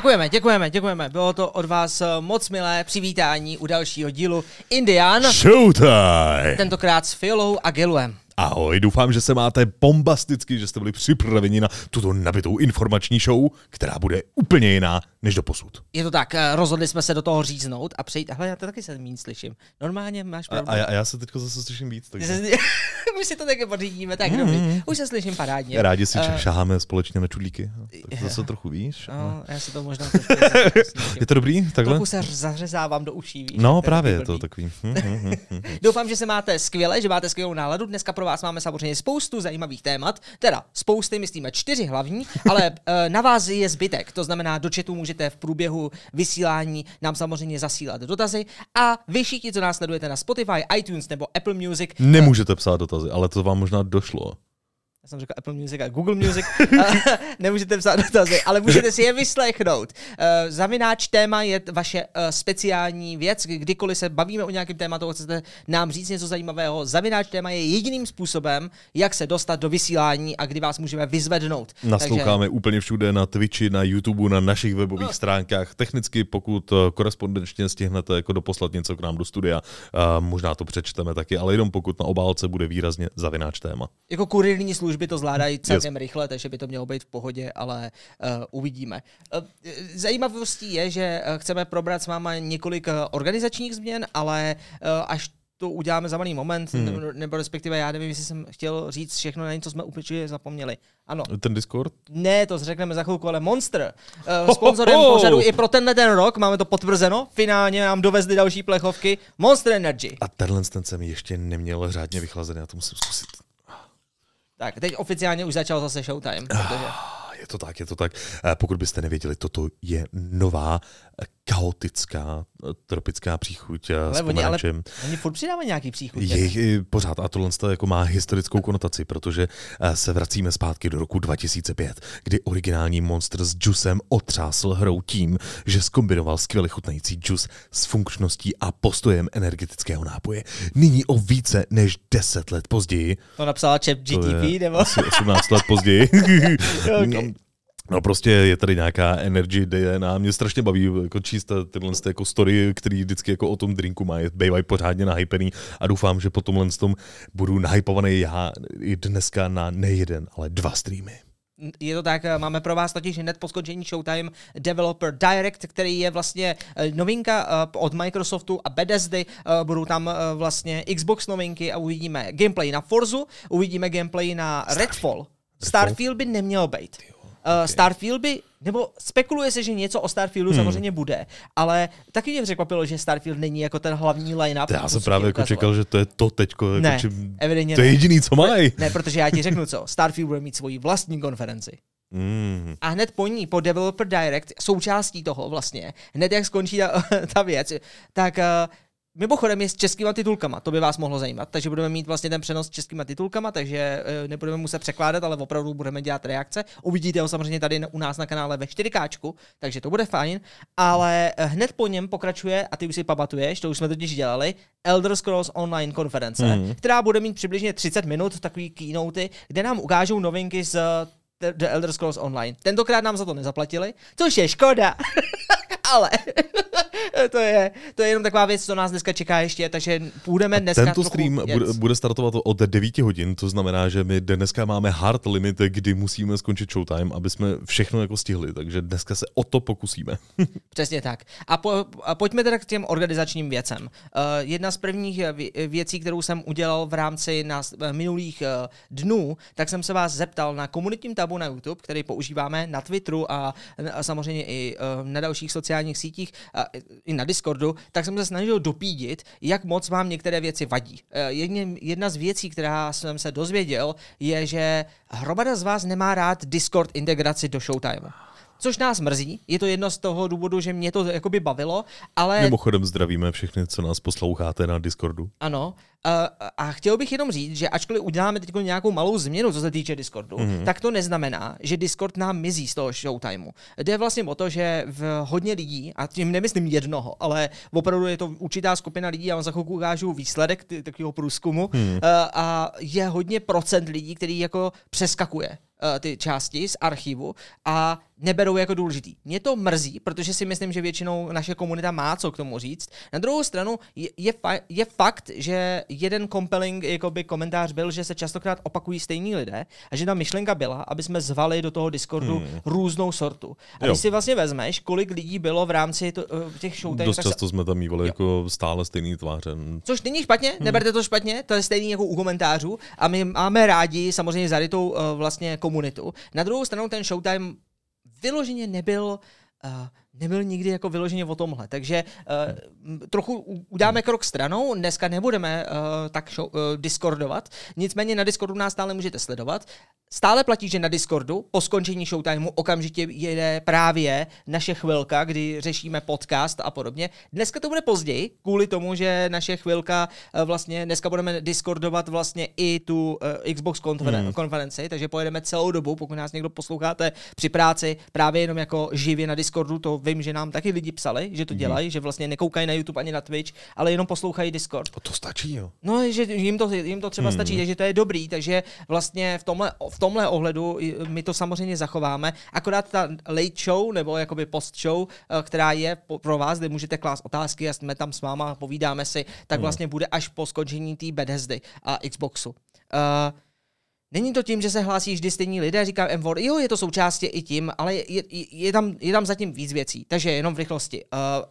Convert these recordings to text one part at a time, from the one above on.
Děkujeme. Bylo to od vás moc milé přivítání u dalšího dílu Indian Showtime! Tentokrát s Fiolou a Geluem. Ahoj, doufám, že se máte bombasticky, že jste byli připraveni na tuto nabitou informační show, která bude úplně jiná než doposud. Je to tak, rozhodli jsme se do toho říznout a přejít. Hele, já to taky se míň slyším. Normálně máš pravdu. A já se teďko zase slyším víc. Takže... My si to taky pořídíme, tak dobrý. Už se slyším parádně. Rádi si šaháme společně na čudlíky. Tak zase trochu víš. Já si to možná Je to dobrý? Takhle? Trochu se zařezávám do uší, víš. No právě je to takový. Doufám, že se máte skvěle, že máte skvělou náladu. Dneska pro vás máme samozřejmě spoustu zajímavých témat. Teda spousty, myslíme 4 hlavní, ale na vás je zbytek. To znamená, do chatu můžete v průběhu vysílání nám samozřejmě zasílat dotazy a vy všichni, co nás sledujete na Spotify, iTunes nebo Apple Music. Nemůžete psát dotazy, ale to vám možná došlo. Já jsem řekl Apple Music a Google Music, nemůžete psát dotazy, ale můžete si je vyslechnout. Zavináč téma je vaše speciální věc, kdykoliv se bavíme o nějakém tématu, chcete nám říct něco zajímavého, zavináč téma je jediným způsobem, jak se dostat do vysílání a kdy vás můžeme vyzvednout. Nasloucháme úplně všude, na Twitchi, na YouTube, na našich webových stránkách. Technicky, pokud korespondenčně stihnete jako doposlat něco k nám do studia, možná to přečteme taky, ale jenom pokud na obálce bude výrazně zavináč téma. Jako kurirní služby to zvládají celkem rychle, takže by to mělo být v pohodě, ale uvidíme. Zajímavostí je, že chceme probrat s váma několik organizačních změn, ale až to uděláme za malý moment, nebo respektive já nevím, jestli jsem chtěl říct všechno na něco, jsme úplně zapomněli. Ano. Ten Discord? Ne, to řekneme za chvilku, ale Monster. Sponzorem pořadu i pro ten rok, máme to potvrzeno, finálně nám dovezli další plechovky, Monster Energy. A tenhle jsem mi ještě neměl řádně vychlazený, já to musím zkusit. Tak, teď oficiálně už začal zase Showtime. Protože... Je to tak. Pokud byste nevěděli, toto je nová chaotická tropická příchuť s pomerančem. Oni furt přidávají nějaký příchuť. Je pořád a tohle jako má historickou konotaci, protože se vracíme zpátky do roku 2005, kdy originální Monster s džusem otřásl hrou tím, že zkombinoval skvěle chutnající džus s funkčností a postojem energetického nápoje. Nyní o více než 10 let později. To napsala ChatGPT, nebo? Asi 18 let později. Okay. No prostě je tady nějaká energy DNA. Mě strašně baví jako číst tyhle jako story, který vždycky jako o tom drinku mají, bývají pořádně nahypený a doufám, že po tomhle tom budu nahypovaný já i dneska na nejeden, ale 2 streamy. Je to tak, máme pro vás totiž hned po skončení Showtime Developer Direct, který je vlastně novinka od Microsoftu a Bethesdy. Budou tam vlastně Xbox novinky a uvidíme gameplay na Forzu, uvidíme gameplay na Redfall. Starfield by neměl být. Okay. Starfield by, nebo spekuluje se, že něco o Starfieldu samozřejmě bude, ale taky mě překvapilo, že Starfield není jako ten hlavní line-up. Já jsem právě jako čekal, že to je to teďko. Ne, jako, evidentně to je jediný, co mají. Ne, protože já ti řeknu co, Starfield bude mít svoji vlastní konferenci. A hned po ní, po Developer Direct, součástí toho vlastně, hned jak skončí ta věc, tak... Mimochodem je s českýma titulkama, to by vás mohlo zajímat, takže budeme mít vlastně ten přenos s českýma titulkama, takže nebudeme muset překládat, ale opravdu budeme dělat reakce. Uvidíte ho samozřejmě tady u nás na kanále ve 4K, takže to bude fajn, ale hned po něm pokračuje, a ty už si pamatuješ, to už jsme totiž dělali, Elder Scrolls Online konference, která bude mít přibližně 30 minut, takový keynoty, kde nám ukážou novinky z The Elder Scrolls Online. Tentokrát nám za to nezaplatili, což je škoda, ale... To je jenom taková věc, co nás dneska čeká ještě, takže půjdeme dneska tento stream bude startovat od 9 hodin, to znamená, že my dneska máme hard limit, kdy musíme skončit Showtime, aby jsme všechno jako stihli, takže dneska se o to pokusíme. Přesně tak. A pojďme teda k těm organizačním věcem. Jedna z prvních věcí, kterou jsem udělal v rámci minulých dnů, tak jsem se vás zeptal na komunitním tabu na YouTube, který používáme na Twitteru a samozřejmě i na dalších sociálních sítích, i na Discordu, tak jsem se snažil dopídit, jak moc vám některé věci vadí. Jedna z věcí, která jsem se dozvěděl, je, že hromada z vás nemá rád Discord integraci do Showtime. Což nás mrzí, je to jedno z toho důvodu, že mě to jakoby bavilo, ale... Mimochodem zdravíme všechny, co nás posloucháte na Discordu. Ano, a chtěl bych jenom říct, že ačkoliv uděláme teď nějakou malou změnu, co se týče Discordu, tak to neznamená, že Discord nám mizí z toho Showtimeu. Jde vlastně o to, že v hodně lidí, a tím nemyslím jednoho, ale opravdu je to určitá skupina lidí, já vám za chvilku ukážu výsledek takového průzkumu, a je hodně procent lidí, který jako přeskakuje ty části z archivu a neberou jako důležitý. Mě to mrzí, protože si myslím, že většinou naše komunita má co k tomu říct. Na druhou stranu je fakt, že jeden compelling jakoby komentář byl, že se častokrát opakují stejní lidé a že ta myšlenka byla, aby jsme zvali do toho Discordu různou sortu. A když si vlastně vezmeš, kolik lidí bylo v rámci těch showtime, dost často jsme tam mívali jako stále stejný tváře. Což není špatně, neberte to špatně, to je stejný jako u komentářů a my máme rádi samozřejmě zarytou vlastně komunitu. Na druhou stranu ten showtime vyloženě nebyl nikdy jako vyloženě o tomhle. Takže trochu udáme krok stranou, dneska nebudeme tak discordovat, nicméně na Discordu nás stále můžete sledovat. Stále platí, že na Discordu po skončení showtimeu okamžitě jede právě naše chvilka, kdy řešíme podcast a podobně. Dneska to bude později, kvůli tomu, že naše chvilka vlastně, dneska budeme discordovat vlastně i tu Xbox konferenci, takže pojedeme celou dobu, pokud nás někdo posloucháte při práci, právě jenom jako živě na Discordu, to vím, že nám taky lidi psali, že to dělají, že vlastně nekoukají na YouTube ani na Twitch, ale jenom poslouchají Discord. A to stačí, jo? No, že jim to třeba stačí, takže to je dobrý, takže vlastně v tomhle ohledu my to samozřejmě zachováme, akorát ta late show nebo jakoby post show, která je pro vás, kde můžete klást otázky a jsme tam s váma, povídáme si, tak vlastně bude až po skončení té Bethesdy a Xboxu. Není to tím, že se hlásí vždy stejní lidé, říkám Mvor, jo, je to součástí i tím, ale je tam zatím víc věcí, takže jenom v rychlosti.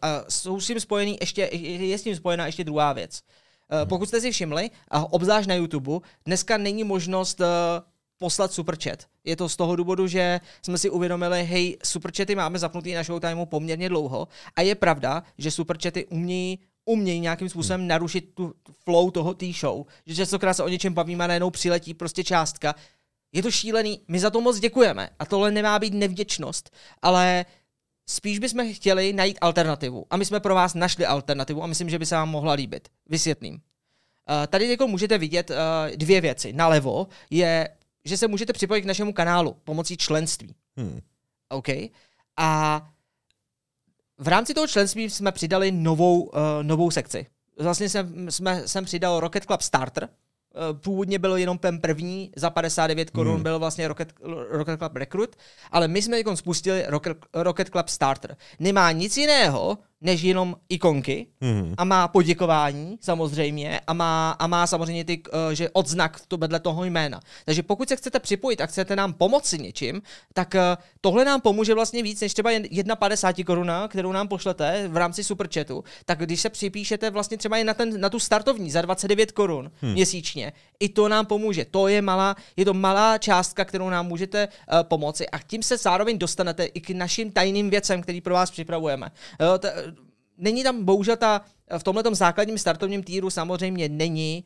Je s tím spojená ještě druhá věc. Pokud jste si všimli, obzvlášť na YouTube, dneska není možnost poslat superchat. Je to z toho důvodu, že jsme si uvědomili, hej, superchaty máme zapnutý na Showtimeu poměrně dlouho a je pravda, že superchaty umějí nějakým způsobem narušit tu flow té show, že častokrát se o něčem bavíme a najednou přiletí prostě částka. Je to šílený, my za to moc děkujeme a tohle nemá být nevděčnost, ale spíš bychom chtěli najít alternativu a my jsme pro vás našli alternativu a myslím, že by se vám mohla líbit. Vysvětlím. Tady jako můžete vidět dvě věci. Nalevo je, že se můžete připojit k našemu kanálu pomocí členství. OK? A v rámci toho členství jsme přidali novou sekci. Vlastně jsem přidal Rocket Club Starter. Původně bylo jenom ten první, za 59 korun byl vlastně Rocket Club Recruit, ale my jsme spustili Rocket Club Starter. Nemá nic jiného, než jenom ikonky a má poděkování samozřejmě a má samozřejmě že odznak vedle toho jména. Takže pokud se chcete připojit a chcete nám pomoci něčím, tak tohle nám pomůže vlastně víc než třeba 1,50 koruna, kterou nám pošlete v rámci superchatu, tak když se připíšete vlastně třeba i na tu startovní za 29 korun měsíčně, i to nám pomůže. Je to malá částka, kterou nám můžete pomoci a tím se zároveň dostanete i k našim tajným věcem, který pro vás připravujeme. Není tam bohužel v tomhletom základním startovním týru samozřejmě není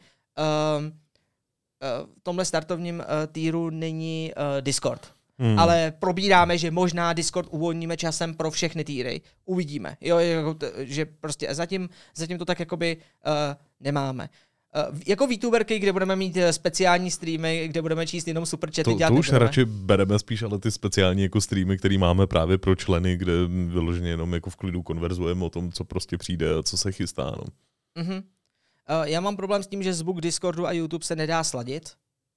v tomhle startovním týru není Discord. Ale probíráme, že možná Discord uvolníme časem pro všechny týry. Uvidíme. Jo, že prostě zatím to tak jakoby nemáme. Jako VTuberky, kde budeme mít speciální streamy, kde budeme číst jenom superchaty. To už radši bereme spíš ale ty speciální jako streamy, které máme právě pro členy, kde vyloženě jenom jako v klidu konverzujeme o tom, co prostě přijde a co se chystá. No. Já mám problém s tím, že zvuk Discordu a YouTube se nedá sladit.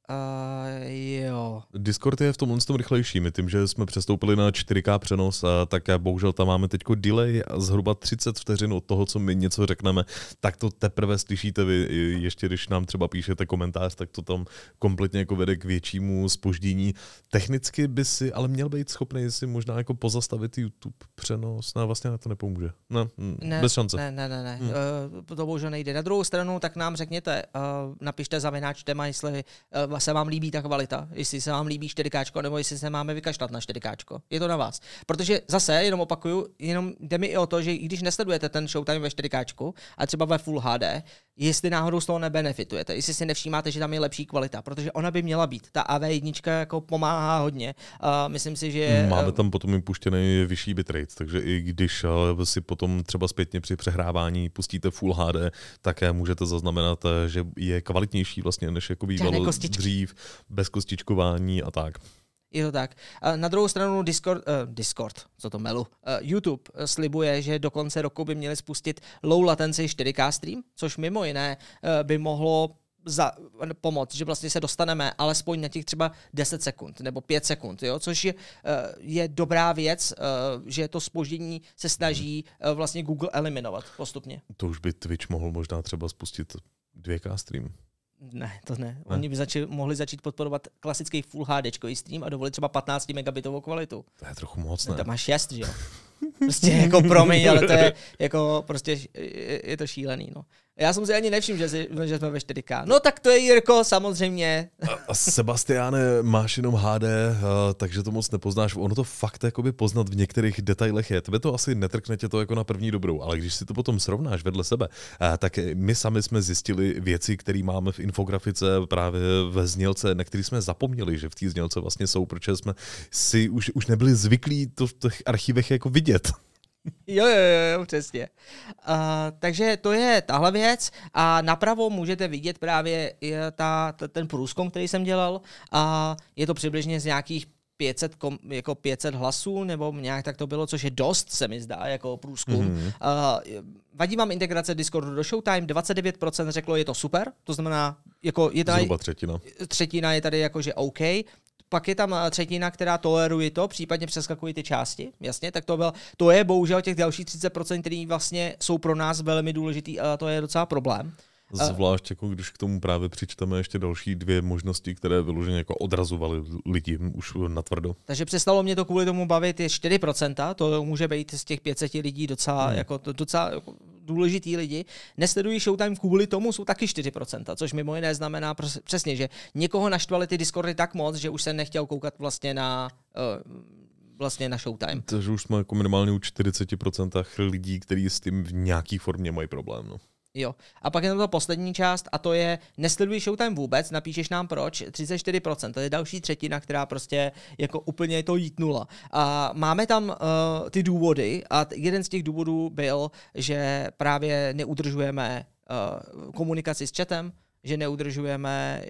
Jo. Discord je v tomhle tom rychlejší. My tím, že jsme přestoupili na 4K přenos, tak bohužel tam máme teď delay zhruba 30 vteřin od toho, co my něco řekneme, tak to teprve slyšíte vy. Ještě když nám třeba píšete komentář, tak to tam kompletně jako vede k většímu zpoždění. Technicky by si ale měl být schopný si možná jako pozastavit YouTube přenos. No, vlastně na to nepomůže. Ne, bez šance. Ne. To bohužel nejde. Na druhou stranu, tak nám řekněte, napište @ téma, jestli se vám líbí ta kvalita, jestli se vám líbí 4K, nebo jestli se máme vykašlat na 4K. Je to na vás. Protože zase, jenom opakuju, jenom jde mi i o to, že i když nesledujete ten Showtime ve 4K, a třeba ve Full HD, jestli náhodou z toho nebenefitujete, jestli si nevšímáte, že tam je lepší kvalita, protože ona by měla být. Ta AV1 jako pomáhá hodně. Myslím si, že máme tam potom i puštěný vyšší bitrate, takže i když si potom třeba zpětně při přehrávání pustíte Full HD, tak můžete zaznamenat, že je kvalitnější vlastně, než jako bývalo dřív, bez kostičkování a tak. Je to tak. Na druhou stranu Discord, co to melu, YouTube slibuje, že do konce roku by měli spustit low latency 4K stream, což mimo jiné by mohlo pomoct, že vlastně se dostaneme alespoň na těch třeba 10 sekund nebo 5 sekund, jo? Což je dobrá věc, že to zpoždění se snaží vlastně Google eliminovat postupně. To už by Twitch mohl možná třeba spustit 2K stream. Ne, to ne. Oni by mohli začít podporovat klasický Full HD stream a dovolit třeba 15 megabitovou kvalitu. To je trochu moc, ne? To máš 6, že jo? Prostě jako promiň, ale to je jako prostě je to šílený, no. Já jsem si ani nevšiml, že jsme ve 4K. No tak to je, Jirko, samozřejmě. A Sebastiáne, máš jenom HD, takže to moc nepoznáš. Ono to fakt jakoby poznat v některých detailech je. Tebe to asi netrkne tě to jako na první dobrou, ale když si to potom srovnáš vedle sebe, tak my sami jsme zjistili věci, které máme v infografice právě ve znělce, na který jsme zapomněli, že v té znělce vlastně jsou, protože jsme si už nebyli zvyklí to v těch archivech jako vidět. Jo, přesně. Takže to je tahle věc a napravo můžete vidět právě ten průzkum, který jsem dělal a je to přibližně z nějakých 500 hlasů, nebo nějak tak to bylo, což je dost, se mi zdá, jako průzkum. Vadí vám integrace Discordu do Showtime, 29% řeklo, je to super, to znamená, jako je tady zhruba třetina je tady jakože OK. Pak je tam třetina, která toleruje to, případně přeskakují ty části, jasně, tak to je bohužel těch dalších 30%, který vlastně jsou pro nás velmi důležitý a to je docela problém. Zvlášť jako když k tomu právě přičteme ještě další 2 možnosti, které vyloženě jako odrazovaly lidi už natvrdo. Takže přestalo mě to kvůli tomu bavit je 4%, to může být z těch 500 lidí docela jako důležitý lidi. Nesledují Showtime kvůli tomu, jsou taky 4%, což mimo jiné znamená přesně, že někoho naštvali ty Discordy tak moc, že už se nechtěl koukat vlastně na Showtime. Takže už jsme jako minimálně u 40% lidí, kteří s tím v nějaký formě mají problém. No. Jo. A pak je tam ta poslední část a to je nesleduj Showtime vůbec, napíšeš nám proč, 34%, to je další třetina, která prostě jako úplně to jítnula. A máme tam ty důvody a jeden z těch důvodů byl, že právě neudržujeme komunikaci s chatem, že neudržujeme,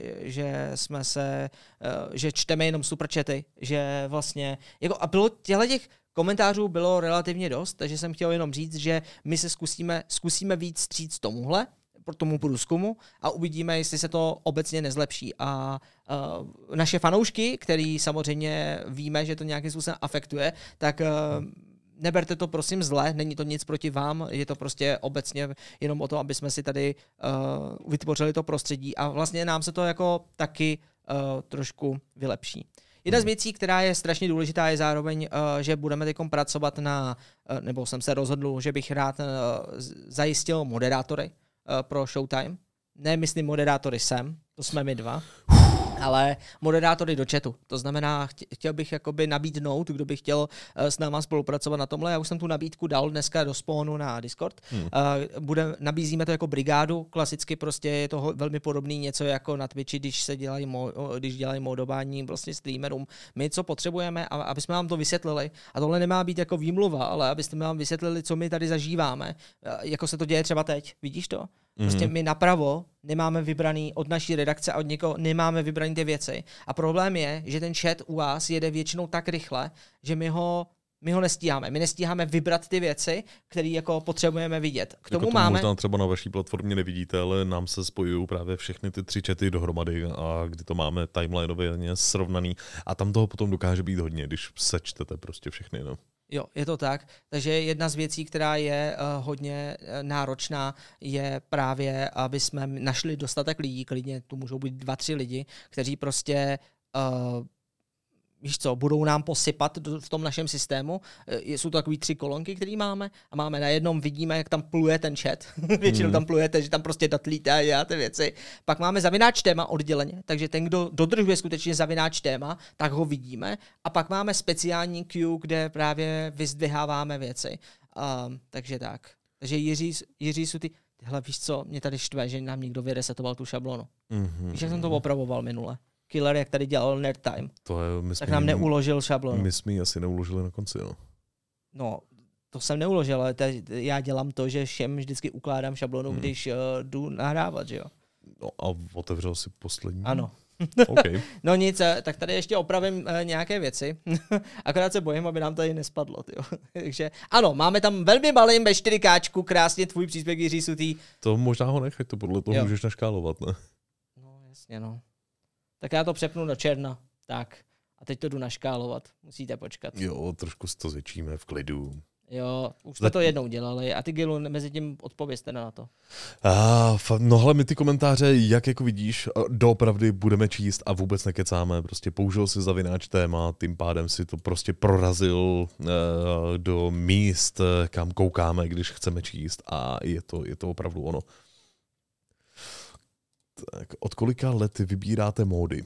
že čteme jenom superchaty, že vlastně, jako a bylo těch komentářů bylo relativně dost, takže jsem chtěl jenom říct, že my se zkusíme víc vstříct tomuhle, tomu průzkumu a uvidíme, jestli se to obecně nezlepší. A naše fanoušky, který samozřejmě víme, že to nějakým způsobem afektuje, tak neberte to prosím zle, není to nic proti vám, je to prostě obecně jenom o to, aby jsme si tady vytvořili to prostředí a vlastně nám se to jako taky trošku vylepší. Jedna z věcí, která je strašně důležitá, je zároveň, že budeme teď pracovat nebo jsem se rozhodl, že bych rád zajistil moderátory pro Showtime. Ne, myslím moderátory to jsme my dva, ale moderátory do chatu. To znamená, chtěl bych jakoby nabídnout, kdo by chtěl s náma spolupracovat na tomhle. Já už jsem tu nabídku dal dneska do spawnu na Discord. Nabízíme to jako brigádu, klasicky prostě je to velmi podobný něco jako na Twitchi, když dělají modování vlastně streamerům. My co potřebujeme, aby jsme vám to vysvětlili, a tohle nemá být jako výmluva, ale abyste vám vysvětlili, co my tady zažíváme, jako se to děje třeba teď. Vidíš to? Prostě my napravo nemáme vybraný od naší redakce a od někoho nemáme vybraný ty věci. A problém je, že ten chat u vás jede většinou tak rychle, že my ho nestíháme. My nestíháme vybrat ty věci, které jako potřebujeme vidět. K tomu jako to máme... možná třeba na vaší platformě nevidíte, ale nám se spojují právě všechny ty 3 chaty dohromady a kdy to máme timelineově srovnaný a tam toho potom dokáže být hodně, když sečtete prostě všechny. No. Jo, je to tak. Takže jedna z věcí, která je hodně náročná, je právě, aby jsme našli dostatek lidí, klidně tu můžou být 2-3 lidi, kteří prostě víš co, budou nám posypat v tom našem systému. Jsou to takový 3 kolonky, které máme a máme na jednom, vidíme, jak tam pluje ten chat. Většinou tam plujete, že tam prostě datlíte a děláte věci. Pak máme zavináč téma odděleně, takže ten, kdo dodržuje skutečně zavináč téma, tak ho vidíme. A pak máme speciální queue, kde právě vyzdviháváme věci. Takže tak. Takže Jiří jsou ty... Hele, víš co, mě tady štve, že nám někdo vyresetoval tu šablonu. Víš, jak jsem to opravoval minule? Killer, jak tady dělal Nerd Time, tak nám neuložil šablonu. My jsme ji asi neuložili na konci, no. No, to jsem neuložil, ale já dělám to, že všem vždycky ukládám šablonu, když jdu nahrávat, že jo. No a otevřel si poslední? Ano. Okay. No nic, tak tady ještě opravím nějaké věci. Akorát se bojím, aby nám tady nespadlo. Tyjo. Takže ano, máme tam velmi malým ve 4K krásně tvůj příspěvek, Jiří Sutý. To možná ho nechaj, to podle toho můžeš naškálovat, ne? Jasně, no. Tak já to přepnu do černa. Tak. A teď to jdu naškálovat. Musíte počkat. Jo, trošku si to zvětšíme v klidu. Jo, už jsme to jednou dělali. A ty, Gilu, mezi tím odpovězte na to. No hele, my ty komentáře, jak jako vidíš, doopravdy budeme číst a vůbec nekecáme. Prostě použil si zavináč téma, tím pádem si to prostě prorazil do míst, kam koukáme, když chceme číst a je to opravdu ono. Tak, od kolika let vybíráte módy?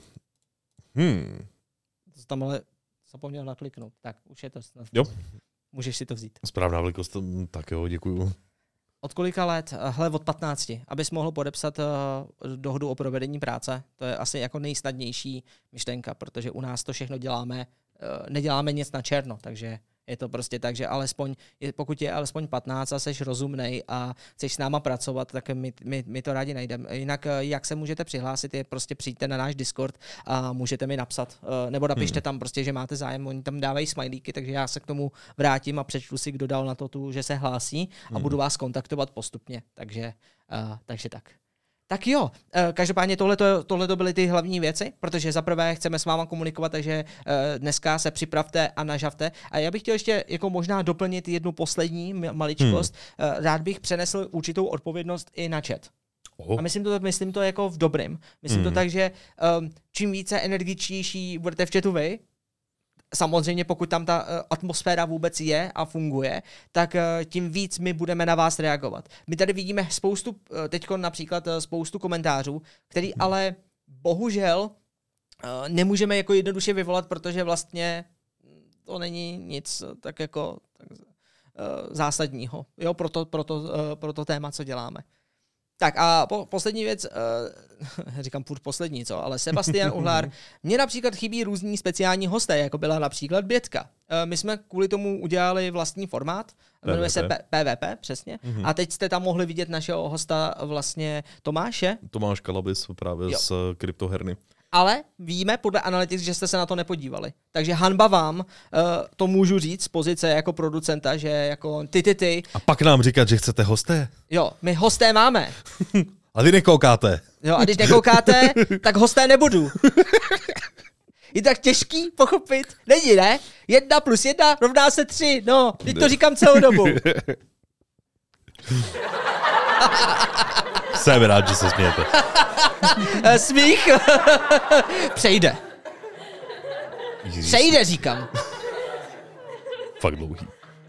To tam ale zapomněl nakliknout. Tak, už je to snad. Jo. Můžeš si to vzít. Správná velikost, tak jo, děkuju. Od kolika let? Hele, od 15. Abys mohl podepsat dohodu o provedení práce. To je asi jako nejsnadnější myšlenka, protože u nás to všechno děláme, neděláme nic na černo, takže je to prostě tak, že pokud je alespoň 15 a seš rozumnej a chceš s náma pracovat, tak my to rádi najdeme. Jinak, jak se můžete přihlásit, je prostě přijďte na náš Discord a můžete mi napsat. Nebo napište tam prostě, že máte zájem, oni tam dávají smajlíky, takže já se k tomu vrátím a přečtu si, kdo dal na to, že se hlásí a budu vás kontaktovat postupně. Takže tak. Tak jo, každopádně tohle byly ty hlavní věci, protože zaprvé chceme s váma komunikovat, takže dneska se připravte a nažavte. A já bych chtěl ještě jako možná doplnit jednu poslední maličkost. Rád bych přenesl určitou odpovědnost i na chat. A myslím to jako v dobrým. Myslím to tak, že čím více energičtější budete v chatu vy, samozřejmě pokud tam ta atmosféra vůbec je a funguje, tak tím víc my budeme na vás reagovat. My tady vidíme například spoustu komentářů, který ale bohužel nemůžeme jako jednoduše vyvolat, protože vlastně to není nic tak jako zásadního, jo, pro to téma, co děláme. Tak a poslední věc, říkám furt poslední, ale Sebastian Uhlár, mně například chybí různí speciální hosté, jako byla například Bětka. My jsme kvůli tomu udělali vlastní formát, jmenuje se PvP, přesně, a teď jste tam mohli vidět našeho hosta vlastně Tomáše. Tomáš Kalabis právě z kryptoherny. Ale víme podle Analytics, že jste se na to nepodívali. Takže hanba vám, to můžu říct z pozice jako producenta, že jako ty. A pak nám říkat, že chcete hosté? Jo, my hosté máme. A vy nekoukáte. Jo, a když nekoukáte, tak hosté nebudu. Je tak těžký pochopit? Není, ne? 1 + 1 rovná se 3. No, teď to říkám celou dobu. Jsem rád, že se smějete. Smích přejde. Přejde, říkám. Fakt dlouhý.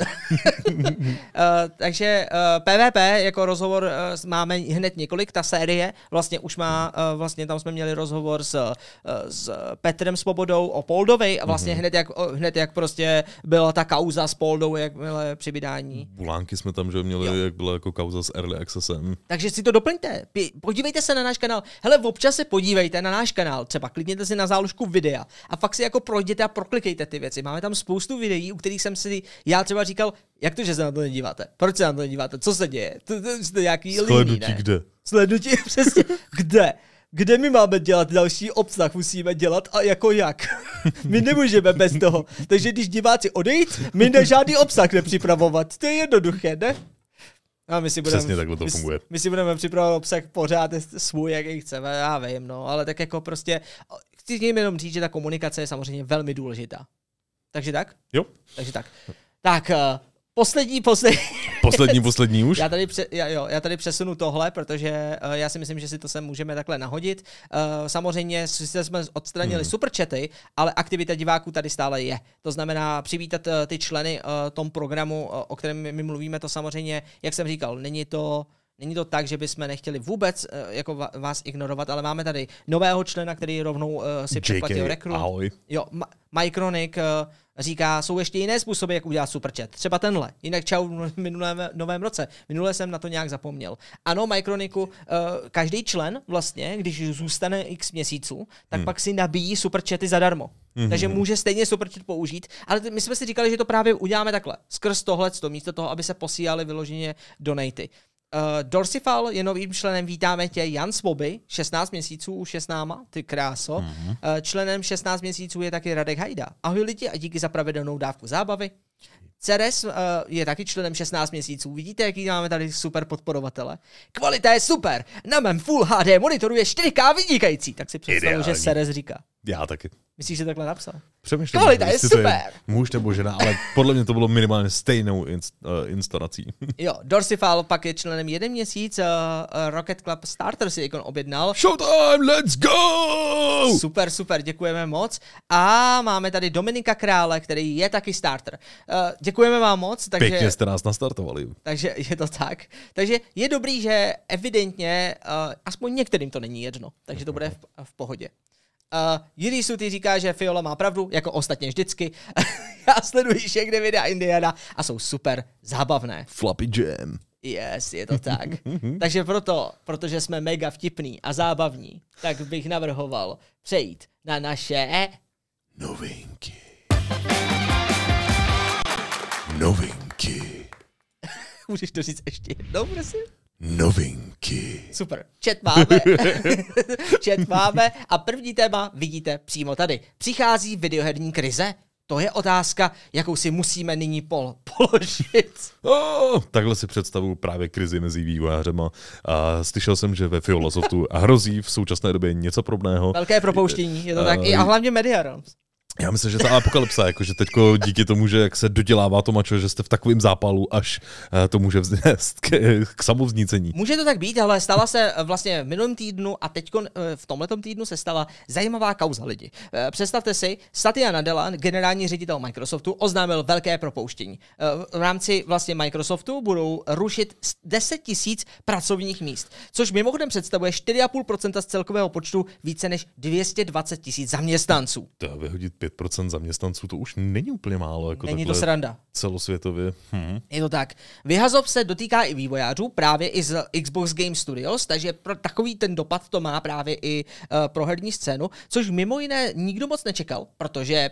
Takže PvP jako rozhovor máme hned několik, ta série vlastně už má, vlastně tam jsme měli rozhovor s Petrem Svobodou o Poldovi a vlastně hned jak prostě byla ta kauza s Poldou, jak bylo při vydání. Bulánky jsme tam, že měli, jak byla jako kauza s Early Accessem. Takže si to doplňte, podívejte se na náš kanál, hele, občas se podívejte na náš kanál, třeba klikněte si na záložku videa a fakt si jako projděte a proklikejte ty věci. Máme tam spoustu videí, u kterých jsem si já třeba říkal, jak to, že se na to nedíváte? Proč se na to nedíváte? Co se děje? To jste nějaký líný, ne? Kde? Slednutí, přesně. Kde? Kde my máme dělat další obsah? Musíme dělat a jako jak? My nemůžeme bez toho. Takže když diváci odejít, my žádný obsah nepřipravovat. To je jednoduché, ne? A přesně takhle to funguje. My si budeme připravovat obsah pořád svůj, jak chceme, já vím, no, ale tak jako prostě, chci tím jenom říct, že ta komunikace je samozřejmě velmi důležitá. Takže tak? Jo. Takže tak. Tak, poslední už? Já tady přesunu tohle, protože já si myslím, že si to sem můžeme takhle nahodit. Samozřejmě jsme odstranili superchaty, ale aktivita diváků tady stále je. To znamená přivítat ty členy tom programu, o kterém my mluvíme, to samozřejmě, jak jsem říkal, není to tak, že bychom nechtěli vůbec jako vás ignorovat, ale máme tady nového člena, který rovnou si předplatil rekrut. Ahoj. Jo, Micronic říká, jsou ještě jiné způsoby, jak udělat superchat. Třeba tenhle. Jinak čau v minulém novém roce. Minule jsem na to nějak zapomněl. Ano, Microniku, každý člen vlastně, když zůstane x měsíců, tak pak si nabíjí superchaty zadarmo. Takže může stejně superchat použít, ale my jsme si říkali, že to právě uděláme takhle. Skrz tohleto, místo toho, aby se posílali vyloženě donaty. Dorsifal je novým členem, vítáme tě, Jan Svoby, 16 měsíců už je s náma, ty kráso. Členem 16 měsíců je taky Radek Hajda. Ahoj lidi a díky za pravidelnou dávku zábavy. Ceres je taky členem 16 měsíců. Vidíte, jaký máme tady super podporovatele? Kvalita je super. Na mém Full HD monitoru je 4K vynikající. Tak si představuji, že Ceres říká. Já taky. Myslíš, že takhle napsal? Přemýšlím, kvalita je super. Muž nebo žena, ale podle mě to bylo minimálně stejnou instalací. Jo, Dorsifal pak je členem 1 měsíc, Rocket Club Starter si objednal. Showtime, let's go! Super, děkujeme moc. A máme tady Dominika Krále, který je taky starter. Děkujeme vám moc. Takže, pěkně jste nás nastartovali. Takže je to tak. Takže je dobrý, že evidentně, aspoň některým to není jedno, takže to bude v pohodě. Jiří Suty říká, že Fiola má pravdu, jako ostatně vždycky. Já sleduji všechny videa Indiana a jsou super zábavné. Floppy Jam. Yes, je to tak. Takže protože jsme mega vtipný a zábavní, tak bych navrhoval přejít na naše novinky. Novinky. Můžeš to říct ještě jednou, prosím? Novinky. Super. Chat máme a první téma vidíte přímo tady. Přichází videoherní krize? To je otázka, jakou si musíme nyní položit. Takhle si představuju právě krizi mezi vývojářema. Slyšel jsem, že ve Fiolosoftu hrozí v současné době něco podobného. Velké propouštění, je to tak. A hlavně Mediaroms. Já myslím, že ta apokalypsa, jakože teďko díky tomu, že jak se dodělává to mačo, že jste v takovém zápalu, až to může vznést k samovznícení. Může to tak být, ale stala se vlastně v minulém týdnu a teďko v tomhletom týdnu se stala zajímavá kauza lidi. Představte si, Satya Nadella, generální ředitel Microsoftu, oznámil velké propouštění. V rámci vlastně Microsoftu budou rušit 10 000 pracovních míst, což mimochodem představuje 4,5% z celkového počtu více než 220 000 zaměstnanců. To vyhodit 5% zaměstnanců, to už není úplně málo. Jako není to sranda. Celosvětově. Je to tak. Vyhazov se dotýká i vývojářů, právě i z Xbox Game Studios, takže pro takový ten dopad to má právě i pro herní scénu, což mimo jiné nikdo moc nečekal, protože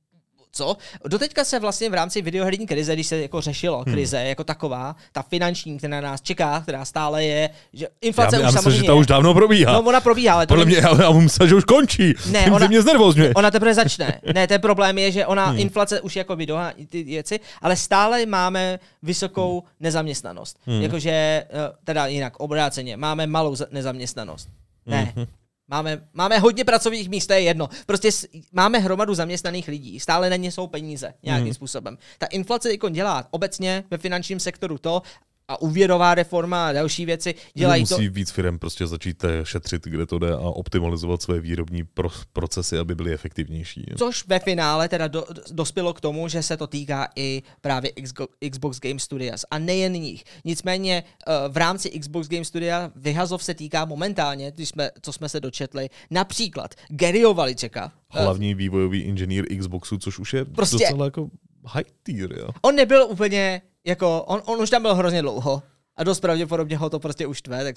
doteďka se vlastně v rámci videoherní krize, když se jako řešilo krize jako taková, ta finanční, která nás čeká, která stále je, že inflace já už myslím, samozřejmě... že ta už dávno probíhá. No, ona probíhá, ale... Podle mě, já myslím, že už končí. Ne, tím mě znervozňuje. Ona teprve začne. Ne, ten problém je, že inflace už jako dohání ty věci, ale stále máme vysokou nezaměstnanost. Jakože, teda jinak, obráceně, máme malou nezaměstnanost. Ne. Máme hodně pracovních míst, to je jedno. Prostě máme hromadu zaměstnaných lidí, stále na ně jsou peníze nějakým způsobem. Ta inflace dělá obecně ve finančním sektoru to, a úvěrová reforma a další věci dělají to. Musí víc firem prostě začít šetřit, kde to jde a optimalizovat své výrobní procesy, aby byly efektivnější. Což ve finále teda dospělo k tomu, že se to týká i právě Xbox Game Studios a nejen nich. Nicméně v rámci Xbox Game Studia vyhazov se týká momentálně, co jsme se dočetli, například Garyho Valičeka. Hlavní vývojový inženýr Xboxu, což už je prostě docela jako high tier, jo. On nebyl úplně jako, on už tam byl hrozně dlouho a dost pravděpodobně ho to prostě uštve,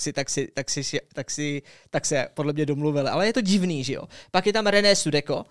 tak se podle mě domluvili, ale je to divný, že jo. Pak je tam René Sudeko.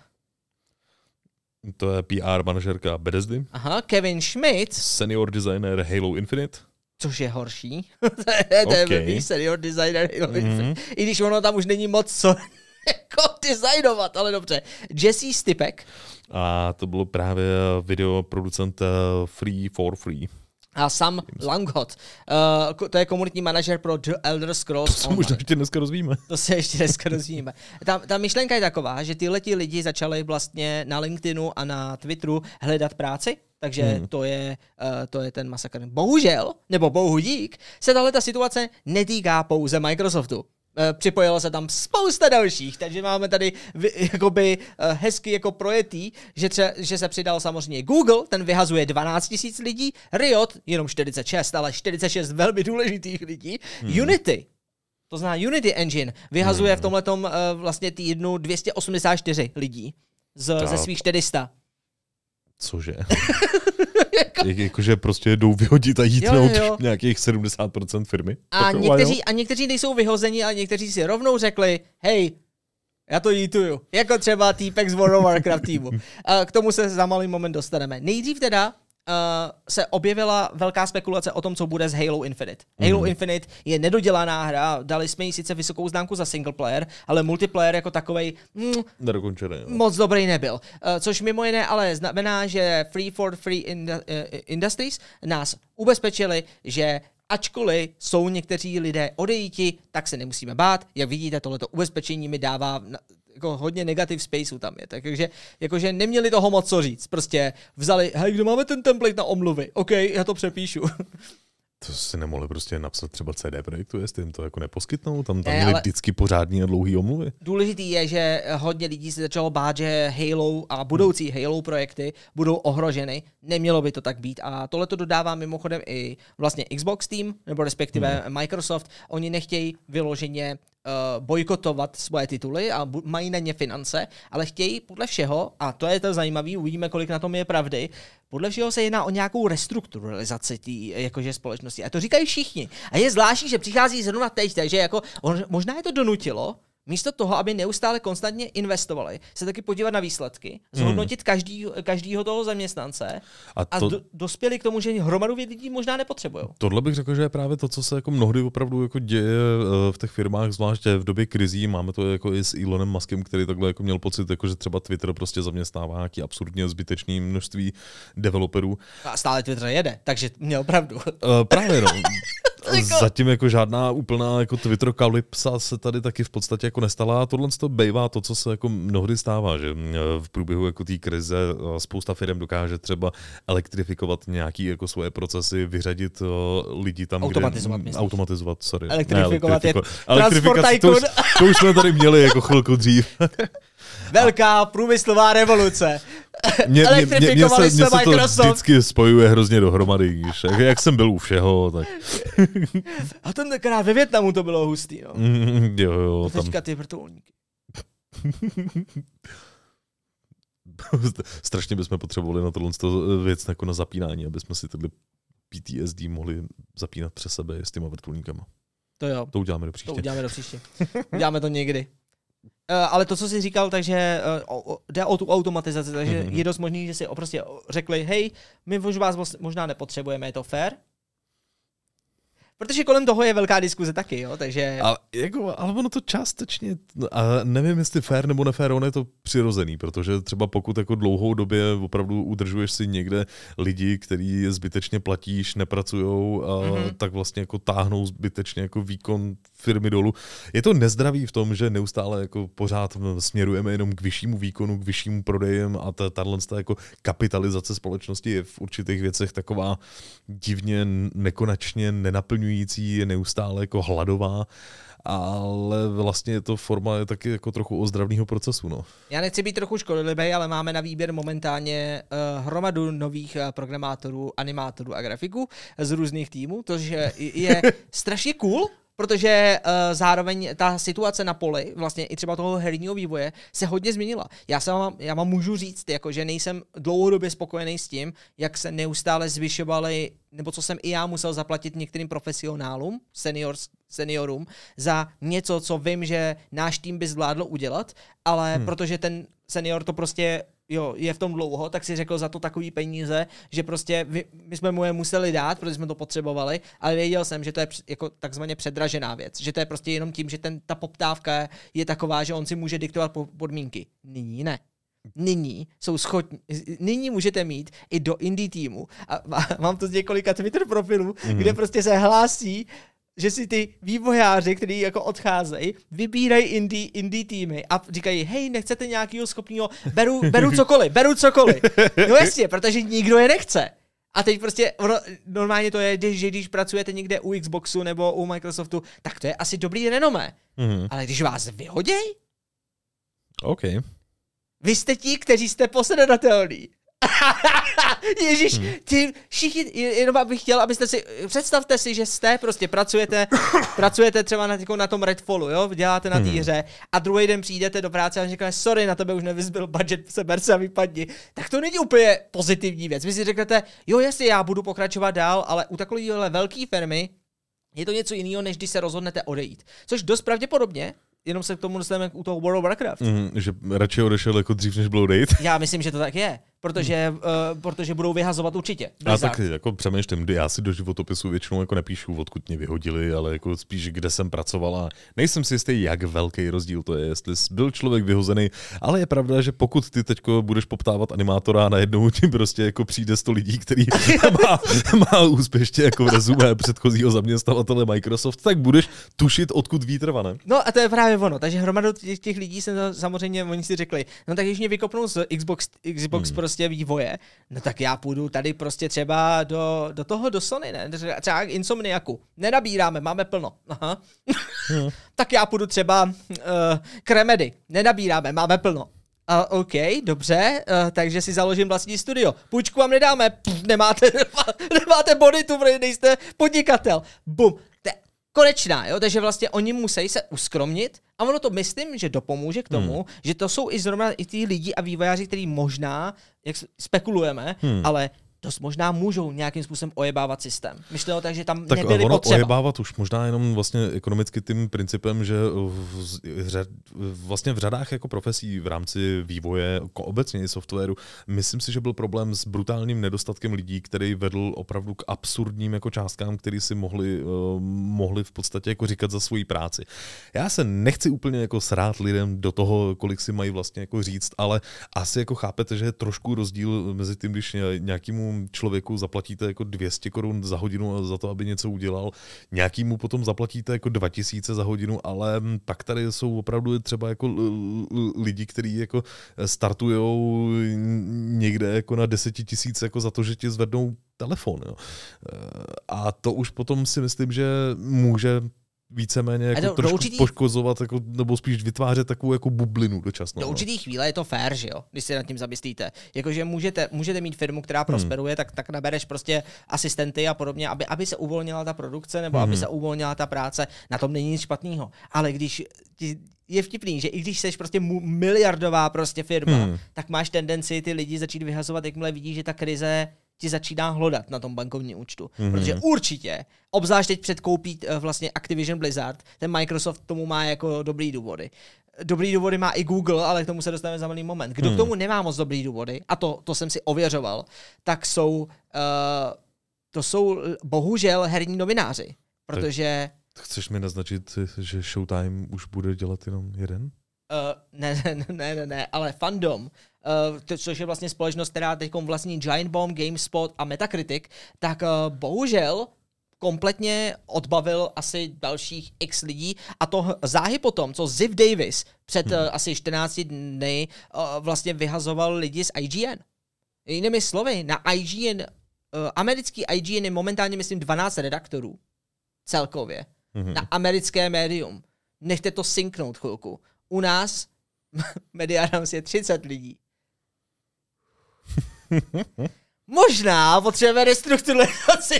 To je PR manažerka Bethesdy. Aha, Kevin Schmidt. Senior designer Halo Infinite. Což je horší. To je blbý, senior designer Halo Infinite. I když ono tam už není moc co jako designovat, ale dobře. Jesse Stipek. A to bylo právě videoproducent Free for Free. A Sam Langhot, to je komunitní manažer pro The Elder Scrolls To se možná ještě dneska rozvíme. To se ještě dneska rozvíme. Ta myšlenka je taková, že tyhleti lidi začali vlastně na LinkedInu a na Twitteru hledat práci, takže to je ten masakr. Bohužel, nebo bohu dík, se tahleta situace netýká pouze Microsoftu. Připojilo se tam spousta dalších, takže máme tady jakoby hezky jako projetý, že se přidal samozřejmě Google, ten vyhazuje 12 000 lidí, Riot jenom 46, ale 46 velmi důležitých lidí, Unity, to znamená Unity Engine, vyhazuje v tomhletom vlastně týdnu 284 lidí ze svých 400. Cože? Jakože prostě jdou vyhodit a jítnout nějakých 70% firmy. A někteří nejsou vyhozeni, ale někteří si rovnou řekli, hej, já to jítuju. Jako třeba týpek z World of Warcraft týmu. K tomu se za malý moment dostaneme. Nejdřív teda se objevila velká spekulace o tom, co bude s Halo Infinite. Halo Infinite je nedodělaná hra, dali jsme jí sice vysokou známku za single player, ale multiplayer jako takovej moc dobrý nebyl. Což mimo jiné ale znamená, že Free Industries nás ubezpečili, že ačkoliv jsou někteří lidé odejíti, tak se nemusíme bát. Jak vidíte, tohleto ubezpečení mi dává jako hodně negativ spaceu tam je. Takže jakože neměli toho moc co říct. Prostě vzali, hej, kde máme ten template na omluvy? OK, já to přepíšu. To si nemohli prostě napsat třeba CD Projektu, jestli jim to jako neposkytnou? Tam měli vždycky pořádný a dlouhý omluvy. Důležitý je, že hodně lidí se začalo bát, že Halo a budoucí Halo projekty budou ohroženy. Nemělo by to tak být. A tohle to dodává mimochodem i vlastně Xbox Team, nebo respektive Microsoft. Oni nechtějí vyloženě bojkotovat svoje tituly a mají na ně finance, ale chtějí podle všeho, a to je to zajímavé, uvidíme, kolik na tom je pravdy, podle všeho se jedná o nějakou restrukturalizaci té jakože společnosti. A to říkají všichni. A je zvláštní, že přichází zrovna teď, takže jako možná je to donutilo, místo toho, aby neustále konstantně investovali, se taky podívat na výsledky, zhodnotit každýho toho zaměstnance a dospěli k tomu, že hromadu lidí možná nepotřebují. Tohle bych řekl, že je právě to, co se jako mnohdy opravdu jako děje v těch firmách, zvláště v době krizí. Máme to jako i s Elonem Muskem, který takhle jako měl pocit, jako že třeba Twitter prostě zaměstnává nějaký absurdně zbytečný množství developerů. A stále Twitter jede, takže měl pravdu. Právě no. Zatím jako žádná úplná jako Twitterokalypsa se tady taky v podstatě jako nestala a tohle to bývá to, co se jako mnohdy stává, že v průběhu jako té krize spousta firm dokáže třeba elektrifikovat nějaký jako svoje procesy, vyřadit lidi tam, automatizovat, sorry. Elektrifikovat je Transport Tycoon. To už jsme tady měli jako chvilku dřív. Velká průmyslová revoluce. Elektrifikovali jsme Microsoft. To vždycky spojuje hrozně dohromady, víš. Jak jsem byl u všeho, tak... A tenkrát ve Vietnamu to bylo hustý, no. Jo, a teďka ty vrtulníky. Strašně bychom potřebovali na tohle věc jako na zapínání, aby jsme si tyhle PTSD mohli zapínat přes sebe s těma vrtulníkama. To jo. To uděláme do příště. Uděláme to někdy. Ale to, co jsi říkal, takže jde o tu automatizaci, takže je dost možný, že si prostě řekli, hej, my už vás možná nepotřebujeme, je to fair? Protože kolem toho je velká diskuze taky, jo, takže... Ale ono to částečně, a nevím, jestli fair nebo nefér, ono je to přirozený, protože třeba pokud jako dlouhou době opravdu udržuješ si někde lidi, který zbytečně platíš, nepracujou, tak vlastně jako táhnou zbytečně jako výkon firmy dolů. Je to nezdravý v tom, že neustále jako pořád směrujeme jenom k vyššímu výkonu, k vyššímu prodejem a tahle jako kapitalizace společnosti je v určitých věcech taková divně nekonečně nenaplňující, je neustále jako hladová, ale vlastně je to forma taky jako trochu ozdravného procesu. No. Já nechci být trochu škodolibý, ale máme na výběr momentálně hromadu nových programátorů, animátorů a grafiků z různých týmů, což je strašně cool, protože zároveň ta situace na poli, vlastně i třeba toho herního vývoje, se hodně změnila. Já vám můžu říct, jako, že nejsem dlouhodobě spokojený s tím, jak se neustále zvyšovaly, nebo co jsem i já musel zaplatit některým profesionálům, seniorům, za něco, co vím, že náš tým by zvládl udělat, ale protože ten senior to prostě je v tom dlouho, tak si řekl za to takový peníze, že prostě my jsme mu je museli dát, protože jsme to potřebovali, ale věděl jsem, že to je jako takzvaně předražená věc, že to je prostě jenom tím, že ta poptávka je taková, že on si může diktovat podmínky. Nyní ne. Nyní můžete mít i do indie týmu. A mám to z několika Twitter profilů, kde prostě se hlásí, že si ty vývojáři, kteří jako odcházejí, vybírají indie týmy a říkají, hej, nechcete nějakýho schopného, beru cokoliv. No jasně, protože nikdo je nechce. A teď prostě normálně to je, že když pracujete někde u Xboxu nebo u Microsoftu, tak to je asi dobrý renomé. Ale když vás vyhoděj, OK. Vy jste ti, kteří jste posedatelní. Ježíš, ty všichni, jenom bych chtěl, abyste si, představte si, že jste, prostě pracujete třeba na tom Redfallu, jo, děláte na té hře a druhý den přijdete do práce a říkáte, sorry, na tebe už nevyzbyl budget, seber se a vypadni. Tak to není úplně pozitivní věc. Vy si řeknete, jo, jestli já budu pokračovat dál, ale u takovéhle velké firmy je to něco jiného, než když se rozhodnete odejít. Což dost pravděpodobně, jenom se k tomu dostaneme u toho World of Warcraft. Že radši odešel jako dřív, než byl odejít. Já myslím, že to tak je. protože budou vyhazovat určitě. Já taky jako přemýšlím, já si do životopisu většinou jako nepíšu, odkud mě vyhodili, ale jako spíš, kde jsem pracovala. Nejsem si jistý, jak velký rozdíl to je, jestli byl člověk vyhozený, ale je pravda, že pokud ty teďko budeš poptávat animátora a najednou ti prostě jako přijde 100 lidí, který má úspěšně jako rezumé předchozího zaměstnavatele Microsoft, tak budeš tušit, odkud vítr vane. No a to je právě ono, takže hromadu těch lidí jsem samozřejmě, oni si řekli, no tak když mě vykopnou z Xbox prostě vývoje, no tak já půjdu tady prostě třeba do Sony, ne? Třeba Insomniaku. Nenabíráme, máme plno. Aha. Tak já půjdu třeba k Remedy. Nenabíráme, máme plno. OK, dobře, takže si založím vlastní studio. Půjčku vám nedáme, nemáte bonitu, protože nejste podnikatel. Bum. Konečná, jo? Takže vlastně oni musí se uskromnit a ono to myslím, že dopomůže k tomu, že to jsou i zrovna i ty lidi a vývojáři, kteří možná, jak spekulujeme, ale dost možná můžou nějakým způsobem ojebávat systém. Myšleno tak, že tam nebyly potřeba. Ojebávat už možná jenom vlastně ekonomicky tím principem, že vlastně v řadách jako profesí v rámci vývoje, obecně i softwaru, myslím si, že byl problém s brutálním nedostatkem lidí, který vedl opravdu k absurdním jako částkám, který si mohli v podstatě jako říkat za svoji práci. Já se nechci úplně jako srát lidem do toho, kolik si mají vlastně jako říct, ale asi jako chápete, že je trošku rozdíl mezi tím, když nějakému člověku zaplatíte jako 200 korun za hodinu za to, aby něco udělal, nějakýmu potom zaplatíte jako 2000 za hodinu, ale pak tady jsou opravdu třeba jako lidi, kteří jako startujou někde jako na 10 000 jako za to, že ti zvednou telefon. Jo. A to už potom si myslím, že může víceméně jako trošku poškozovat, jako, nebo spíš vytvářet takovou jako bublinu dočasnou. Do určitý chvíle je to fair, že jo, když si nad tím zamyslíte. Jakože můžete mít firmu, která prosperuje, tak nabereš prostě asistenty a podobně, aby se uvolnila ta produkce, nebo aby se uvolnila ta práce, na tom není nic špatného. Ale když je vtipný, že i když jsi prostě miliardová prostě firma, tak máš tendenci ty lidi začít vyhazovat, jakmile vidíš, že ta krize ti začíná hlodat na tom bankovním účtu. Protože určitě, obzvlášť teď předkoupí vlastně Activision Blizzard, ten Microsoft tomu má jako dobrý důvody. Dobrý důvody má i Google, ale k tomu se dostaneme za malý moment. Kdo k tomu nemá moc dobrý důvody, a to jsem si ověřoval, tak to jsou bohužel herní novináři. Protože... Chceš mi naznačit, že Showtime už bude dělat jenom jeden? Ne, ale Fandom, což je vlastně společnost, která teď vlastní Giant Bomb, GameSpot a Metacritic, tak bohužel kompletně odbavil asi dalších x lidí a to záhy potom, co Ziv Davis před asi 14 dny vlastně vyhazoval lidi z IGN. Jinými slovy, na IGN, americký IGN je momentálně, myslím, 12 redaktorů celkově na americké médium. Nechte to synknout chvilku. U nás Mediarams je 30 lidí. Možná potřebujeme restrukturalizaci.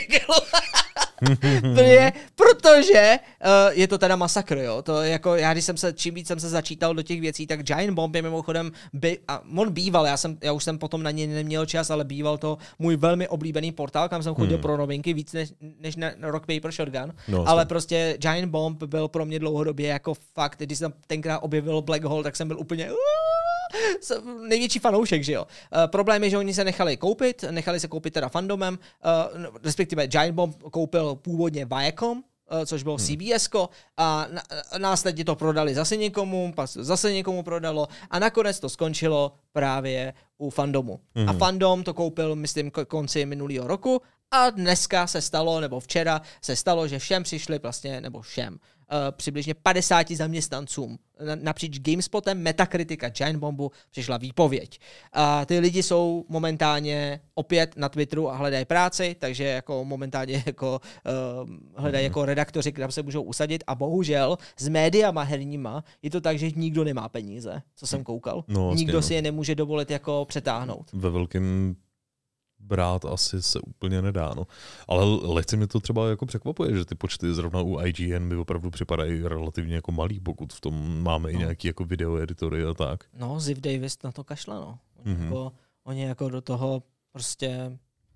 protože je to teda masakr, jo. To jako, čím víc jsem se začítal do těch věcí, tak Giant Bomb je mimochodem, on býval, já už jsem potom na něj neměl čas, ale býval to můj velmi oblíbený portál, kam jsem chodil pro novinky, víc než na Rock Paper Shotgun, ale prostě Giant Bomb byl pro mě dlouhodobě jako fakt, když jsem tenkrát objevil Black Hole, tak jsem byl úplně největší fanoušek, že jo. Problém je, že oni se nechali se koupit teda Fandomem, respektive Giant Bomb koupil původně Viacom, což bylo CBS-ko, a následně to prodali zase někomu, pak zase někomu prodalo a nakonec to skončilo právě u Fandomu. A Fandom to koupil, myslím, konci minulého roku a dneska se stalo, nebo včera se stalo, že všem přišli vlastně, nebo přibližně 50 zaměstnancům napříč GameSpotem, Metacritic a Giant Bombu přišla výpověď. A ty lidi jsou momentálně opět na Twitteru a hledají práci, takže jako momentálně jako hledají jako redaktoři, kam se můžou usadit a bohužel s médiama herníma je to tak, že nikdo nemá peníze, co jsem koukal. Nikdo si je nemůže dovolit jako přetáhnout. Ve velkém brát asi se úplně nedá, no. Ale lehce mě to třeba jako překvapuje, že ty počty zrovna u IGN mi opravdu připadají relativně jako malý, pokud v tom máme i nějaký jako videoeditory a tak. No, Ziv Davis na to kašle, no. Oni jako do toho prostě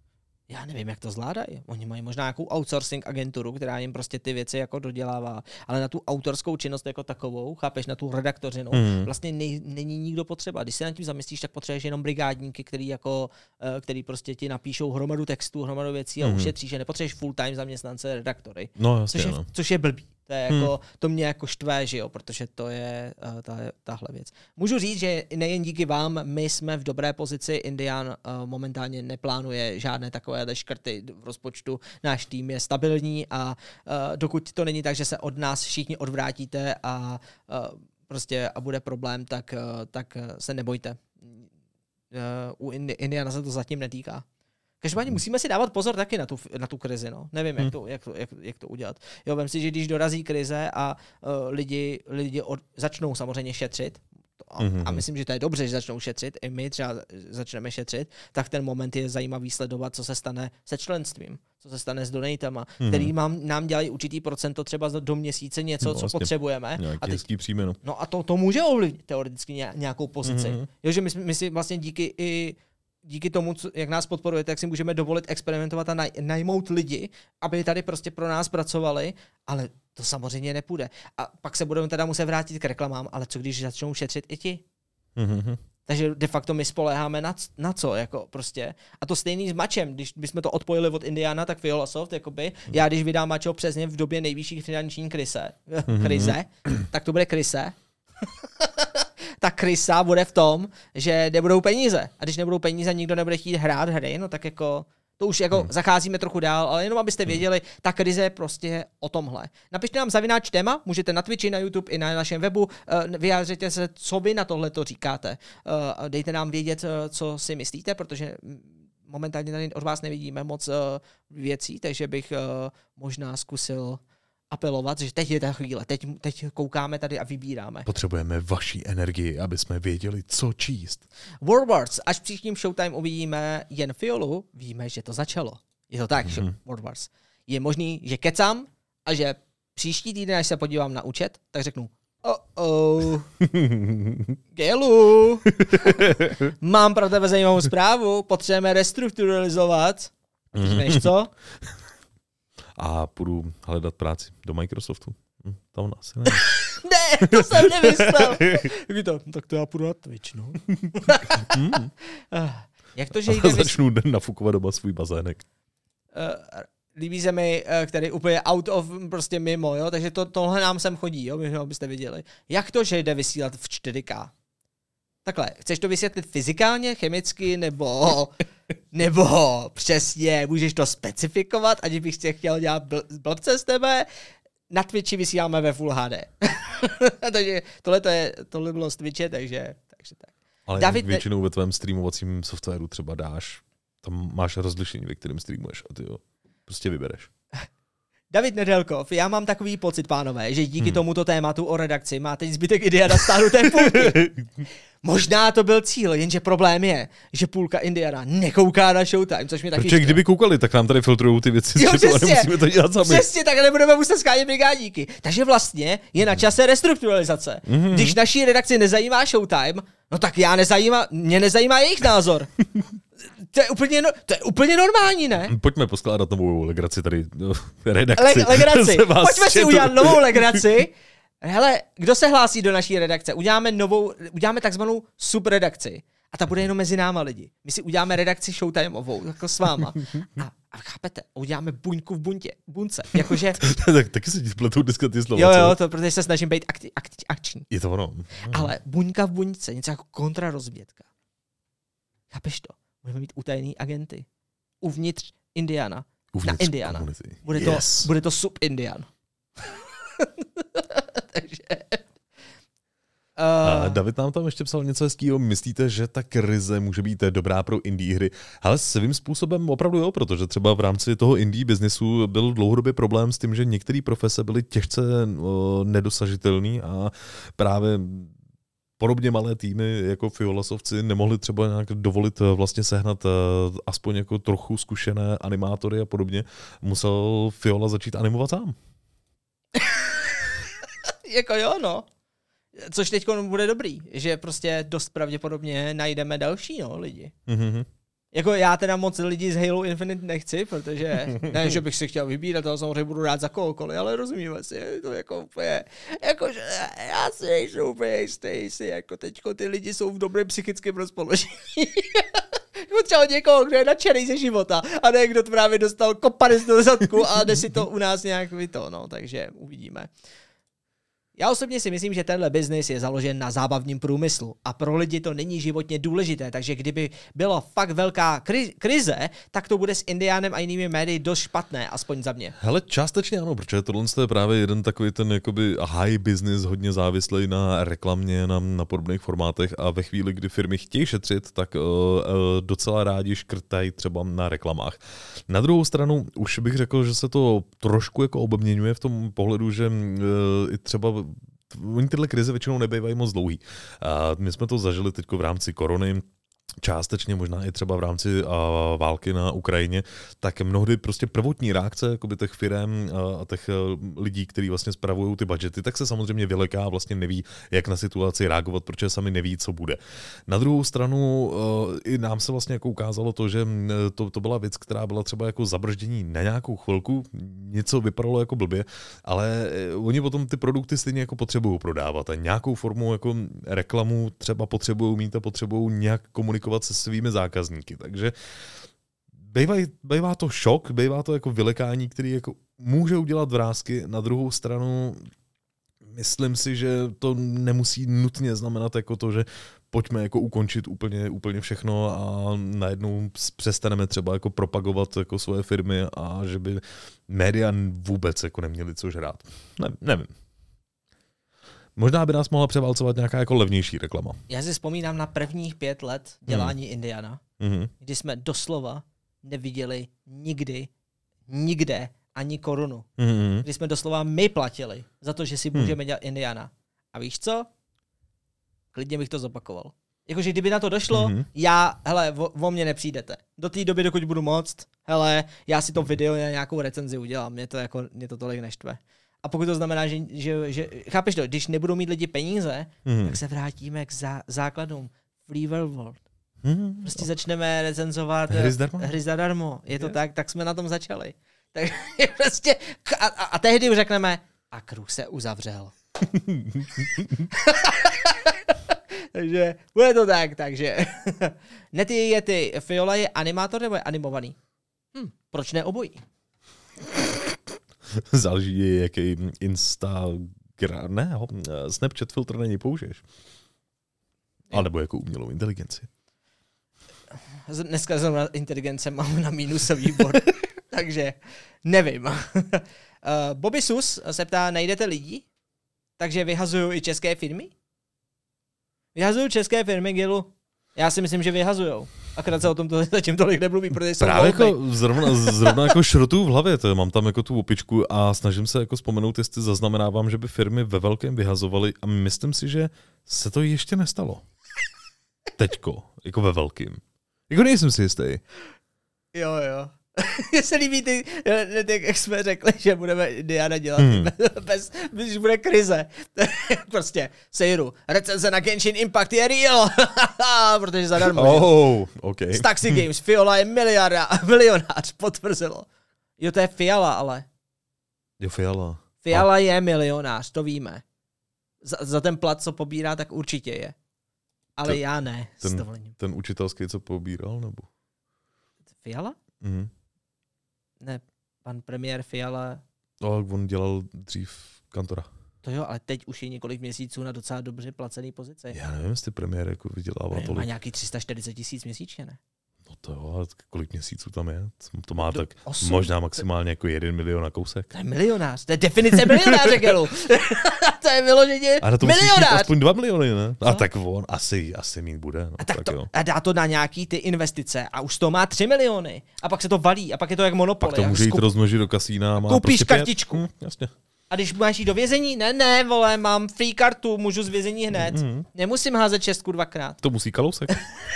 Já nevím, jak to zvládají. Oni mají možná nějakou outsourcing agenturu, která jim prostě ty věci jako dodělává, ale na tu autorskou činnost jako takovou, chápeš, na tu redaktořinu, vlastně není nikdo potřeba. Když se nad tím zamyslíš, tak potřebuješ jenom brigádníky, který prostě ti napíšou hromadu textů, hromadu věcí a ušetříš, že nepotřebuješ full-time zaměstnance redaktory. No, jasně, což je blbý. To je jako, to mě jako štve, že jo, protože to je tahle věc. Můžu říct, že nejen díky vám, my jsme v dobré pozici. Indian momentálně neplánuje žádné takové škrty v rozpočtu. Náš tým je stabilní a dokud to není tak, že se od nás všichni odvrátíte a prostě a bude problém, tak se nebojte. U Indiana se to zatím netýká. Každopádně musíme si dávat pozor taky na tu krizi, no. Nevím, jak to udělat. Jo, vem si, že když dorazí krize a lidi začnou samozřejmě šetřit, a myslím, že to je dobře, že začnou šetřit, i my třeba začneme šetřit, tak ten moment je zajímavý sledovat, co se stane se členstvím, co se stane s donatama, který nám dělají určitý procento třeba do měsíce něco, co potřebujeme. Nějaký hezký příjmy, no a to může ovlivnit teoreticky nějakou pozici. Jo, že my si vlastně díky tomu, jak nás podporujete, tak si můžeme dovolit experimentovat a najmout lidi, aby tady prostě pro nás pracovali, ale to samozřejmě nepůjde. A pak se budeme teda muset vrátit k reklamám, ale co když začnou šetřit i ti? Takže de facto my spoléháme na co, jako prostě. A to stejný s mačem, když bychom to odpojili od Indiana, tak Violasoft, jakoby, já když vydám mačo přesně v době nejvyšší finanční krize, tak to bude krize. Ta krysa bude v tom, že nebudou peníze. A když nebudou peníze, nikdo nebude chtít hrát hry, no tak jako to už jako zacházíme trochu dál, ale jenom abyste věděli, ta krize je prostě o tomhle. Napište nám @ téma, můžete na Twitchi, na YouTube i na našem webu, vyjádřete se, co vy na tohle to říkáte. Dejte nám vědět, co si myslíte, protože momentálně tady od vás nevidíme moc věcí, takže bych možná zkusil apelovat, že teď je ta chvíle, teď koukáme tady a vybíráme. Potřebujeme vaší energii, aby jsme věděli, co číst. World Wars, až příštím Showtime uvidíme jen Fiolu, víme, že to začalo. Je to tak, World Wars. Je možný, že kecám a že příští týden, až se podívám na účet, tak řeknu Gelu, mám pro tebe zajímavou zprávu, potřebujeme restrukturalizovat. Víš co? A půjdu hledat práci do Microsoftu. To u nás, ne? Ne, to jsem nemyslel. Tak to já půjdu na Twitch, no. Jak to, že jde začnu nafukovat doma svůj bazének. Líbí se mi, který úplně out of prostě mimo, jo? Takže tohle nám sem chodí, jo? Abyste viděli. Jak to, že jde vysílat v 4K? Takhle, chceš to vysvětlit fyzikálně, chemicky, nebo přesně, můžeš to specifikovat, aniž bych si chtěl dělat blbce z tebe. Na Twitchi vysíláme ve Full HD. Takže tohle bylo z Twitche, takže tak. Ale David, většinou ve tvém streamovacím softwaru třeba dáš, tam máš rozlišení, ve kterém streamuješ a ty jo, prostě vybereš. David Nedelkov, já mám takový pocit, pánové, že díky tomuto tématu o redakci má teď zbytek Indiana stáhnuté půlky. Možná to byl cíl, jenže problém je, že půlka Indiana nekouká na Showtime, což mi taky... Protože kdyby koukali, tak nám tady filtrujou ty věci, jo, a nemusíme to dělat sami. Přesně, tak nebudeme muset skádět brigádníky. Takže vlastně je na čase restrukturalizace. Když naší redakci nezajímá Showtime, no tak mě nezajímá jejich názor. To je úplně normální, ne? Pojďme poskládat novou legraci tady, redakci. Legraci. Pojďme si udělat novou legraci. Hele, kdo se hlásí do naší redakce? Uděláme takzvanou subredakci. A ta bude jenom mezi náma lidi. My si uděláme redakci Showtimeovou, jako s váma. A chápete, uděláme buňku v bunce. Jakože... Taky se ti spletou dneska ty slova. Jo, to protože se snažím být akční. Je to ono. Ale buňka v buňce, něco jako kontrarozvědka. Chápeš to? Budeme mít utajený agenty. Uvnitř Indiana. Na Indiana. Bude to sub-Indian. Takže... David nám tam ještě psal něco hezkýho. Myslíte, že ta krize může být dobrá pro indie hry? Ale svým způsobem opravdu jo, protože třeba v rámci toho indie biznesu byl dlouhodobě problém s tím, že některé profese byly těžce nedosažitelné a právě podobně malé týmy jako Fiolasovci nemohli třeba nějak dovolit vlastně sehnat aspoň jako trochu zkušené animátory a podobně. Musel Fiola začít animovat sám. Jako jo, no. Což teď bude dobrý, že prostě dost pravděpodobně najdeme další lidi. Jako já teda moc lidí z Halo Infinite nechci, protože ne, že bych si chtěl vybírat, ale samozřejmě budu rád za kohokoliv, ale rozumíme si, je to jako úplně, jakože já si nejsem úplně jistý, jestli jako teďko ty lidi jsou v dobrém psychickém rozpoložení. Jako třeba někoho, kdo je nadšený ze života a ne kdo právě dostal kopanec do zadku a jde si to u nás nějak no, takže uvidíme. Já osobně si myslím, že tenhle biznis je založen na zábavním průmyslu a pro lidi to není životně důležité, takže kdyby byla fakt velká krize, tak to bude s Indiánem a jinými médii dost špatné, aspoň za mě. Hele, částečně ano, protože tohle je právě jeden takový ten jakoby high business, hodně závislý na reklamě, na podobných formátech a ve chvíli, kdy firmy chtějí šetřit, tak docela rádi škrtají třeba na reklamách. Na druhou stranu už bych řekl, že se to trošku jako obměňuje v tom pohledu, že třeba oni tyhle krize většinou nebývají moc dlouhý. My jsme to zažili teď v rámci korony, částečně možná i třeba v rámci války na Ukrajině, tak mnohdy prostě prvotní reakce jakoby těch firem a těch lidí, kteří vlastně spravují ty budžety, tak se samozřejmě vyleká a vlastně neví, jak na situaci reagovat, protože sami neví, co bude. Na druhou stranu i nám se vlastně jako ukázalo to, že to byla věc, která byla třeba jako zabrždění na nějakou chvilku, něco vypadalo jako blbě, ale oni potom ty produkty stejně jako potřebují prodávat a nějakou formu jako reklamu třeba potřebují mít a potřebují nějak komunikovat se svými zákazníky. Takže bývá to šok, bývá to jako vylekání, který jako může udělat vrásky. Na druhou stranu myslím si, že to nemusí nutně znamenat jako to, že pojďme jako ukončit úplně všechno a najednou přestaneme třeba jako propagovat jako svoje firmy a že by média vůbec jako neměli co žrát. Nevím. Možná by nás mohla převálcovat nějaká jako levnější reklama. Já si vzpomínám na prvních 5 let dělání Indiana, kdy jsme doslova neviděli nikde ani korunu. Kdy jsme doslova my platili za to, že si můžeme dělat Indiana. A víš co? Klidně bych to zopakoval. Jakože kdyby na to došlo, hele, o mě nepřijdete. Do té doby, dokud budu moct, hele, já si to video na nějakou recenzi udělám. Mě to tolik neštve. A pokud to znamená, že chápeš to, když nebudou mít lidi peníze, tak se vrátíme k základům. Free World. Prostě začneme recenzovat hry zadarmo. Je to tak jsme na tom začali. Tak prostě, a tehdy už řekneme, a kruh se uzavřel. Takže bude to tak, takže. Nety je ty, Fiola je animátor nebo je animovaný? Proč ne obojí? Záleží, jaký Snapchat filtr na něj použiješ. A nebo jako umělou inteligenci. Dneska zrovna inteligence mám na minusový bod, takže nevím. Bobby Sus se ptá, najdete lidi? Takže vyhazují i české firmy? Vyhazují české firmy, Gilu? Já si myslím, že vyhazujou. Akorát se o tom zatím tolik nemluví, protože jsou právě jako zrovna jako šrotu v hlavě, to mám tam jako tu opičku a snažím se jako vzpomenout, jestli zaznamenávám, že by firmy ve velkém vyhazovaly a myslím si, že se to ještě nestalo. Teďko, jako ve velkým. Jako nejsem si jistý. Jo. Mně se líbí ty, jak jsme řekli, že budeme Indiana dělat, když bude krize. Prostě, sejru, recenze na Genshin Impact je real, protože zadarmo. Okay. Z Taxi Games, Fiola je milionář, potvrzelo. Jo, to je Fiala, ale. Jo, Fiala. Fiala je milionář, to víme. Za ten plat, co pobírá, tak určitě je. Ale já ne, s dovolením. Ten učitelský, co pobíral, nebo? Fiala? Ne, pan premiér Fiala. On dělal dřív kantora. To jo, ale teď už je několik měsíců na docela dobře placený pozici. Já nevím, jestli premiér jako vydělává tolik. Má nějaký 340 000 měsíčně, ne? No to jo, ale kolik měsíců tam je? To má tak 8. Možná maximálně jako 1 milion na kousek. To je milionář, to je definice milionáře, Gelu. To je vyloženě ale to milionář. Musíš mít aspoň 2 miliony, ne? A tak on asi mít bude. No, a dá to na nějaký ty investice a už to má 3 miliony. A pak se to valí a pak je to jak Monopoly. Pak to může jít rozmnožit do kasína. Má koupíš prostě kartičku. Jasně. A když máš jít do vězení? Ne, vole, mám free kartu, můžu z vězení hned. Nemusím házet 6 2krát. To musí Kalousek.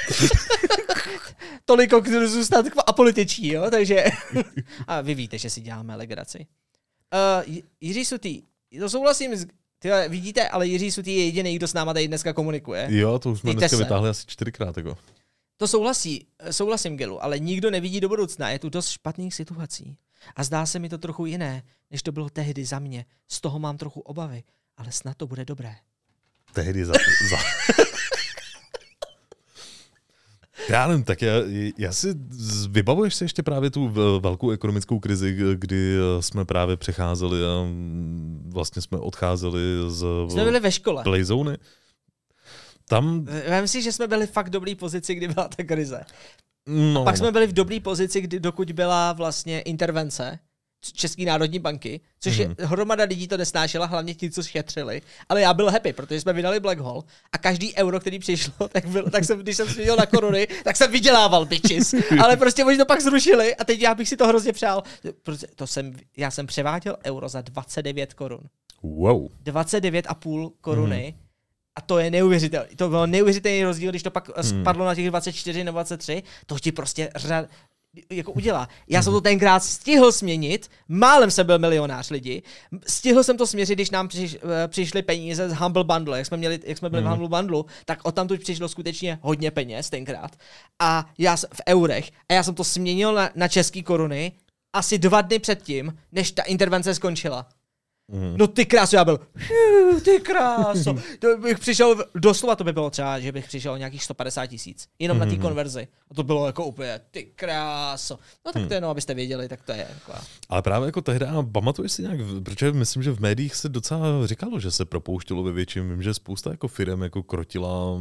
Toliko zůstat apolitičí, jo, takže. A vy víte, že si děláme legraci. Jiří Sutý, to souhlasím vidíte, ale Jiří Sutý je jediný, kdo s náma tady dneska komunikuje. Jo, to už jsme dneska vytáhli asi 4krát. Jako. To souhlasím, Gilu, ale nikdo nevidí do budoucna. Je tu dost špatných situací. A zdá se mi to trochu jiné, než to bylo tehdy za mě. Z toho mám trochu obavy, ale snad to bude dobré. Tehdy za... Já nevím, tak já si vybavuješ si ještě právě tu velkou ekonomickou krizi, kdy jsme právě přecházeli a vlastně jsme odcházeli jsme byli ve škole. Playzony. Tam... Já myslím, že jsme byli fakt v dobrý pozici, kdy byla ta krize. No. A pak jsme byli v dobrý pozici, dokud byla vlastně intervence České národní banky, což je hromada lidí to nesnášela, hlavně ti, co šetřili. Ale já byl happy, protože jsme vydali Black Hole a každý euro, který přišlo, tak jsem, když jsem svěděl na koruny, tak jsem vydělával, bitches. Ale prostě oni to pak zrušili a teď já bych si to hrozně přál. Já jsem převáděl euro za 29 korun. Wow. 29,5 koruny. A to je neuvěřitelné. To byl neuvěřitelný rozdíl, když to pak spadlo na těch 24 nebo 23, to ti prostě jako udělá. Já jsem to tenkrát stihl změnit, málem jsem byl milionář lidi, stihl jsem to směřit, když nám přišly peníze z Humble Bundle, jak jsme byli v Humble Bundle, tak odtamtud přišlo skutečně hodně peněz tenkrát. A já v eurech, a já jsem to směnil na české koruny asi 2 dny předtím, než ta intervence skončila. No ty kráso, já byl, ty kráso. To bych přišel, doslova to by bylo třeba, že bych přišel nějakých 150 000, jenom na té konverzi. A to bylo jako úplně, ty kráso. No tak to jenom, abyste věděli, tak to je. Jako... Ale právě jako tehdy, pamatuješ si nějak, protože myslím, že v médiích se docela říkalo, že se propouštělo ve větším. Vím, že spousta jako firem jako krotila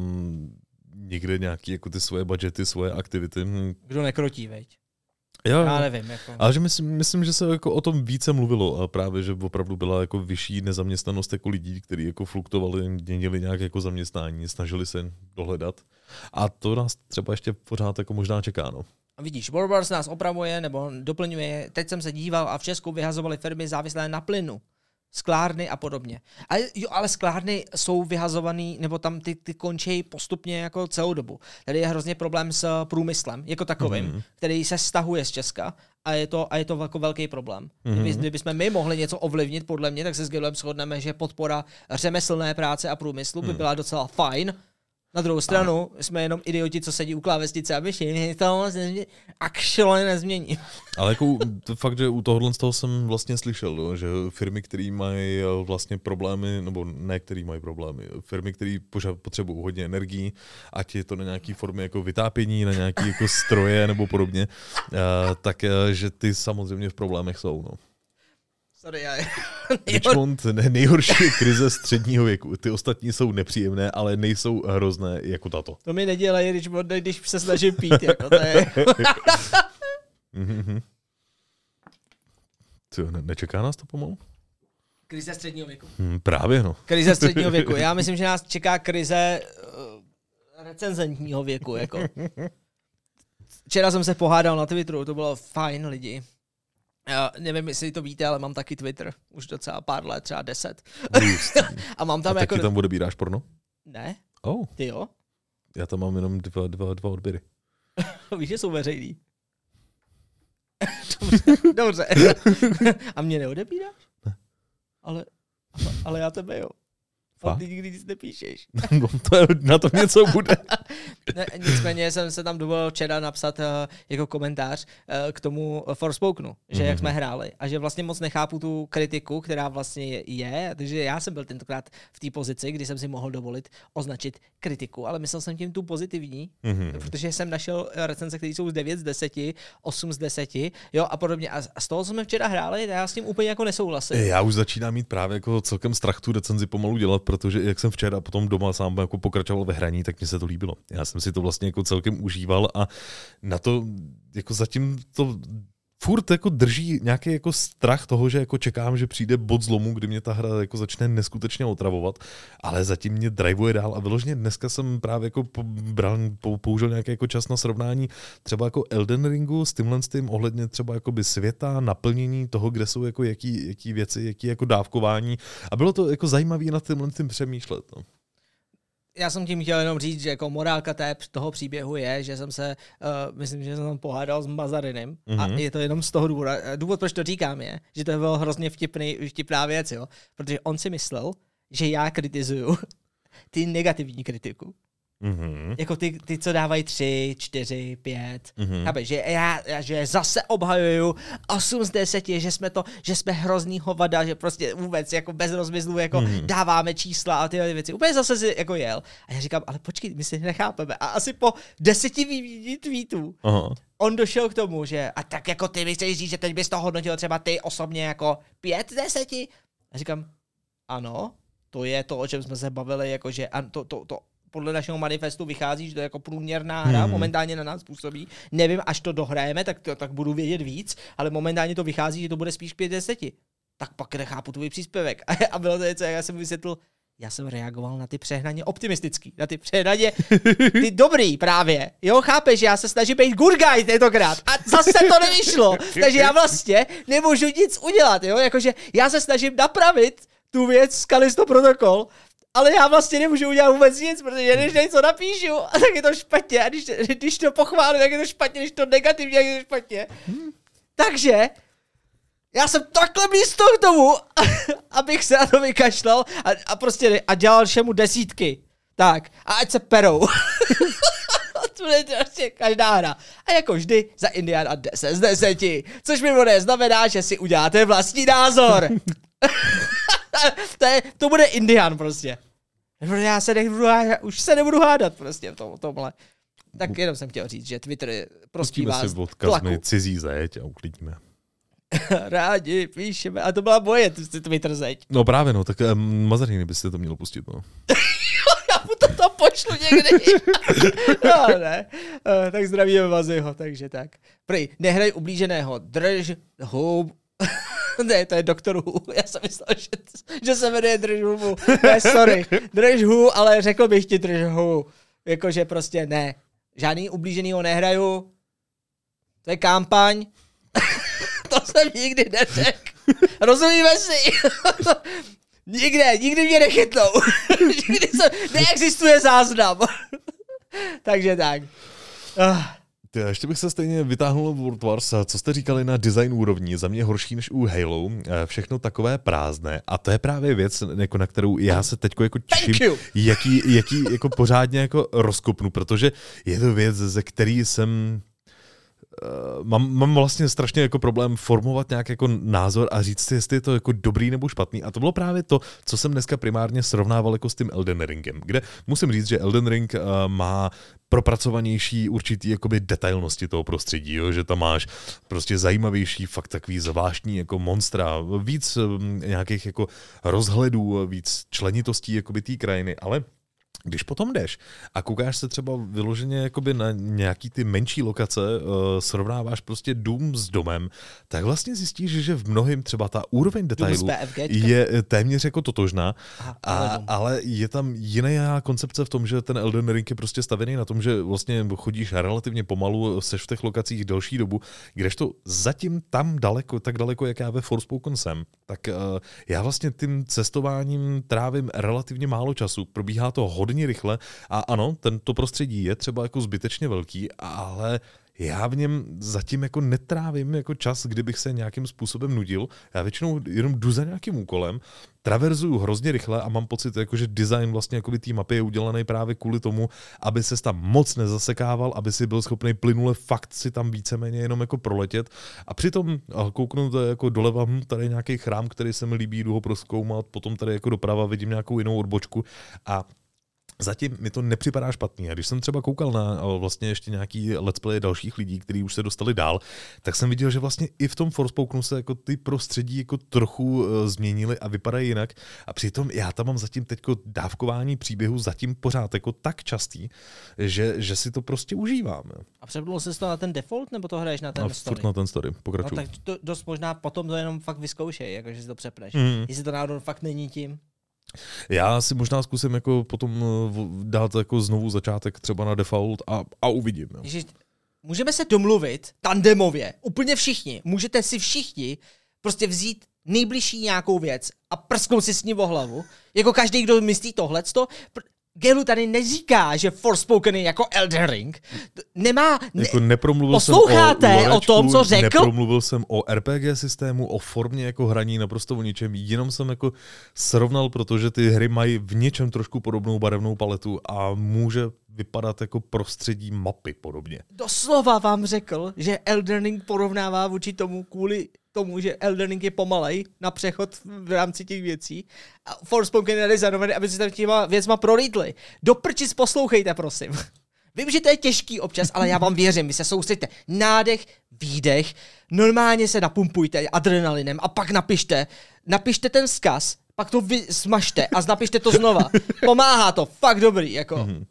někde nějaký jako ty svoje budžety, svoje aktivity. Kdo nekrotí, veď? Jo, já nevím. Jako. Ale že myslím, že se jako o tom více mluvilo a právě, že opravdu byla jako vyšší nezaměstnanost jako lidí, kteří jako fluktovali, měnili nějak jako zaměstnání, snažili se dohledat. A to nás třeba ještě pořád jako možná čeká, no. Vidíš, Warburgs nás opravuje nebo doplňuje. Teď jsem se díval a v Česku vyhazovali firmy závislé na plynu. Sklárny a podobně. Ale sklárny jsou vyhazovaný, nebo tam ty končí postupně jako celou dobu. Tady je hrozně problém s průmyslem jako takovým, který se stahuje z Česka a je to jako velký problém. Kdybychom my mohli něco ovlivnit, podle mě, tak se s Gilem shodneme, že podpora řemeslné práce a průmyslu by byla docela fajn. Na druhou stranu jsme jenom idioti, co sedí u klávesnice a myší, to actually nezmění. Ale jako fakt, že u tohohle z toho jsem vlastně slyšel, že firmy, které mají vlastně problémy, nebo ne, které mají problémy, firmy, které potřebují hodně energií, ať je to na nějaký formě jako vytápění, na nějaký jako stroje nebo podobně, tak že ty samozřejmě v problémech jsou, no. Sorry, Richmond, nejhorší krize středního věku. Ty ostatní jsou nepříjemné, ale nejsou hrozné jako tato. To mi nedělají Richmond, když se snažím pít. Jako to je. Co, nečeká nás to pomalu? Krize středního věku. Právě, no. Krize středního věku. Já myslím, že nás čeká krize recenzentního věku. Jako. Včera jsem se pohádal na Twitteru, to bylo fajn, lidi. Já nevím, jestli to víte, ale mám taky Twitter. Už docela pár let, třeba 10. A mám tam a jako... taky tam odebíráš porno? Ne. Oh. Ty jo? Já tam mám jenom dva odběry. Víš, že jsou veřejný. Dobře. A mě neodebíráš? Ne. Ale já tebe jo. A ty nikdy nic nepíšeš. No, na to něco bude. Ne, nicméně jsem se tam dovolil včera napsat jako komentář k tomu Forspokenu, že jak jsme hráli a že vlastně moc nechápu tu kritiku, která vlastně je, takže já jsem byl tentokrát v té pozici, kdy jsem si mohl dovolit označit kritiku, ale myslel jsem tím tu pozitivní, protože jsem našel recenze, které jsou z 9 z 10, 8 z 10, jo, a podobně. A z toho, co jsme včera hráli, já s tím úplně jako nesouhlasím. Já už začínám mít právě jako celkem strach tu recenzi pomalu dělat, protože jak jsem včera potom doma sám jako pokračoval ve hraní, tak mi se to líbilo. Já jsem si to vlastně jako celkem užíval a na to jako zatím to furt jako drží nějaký jako strach toho, že jako čekám, že přijde bod zlomu, kdy mě ta hra jako začne neskutečně otravovat, ale zatím mě driveuje dál a vyloženě dneska jsem právě jako použil nějaký jako čas na srovnání třeba jako Elden Ringu s tímhle ohledně třeba jakoby světa, naplnění toho, kde jsou jako jaký věci, jaký jako dávkování a bylo to jako zajímavé nad tímhle přemýšlet. No. Já jsem tím chtěl jenom říct, že jako morálka toho příběhu je, že jsem se, myslím, že jsem tam pohádal s Mazarinem a je to jenom z toho důvodu. Důvod, proč to říkám, je, že to bylo hrozně vtipná věc, jo? Protože on si myslel, že já kritizuju ty negativní kritiku. Jako ty, co dávají 3, 4, 5. Chápeš, že zase obhajuju 8 z 10, že jsme hrozný hovada, že prostě vůbec jako bez rozmyslu jako dáváme čísla a tyhle věci. Úplně zase si jako jel. A já říkám, ale počkej, my si nechápeme. A asi po 10 vyvíjení tweetů on došel k tomu, že a tak jako ty mi chceš říct, že teď bys to hodnotil třeba ty osobně jako 5 z 10? A říkám, ano, to je to, o čem jsme se bavili, jakože to podle našeho manifestu vychází, že to je jako průměrná hra, momentálně na nás působí. Nevím, až to dohrajeme, tak budu vědět víc, ale momentálně to vychází, že to bude spíš 5 z 10. Tak pak nechápu tvůj příspěvek. A bylo to něco, jak já jsem vysvětlil, já jsem reagoval na ty přehnaně optimistický, na ty přehnaně, ty dobrý právě. Jo, chápeš, já se snažím být good guy tentokrát a zase to nevyšlo. Takže já vlastně nemůžu nic udělat, jo, jakože já se snažím napravit tu věc z Callisto Protocol, ale já vlastně nemůžu udělat vůbec nic, protože když něco napíšu, tak je to špatně. A když to pochválím, tak je to špatně, když to negativně, tak je to špatně. Takže já jsem takhle blízko k tomu, abych se na to vykašlal a prostě a dělal všemu 10. Tak, a ať se perou. To je prostě každá hra. A jako vždy za Indiana 10 z 10. Což mimo ne znamená, že si uděláte vlastní názor. To bude Indian prostě. Už se nebudu hádat prostě v tomhle. Tak jenom jsem chtěl říct, že Twitter prospívá z tlaku. Cizí zeď a uklidíme. Rádi, píšeme. A to byla moje Twitter zeď. No právě, no, tak Mazařiny byste to mělo pustit, no. Já mu to pošlu někdy. No ne. Tak zdravíme Maziho, takže tak. Prej, nehraj ublíženého. Drž hub. Ne, to je Doktor Who. Já jsem myslel, že se jmenuje Drž Who. Ne, sorry. Drž Who, ale řekl bych ti Drž Who. Jakože prostě ne. Žádný ublíženýho nehraju. To je kampaň. To jsem nikdy neřekl. Rozumíme si? Nikdy mě nechytnou. Neexistuje záznam. Takže tak. Ještě bych se stejně vytáhnul World Wars. Co jste říkali na design úrovni? Za mě horší než u Halo. Všechno takové prázdné. A to je právě věc, jako na kterou já se teďko jako těším, jaký jako pořádně jako rozkopnu, protože je to věc, ze který jsem... Mám vlastně strašně jako problém formovat nějak jako názor a říct si, jestli je to jako dobrý nebo špatný. A to bylo právě to, co jsem dneska primárně srovnával jako s tím Elden Ringem, kde musím říct, že Elden Ring má propracovanější určitý jakoby detailnosti toho prostředí, jo? Že tam máš prostě zajímavější, fakt takový zvláštní jako monstra, víc nějakých jako rozhledů, víc členitostí jakoby té krajiny, ale když potom jdeš a koukáš se třeba vyloženě jakoby na nějaký ty menší lokace, srovnáváš prostě dům s domem, tak vlastně zjistíš, že v mnohým třeba ta úroveň detailu je téměř jako totožná, ale je tam jiná koncepce v tom, že ten Elden Ring je prostě stavěný na tom, že vlastně chodíš relativně pomalu, seš v těch lokacích delší dobu, kdežto zatím tam daleko, tak daleko, jak já ve Forspoken jsem, tak já vlastně tím cestováním trávím relativně málo času, probíhá to hodně rychle a ano, tento prostředí je třeba jako zbytečně velký, ale já v něm zatím jako netrávím jako čas, kdybych se nějakým způsobem nudil. Já většinou jenom jdu za nějakým úkolem, traverzuju hrozně rychle a mám pocit, jako, že design vlastně jako té mapy je udělaný právě kvůli tomu, aby ses tam moc nezasekával, aby si byl schopný plynule fakt si tam víceméně jenom jako proletět. A přitom kouknu to jako doleva, tady je nějaký chrám, který se mi líbí, jdu ho prozkoumat, potom tady jako doprava vidím nějakou jinou odbočku a zatím mi to nepřipadá špatný. A když jsem třeba koukal na vlastně ještě nějaký let's play dalších lidí, kteří už se dostali dál, tak jsem viděl, že vlastně i v tom Forspokenu se jako ty prostředí jako trochu změnily a vypadají jinak. A přitom já tam mám zatím teďko dávkování příběhu zatím pořád jako tak častý, že si to prostě užíváme. A přepnul jsi to na ten default, nebo to hraješ na ten story? Furt na ten story, pokračuj. No, tak to dost možná potom to jenom fakt vyzkoušej, jakože si to přepneš. Jestli to náhodou fakt není tím. Já si možná zkusím jako potom dát jako znovu začátek třeba na default a uvidím. Jo. Ježiš, můžeme se domluvit tandemově, úplně všichni, můžete si všichni prostě vzít nejbližší nějakou věc a prsknout si s ní o hlavu, jako každý, kdo myslí tohleto. Gelu tady neříká, že Forspoken je jako Elden Ring. Nemá... Jako nepromluvil posloucháte jsem o lorečku, o tom, co řekl? Nepromluvil jsem o RPG systému, o formě jako hraní, naprosto o ničem. Jenom jsem jako srovnal, protože ty hry mají v něčem trošku podobnou barevnou paletu a může vypadat jako prostředí mapy podobně. Doslova vám řekl, že Elden Ring porovnává vůči tomu kvůli tomu, že Elden Ring je pomalej na přechod v rámci těch věcí. A Forspoken je designovaný, aby si tam těma věcma prolítli. Do prčic poslouchejte, prosím. Vím, že to je těžký občas, ale já vám věřím, vy se soustřeďte. Nádech, výdech, normálně se napumpujte adrenalinem a pak napište ten vzkaz, pak to smažte a napište to znova. Pomáhá to, fakt dobrý, jako. Mm-hmm.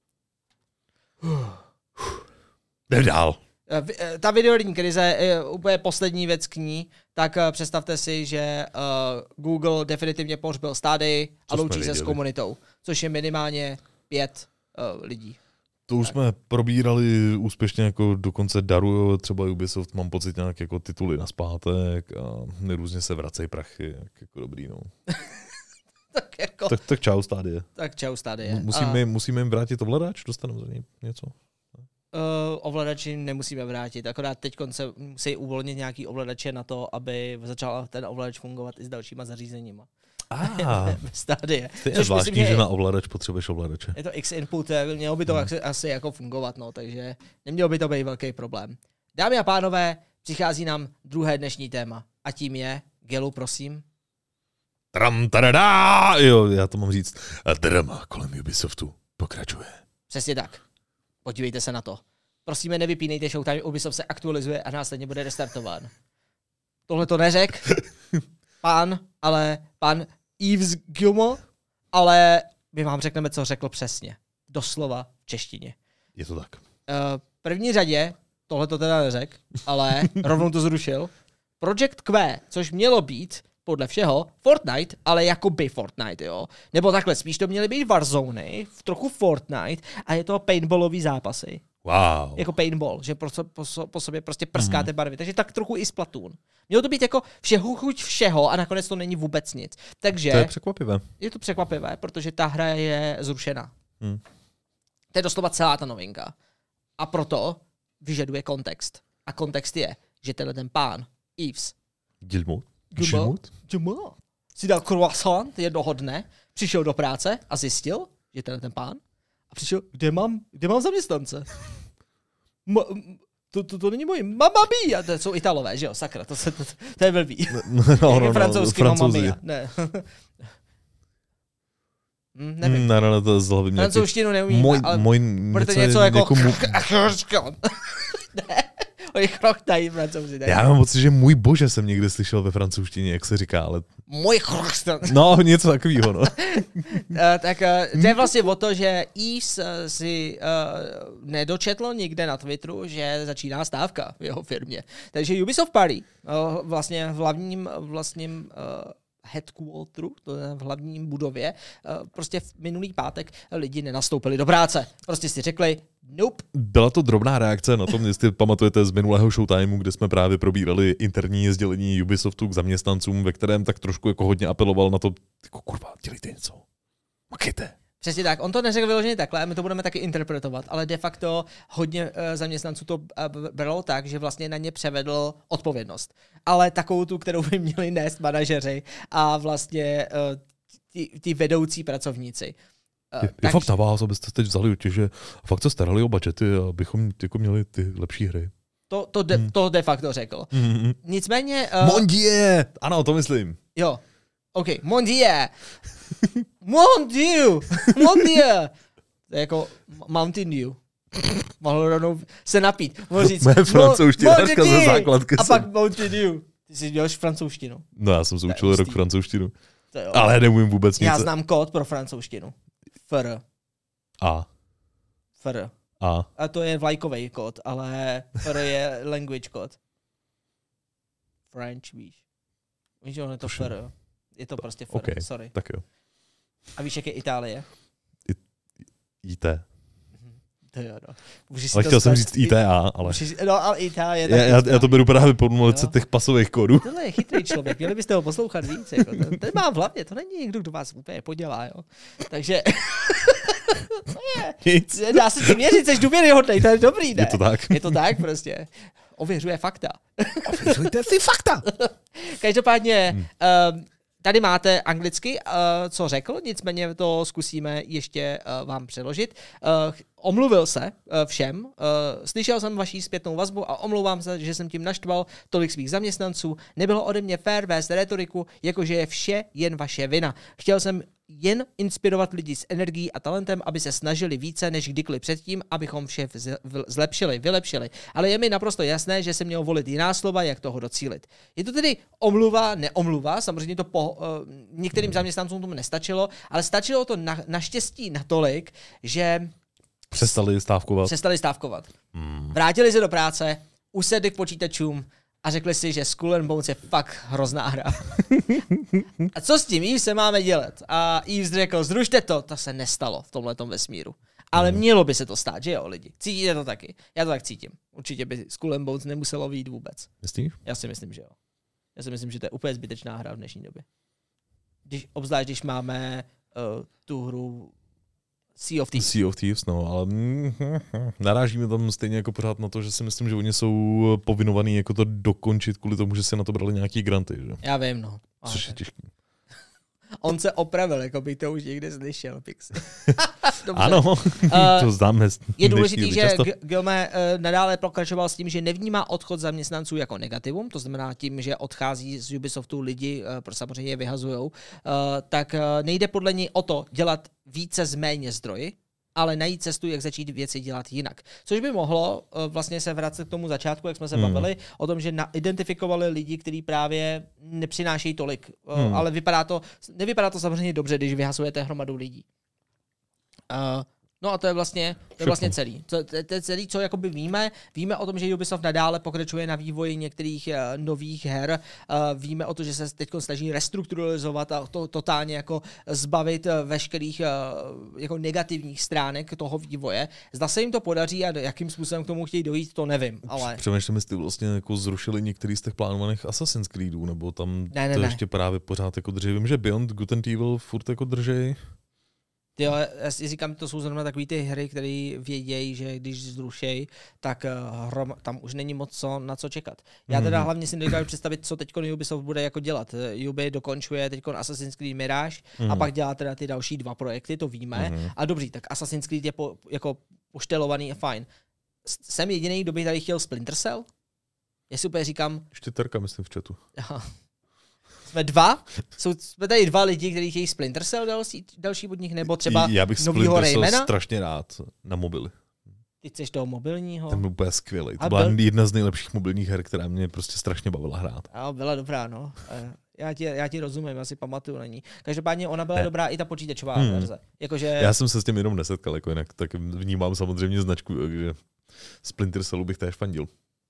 Jdem dál. Ta videoherní krize je úplně poslední věc k ní, tak představte si, že Google definitivně pohřbil Stadia a loučí se s komunitou, což je minimálně 5 lidí. To už jsme probírali úspěšně, jako dokonce daruje třeba Ubisoft, mám pocit nějak jako tituly na zpátek a různě se vracejí prachy, jako dobrý, no. tak čau Stadia. Tak čau Stadia. Musíme jim vrátit ovladač? Dostaneme za něj něco? Ovladači nemusíme vrátit, akorát teď se musí uvolnit nějaký ovladače na to, aby začal ten ovladač fungovat i s dalšíma zařízeníma. Stádie. To je zvláštní, že na ovladač potřebuješ ovladače. Je to X-input, mělo by to asi jako fungovat, no, takže nemělo by to být velký problém. Dámy a pánové, přichází nám druhé dnešní téma a tím je, Gelu, prosím. Jo, já to mám říct. Drama kolem Ubisoftu pokračuje. Přesně tak. Podívejte se na to. Prosíme, nevypínejte Showtime, Ubisoft se aktualizuje a následně bude restartován. Tohle to neřek pán Yves Guillemot, ale my vám řekneme, co řekl přesně. Doslova v češtině. Je to tak. V první řadě, tohle to teda neřek, ale rovnou to zrušil, Project Q, což mělo být podle všeho Fortnite, ale jakoby Fortnite, jo. Nebo takhle, spíš to měly být Warzone, trochu Fortnite a je to paintballový zápasy. Wow. Jako paintball, že po sobě prostě prskáte barvy. Takže tak trochu i Splatoon. Mělo to být jako chuť všeho a nakonec to není vůbec nic. Takže to je překvapivé. Je to překvapivé, protože ta hra je zrušena. To je doslova celá ta novinka. A proto vyžaduje kontext. A kontext je, že tenhle ten pán, Yves Guillemot si dal croissant jednoho dne, přišel do práce a zjistil, že tenhle ten pán a přišel, kde mám zaměstnance? To není můj. Mama mia! To jsou Italové, že jo? Sakra, to je blbý. No, francouzský mama mia. Ne. Nevím. Ne, to z hlavy nějaký... Francouzštinu neumím, ale bude to něco jako... Ne, oni chrochtají Francouzi. Já mám pocit, že můj bože jsem někde slyšel ve francouzštině, jak se říká, ale... Můj chrochtan. No, něco takového, no. Tak to je vlastně o to, že Yves si nedočetl nikde na Twitteru, že začíná stávka v jeho firmě. Takže Ubisoft Paris, vlastně v hlavním headquarteru, to je v hlavním budově, prostě v minulý pátek lidi nenastoupili do práce. Prostě si řekli, nope. Byla to drobná reakce na tom, jestli pamatujete z minulého Showtimeu, kde jsme právě probírali interní sdělení Ubisoftu k zaměstnancům, ve kterém tak trošku jako hodně apeloval na to, jako kurva, dělejte něco. Makejte. Přesně tak, on to neřekl vyloženě takhle a my to budeme taky interpretovat, ale de facto hodně zaměstnanců to bralo tak, že vlastně na ně převedl odpovědnost. Ale takovou tu, kterou by měli nést manažeři a vlastně ti vedoucí pracovníci. Je fakt na vás, abyste teď vzali utěže a fakt se starali o budžety, abychom jako měli ty lepší hry. To de facto řekl. Nicméně... Mon Dieu! Ano, to myslím. Jo. OK, Mon Dieu! Mon Dieu! Mon Dieu! To je jako Mountain Dew. Mohl rovnou se napít. Mohl říct moje francouzštinařka ze základky. A pak Mountain Dew. Ty jsi děláš francouzštinu. No já jsem se učil rok francouzštinu. Ale neumím vůbec nic. Já znám kód pro francouzštinu. FR. A. FR. A. A to je vlajkový kód, ale FR je language kód. French, víš. Víš, že on je to FR. Je to prostě FR, okay, sorry. Tak jo. A víš, jak je Itálie? IT. To jo, no. Ale chtěl jsem říct ITA, ale... ale ITA je já to beru právě po těch pasových kódů. Tohle je chytrý člověk, měli byste ho poslouchat víc. Jako ten má v hlavě, to není někdo, kdo vás úplně podělá. Jo. Takže... Nic. Dá se tím věřit, jsi důvěryhodnej, to je dobrý, ne? Je to tak. Je to tak prostě. Ověřuje fakta. Ověřujte si fakta. Každopádně... Tady máte anglicky, co řekl, nicméně to zkusíme ještě vám přeložit. Omluvil se všem, slyšel jsem vaši zpětnou vazbu a omlouvám se, že jsem tím naštval tolik svých zaměstnanců. Nebylo ode mě fér vést retoriku, jakože je vše jen vaše vina. Chtěl jsem jen inspirovat lidi s energií a talentem, aby se snažili více než kdykoliv předtím, abychom vše vylepšili. Ale je mi naprosto jasné, že se mělo volit jiná slova, jak toho docílit. Je to tedy omluva, neomluva, samozřejmě to některým zaměstnancům tomu nestačilo, ale stačilo to naštěstí natolik, že Přestali stávkovat. Vrátili se do práce, usedli k počítačům a řekli si, že Skull and Bones je fakt hrozná hra. A co s tím, Yves, se máme dělat? A Yves řekl, zrušte to se nestalo v tomhletom vesmíru. Ale mělo by se to stát, že jo, lidi? Cítíte to taky? Já to tak cítím. Určitě by Skull and Bones nemuselo vyjít vůbec. Myslíš? Já si myslím, že jo. Já si myslím, že to je úplně zbytečná hra v dnešní době. Obzvlášť, když máme tu hru Sea of Thieves, no, ale narážíme tam stejně jako pořád na to, že si myslím, že oni jsou povinovaní jako to dokončit kvůli tomu, že si na to brali nějaký granty, že? Já vím, no. Což je těžký. On se opravil, jako by to už někde slyšel, Pixi. Ano, to známe. Je důležitý, že Guillaume nadále pokračoval s tím, že nevnímá odchod zaměstnanců jako negativum, to znamená tím, že odchází z Ubisoftu lidi, samozřejmě je vyhazujou, tak nejde podle něj o to dělat více z méně zdroji, ale najít cestu, jak začít věci dělat jinak. Což by mohlo vlastně se vracet k tomu začátku, jak jsme se bavili, o tom, že identifikovali lidi, kteří právě nepřinášejí tolik. Ale nevypadá to samozřejmě dobře, když vyhazujete hromadu lidí. No a to je vlastně celý. To je celý, co jakoby víme. Víme o tom, že Ubisoft nadále pokračuje na vývoji některých nových her. Víme o tom, že se teď snaží restrukturalizovat a to totálně jako zbavit veškerých jako negativních stránek toho vývoje. Zda se jim to podaří a jakým způsobem k tomu chtějí dojít, to nevím. Ale... Přemýšlím, jestli vlastně jako zrušili některý z těch plánovaných Assassin's Creedů, nebo tam to ještě právě pořád jako drží. Vím, že Beyond Good and Evil furt jako drží. Jo, já si říkám, to jsou zrovna takový ty hry, které vědějí, že když zrušej, tak tam už není moc na co čekat. Já teda hlavně si nedokážu představit, co teď Ubisoft bude jako dělat. Ubi dokončuje teď Assassin's Creed Mirage a pak dělá teda ty další 2 projekty, to víme. A dobrý, tak Assassin's Creed je jako poštelovaný a fajn. Jsem jediný, kdo by tady chtěl Splinter Cell? Já si úplně říkám... Ještě Terka, myslím, v chatu. Jsme tady 2 lidi, kteří chtějí Splinter Cell další od nich, nebo třeba já bych novýho Splinter Raymana. Cell strašně rád na mobily. Ty chceš toho mobilního? Ten byl úplně skvělý. To byla jedna z nejlepších mobilních her, která mě prostě strašně bavila hrát. A byla dobrá, no. Já ti rozumím, já si pamatuju na ní. Každopádně ona byla dobrá i ta počítačová verze. Jakože... Já jsem se s tím jenom nesetkal, jako jinak tak vnímám samozřejmě značku, takže Splinter Cellu bych též fandil.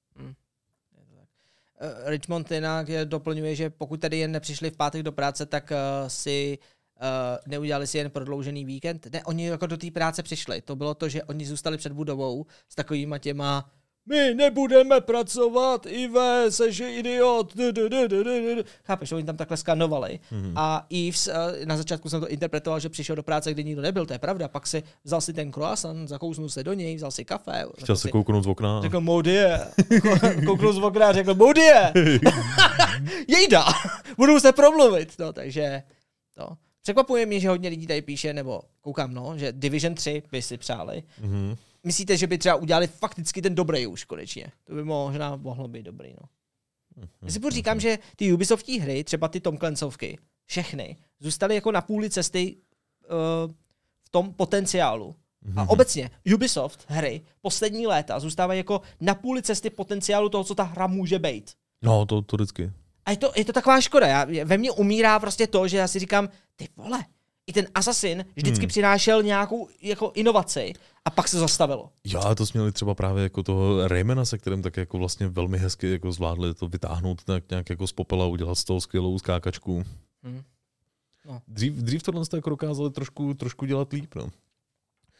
Richmond jinak doplňuje, že pokud tady jen nepřišli v pátek do práce, tak si neudělali si jen prodloužený víkend. Ne, oni jako do té práce přišli. To bylo to, že oni zůstali před budovou s takovýma těma my nebudeme pracovat, Ive, seš idiot. Chápeš, oni tam takhle skanovali. A Yves, na začátku jsem to interpretoval, že přišel do práce, kde nikdo nebyl, to je pravda. Pak si vzal si ten croissant, zakousnul se do něj, vzal si kafe. Chtěl se kouknout z okna. Řekl Maudie. Kouknul z okna a řekl Maudie. Jejda, budu se promluvit. No, takže to. Překvapuje mě, že hodně lidí tady píše, nebo koukám, no, že Division 3 by si přáli. Myslíte, že by třeba udělali fakticky ten dobrý už konečně? To by možná mohlo být dobrý, no. Já si říkám, že ty Ubisoftí hry, třeba ty Tom Clancyovky, všechny, zůstaly jako na půli cesty v tom potenciálu. A obecně Ubisoft hry poslední léta zůstávají jako na půli cesty potenciálu toho, co ta hra může být. No, to vždycky. A je to taková škoda. Ve mně umírá prostě to, že já si říkám, ty vole, i ten Assassin vždycky přinášel nějakou jako inovaci a pak se zastavilo. Já to směli třeba právě jako toho Raymana, se kterým tak jako vlastně velmi hezky jako zvládli to vytáhnout nějak jako z popela, udělat z toho skvělou skákačku. No. Dřív tohle jste jako dokázali trošku dělat líp, no.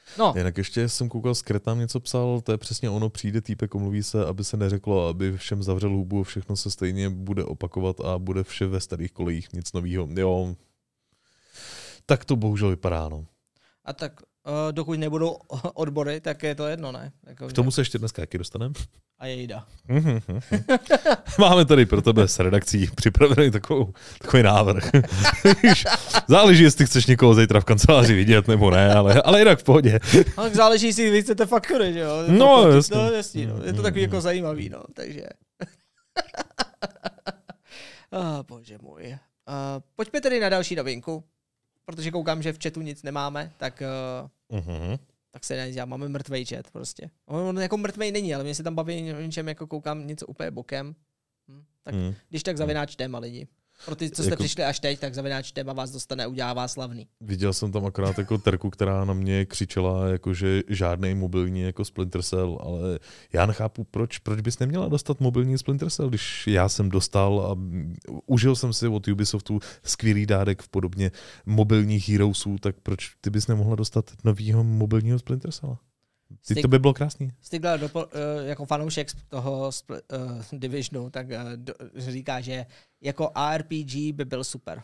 No. Jinak ještě jsem koukal, Skret nám něco psal, to je přesně ono, přijde týpek, omluví se, aby se neřeklo, aby všem zavřel hubu, všechno se stejně bude opakovat a bude vše ve starých kolejích, nic novýho. Jo, tak to bohužel vypadá, no. A tak dokud nebudou odbory, tak je to jedno, ne? Jako, k tomu se ještě dneska jaký dostaneme? A jejda. Máme tady pro tebe s redakcí připravený takový návrh. Záleží, jestli chceš někoho zítra v kanceláři vidět, nebo ne, ale jinak v pohodě. Ale záleží, jestli vy chcete faktury, že jo? No, jasně. No, jasně, no. Je to takový jako zajímavý, no, takže. Bože můj. Pojďme tedy na další novinku, protože koukám, že v chatu nic nemáme, tak tak se nedělá, máme mrtvej chat prostě. On jako mrtvej není, ale mě se tam baví o něčem, jako koukám něco úplně bokem. Tak když tak zavináč téma lidi. Pro ty, co jste přišli až teď, tak zavináč téma vás dostane, udělá vás slavný. Viděl jsem tam akorát jako Terku, která na mě křičela, jako že žádnej mobilní jako Splinter Cell, ale já nechápu, proč bys neměla dostat mobilní Splinter Cell, když já jsem dostal a užil jsem si od Ubisoftu skvělý dárek v podobně mobilních Heroesů, tak proč ty bys nemohla dostat novýho mobilního Splinter Cella? To by bylo krásný. Stygler jako fanoušek toho Divisionu, tak říká, že jako ARPG by byl super.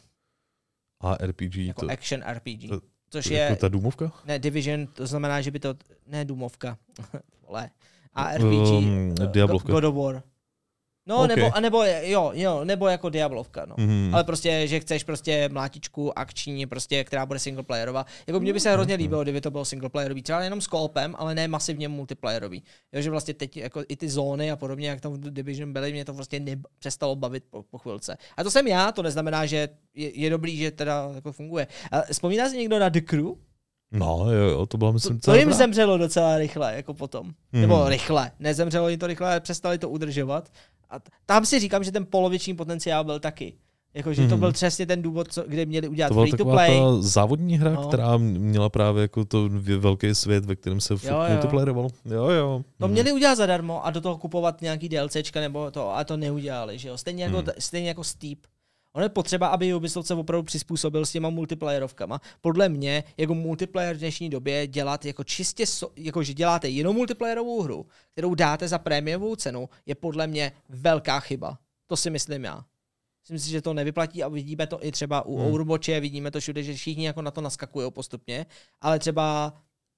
ARPG? Jako to, action RPG. Což to je... Jako ta Důmovka? Ne, Division, to znamená, že by to... Ne Důmovka. Vole. ARPG. Diablovka. God of War. No, okay. nebo jako Diablovka, no. Ale prostě, že chceš prostě mlátičku akční, prostě, která bude singleplayerová. Jako mně by se hrozně líbilo, kdyby to bylo singleplayerový, třeba jenom s co-opem, ale ne masivně multiplayerový. Jo, že vlastně teď jako i ty zóny a podobně, jak tam v Division byly, mě to vlastně přestalo bavit po chvilce. A to jsem já, to neznamená, že je dobrý, že teda jako funguje. A vzpomíná si někdo na The Crew? No, jo, to bylo myslím to jim zemřelo docela rychle, jako potom. Nebo rychle, nezemřelo jim to rychle, ale přestali to udržovat. A tam si říkám, že ten poloviční potenciál byl taky. Jakože to byl přesně ten důvod, kde měli udělat free to play. To byla ta závodní hra, která měla právě jako to velký svět, ve kterém se multiplayerovalo. Jo. To měli udělat zadarmo a do toho kupovat nějaký DLCčka nebo to, a to neudělali, že jo. Stejně jako Steep. Ono je potřeba, aby Ubisoft se opravdu přizpůsobil s těma multiplayerovkama. Podle mě, jako multiplayer v dnešní době dělat jako čistě, jako že děláte jenom multiplayerovou hru, kterou dáte za prémiovou cenu, je podle mě velká chyba. To si myslím já. Myslím si, že to nevyplatí a vidíme to i třeba u Overwatche, vidíme to všude, že všichni jako na to naskakují postupně, ale třeba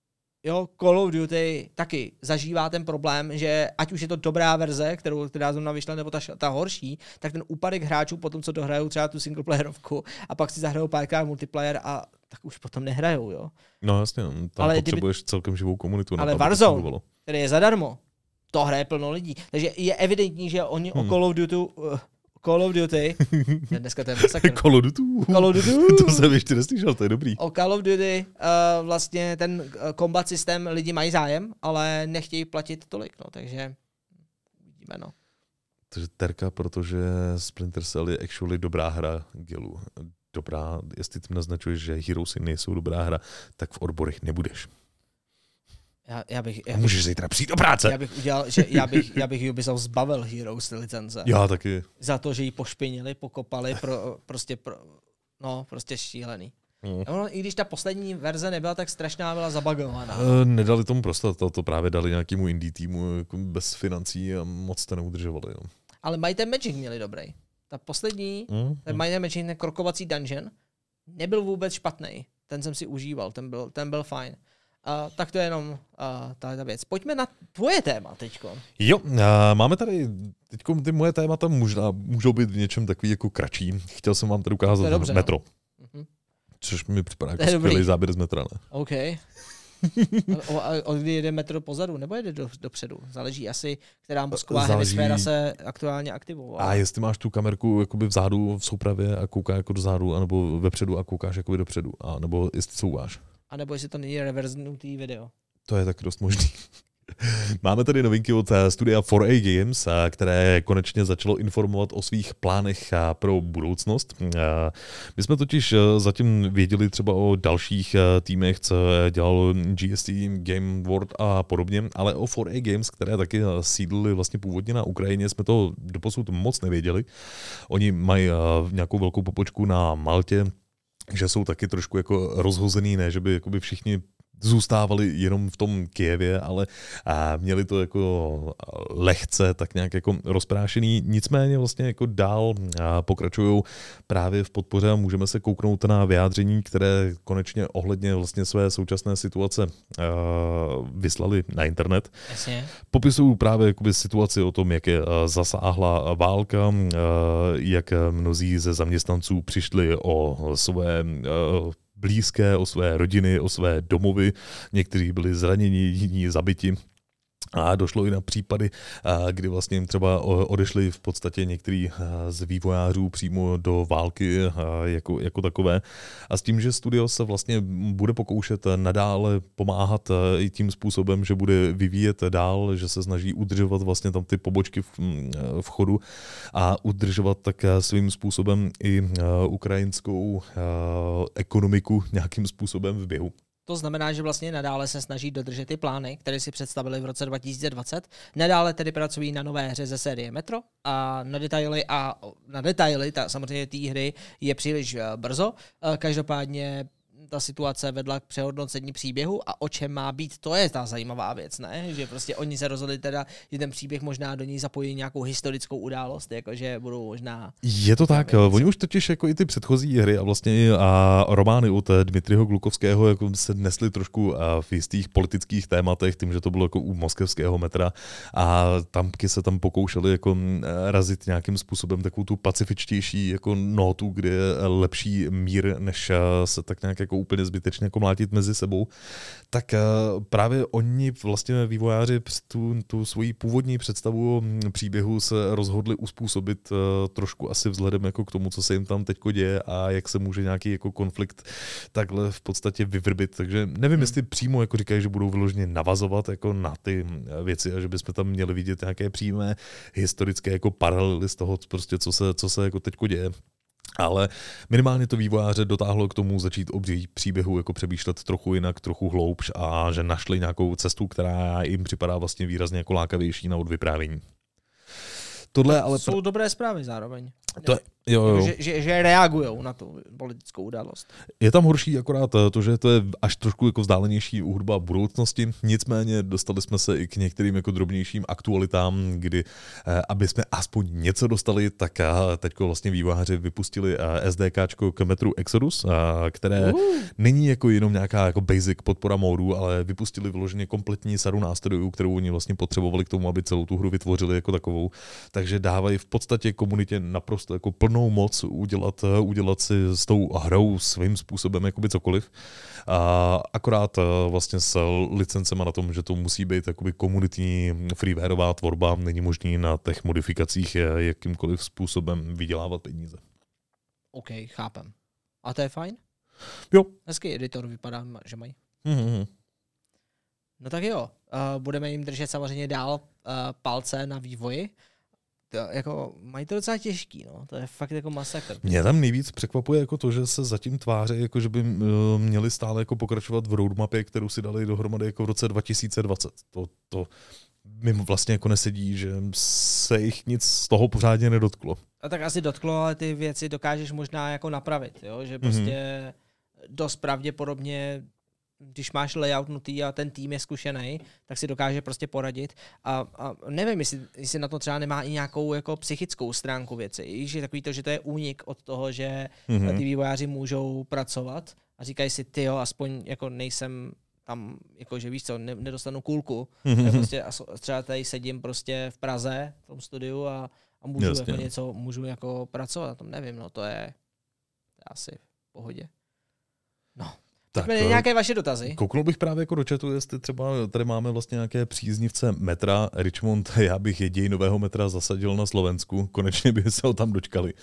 Call of Duty taky zažívá ten problém, že ať už je to dobrá verze, která zrovna vyšla, nebo ta horší, tak ten úpadek hráčů potom, co dohrajou třeba tu singleplayerovku a pak si zahrajou párkrát multiplayer a tak už potom nehrajou, jo. No jasně, tam ale potřebuješ celkem živou komunitu. Ale Warzone, který je zadarmo, to hraje plno lidí. Takže je evidentní, že oni o Call of Duty. Dneska to je masakr. Call of Duty. To jsem ještě neslyšel, to je dobrý. O Call of Duty vlastně ten combat systém lidi mají zájem, ale nechtějí platit tolik, no, takže vidíme, no. Takže Terka, protože Splinter Cell je actually dobrá hra, Gilu. Dobrá, jestli ty naznačuješ, že Heroesy nejsou dobrá hra, tak v odborech nebudeš. Můžeš zítra přijít do práce. Já bych Ubisoft zbavil Heroes licence. Já taky. Za to, že ji pošpinili, pokopali, prostě šílený. I když ta poslední verze nebyla tak strašná, byla zabagovaná. Nedali tomu prostor, to právě dali nějakému indie týmu jako bez financí a moc to neudržovali. No. Ale Might and Magic měli dobrý. Ta poslední, ten Might and Magic, ten krokovací dungeon, nebyl vůbec špatný. Ten jsem si užíval, ten byl fajn. Tak to je jenom ta věc. Pojďme na tvoje téma teďko. Jo, máme tady, teďko ty moje témata můžou být v něčem takový jako kratší. Chtěl jsem vám tady ukázat metro. Což mi připadá jako skvělý záběr z metra, ne? OK. Od kdy jede metro pozadu, nebo jede dopředu? Záleží asi, která mozková hemisféra se aktuálně aktivovala. A jestli máš tu kamerku jakoby vzadu v soupravě a kouká jako dozadu, anebo vepředu a koukáš jakoby dopředu, a nebo jestli couváš. A nebo jestli to není reverznutý video. To je tak dost možný. Máme tady novinky od studia 4A Games, které konečně začalo informovat o svých plánech pro budoucnost. My jsme totiž zatím věděli třeba o dalších týmech, co dělalo GST, Game World a podobně, ale o 4A Games, které taky sídlily vlastně původně na Ukrajině, jsme to doposud moc nevěděli. Oni mají nějakou velkou pobočku na Maltě, že jsou taky trošku jako rozhozený, ne, že by jakoby všichni zůstávali jenom v tom Kyjevě, ale měli to jako lehce tak nějak jako rozprášený. Nicméně vlastně jako dál pokračují právě v podpoře a můžeme se kouknout na vyjádření, které konečně ohledně vlastně své současné situace vyslali na internet. Jasně. Popisují právě jakoby situaci o tom, jak je zasáhla válka, jak mnozí ze zaměstnanců přišli o své blízké, o své rodiny, o své domovy. Někteří byli zraněni, jiní zabiti. A došlo i na případy, kdy vlastně jim třeba odešli v podstatě některý z vývojářů přímo do války jako takové. A s tím, že studio se vlastně bude pokoušet nadále pomáhat i tím způsobem, že bude vyvíjet dál, že se snaží udržovat vlastně tam ty pobočky v chodu a udržovat tak svým způsobem i ukrajinskou ekonomiku nějakým způsobem v běhu. To znamená, že vlastně nadále se snaží dodržet ty plány, které si představili v roce 2020. Nadále tedy pracují na nové hře ze série Metro a na detaily samozřejmě té hry je příliš brzo. Každopádně ta situace vedla k přehodnocení příběhu a o čem má být, to je ta zajímavá věc, ne? Že prostě oni se rozhodli teda, že ten příběh možná do ní zapojí nějakou historickou událost, jakože budou možná... Je to tak, oni už totiž jako i ty předchozí hry a vlastně romány od Dmitriho Glukovského jako se nesly trošku v jistých politických tématech, tím, že to bylo jako u moskevského metra a tamky se tam pokoušeli jako razit nějakým způsobem takovou tu pacifičtější jako nótu, kde je lepší mír, než se tak nějak jako úplně zbytečně jako mlátit mezi sebou, tak právě oni vlastně vývojáři tu svoji původní představu příběhu se rozhodli uspůsobit trošku asi vzhledem jako k tomu, co se jim tam teďko děje a jak se může nějaký jako konflikt takhle v podstatě vyvrbit. Takže nevím, jestli přímo jako říkají, že budou vyloženě navazovat jako na ty věci a že bychom tam měli vidět nějaké přímé historické jako paralely z toho, prostě, co se jako teďko děje. Ale minimálně to vývojáře dotáhlo k tomu začít obří příběhu jako přemýšlet trochu jinak, trochu hloubš a že našli nějakou cestu, která jim připadá vlastně výrazně jako lákavější na odvyprávění. Tohle ale jsou dobré zprávy zároveň. Jo. Že reagujou na tu politickou událost. Je tam horší akorát to, že to je až trošku jako vzdálenější hudba budoucnosti, nicméně dostali jsme se i k některým jako drobnějším aktualitám, kdy aby jsme aspoň něco dostali, tak teďko vlastně vývojáři vypustili SDKčko k Metru Exodus, které není jako jenom nějaká jako basic podpora módů, ale vypustili vyloženě kompletní sadu nástrojů, kterou oni vlastně potřebovali k tomu, aby celou tu hru vytvořili jako takovou. Takže dávají v podstatě komunitě naprosto jako plnou moc udělat si s tou hrou svým způsobem jakoby cokoliv. Akorát vlastně s licencema na tom, že to musí být jakoby komunitní freewareová tvorba, není možný na těch modifikacích jakýmkoliv způsobem vydělávat peníze. OK, chápem. A to je fajn? Jo. Hezký editor vypadá, že mají. Mm-hmm. No tak jo, budeme jim držet samozřejmě dál palce na vývoji. Jako, mají to docela těžký, no. To je fakt jako masakr. Mě tam nejvíc překvapuje jako to, že se zatím tváří, jako že by měli stále jako pokračovat v roadmapě, kterou si dali dohromady jako v roce 2020. To mimo vlastně jako nesedí, že se jich nic z toho pořádně nedotklo. A tak asi dotklo, ale ty věci dokážeš možná jako napravit, jo? Že prostě dost pravděpodobně, když máš layout nutý a ten tým je zkušený, tak si dokáže prostě poradit. A nevím, jestli na to třeba nemá i nějakou jako psychickou stránku věci. Víš, je takový to, že to je únik od toho, že ty vývojáři můžou pracovat a říkají si, tyjo, aspoň jako nejsem tam, jako že víš co, nedostanu kulku. Prostě třeba tady sedím prostě v Praze, v tom studiu a můžu jako něco, můžu jako pracovat na tom, nevím, no to je asi v pohodě. No. Tak nějaké vaše dotazy? Kouknul bych právě jako do chatu, jestli třeba tady máme vlastně nějaké příznivce metra Richmond. Já bych děj nového metra zasadil na Slovensku. Konečně by se ho tam dočkali.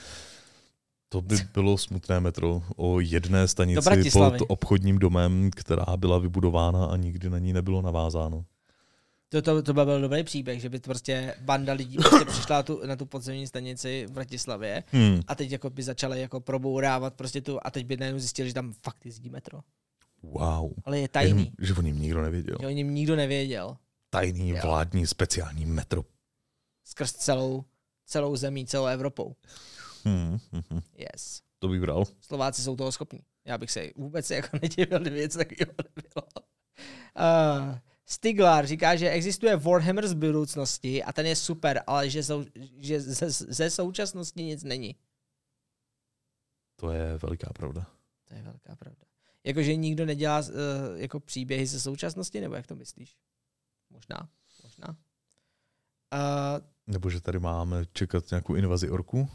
To by bylo smutné metro o jedné stanici pod obchodním domem, která byla vybudována a nikdy na ní nebylo navázáno. To by byl dobrý příběh, že by prostě banda lidí prostě přišla na tu podzemní stanici v Bratislavě a teď jako by začali jako probourávat prostě tu a teď by najednou zjistili, že tam fakt jezdí metro. Wow. Ale je tajný. Jenom, že o něm nikdo nevěděl. Že o něm nikdo nevěděl. Tajný vládní speciální metro. Skrz celou zemí, celou Evropou. Yes. To bych bral. Slováci jsou toho schopní. Já bych se vůbec jako nedivil, kdyby něco takového nebylo. Stiglar říká, že existuje Warhammer z budoucnosti a ten je super, ale že ze současnosti nic není. To je veliká pravda. To je velká pravda. Jakože nikdo nedělá jako příběhy ze současnosti, nebo jak to myslíš? Možná. Nebo že tady máme čekat nějakou invazi orků?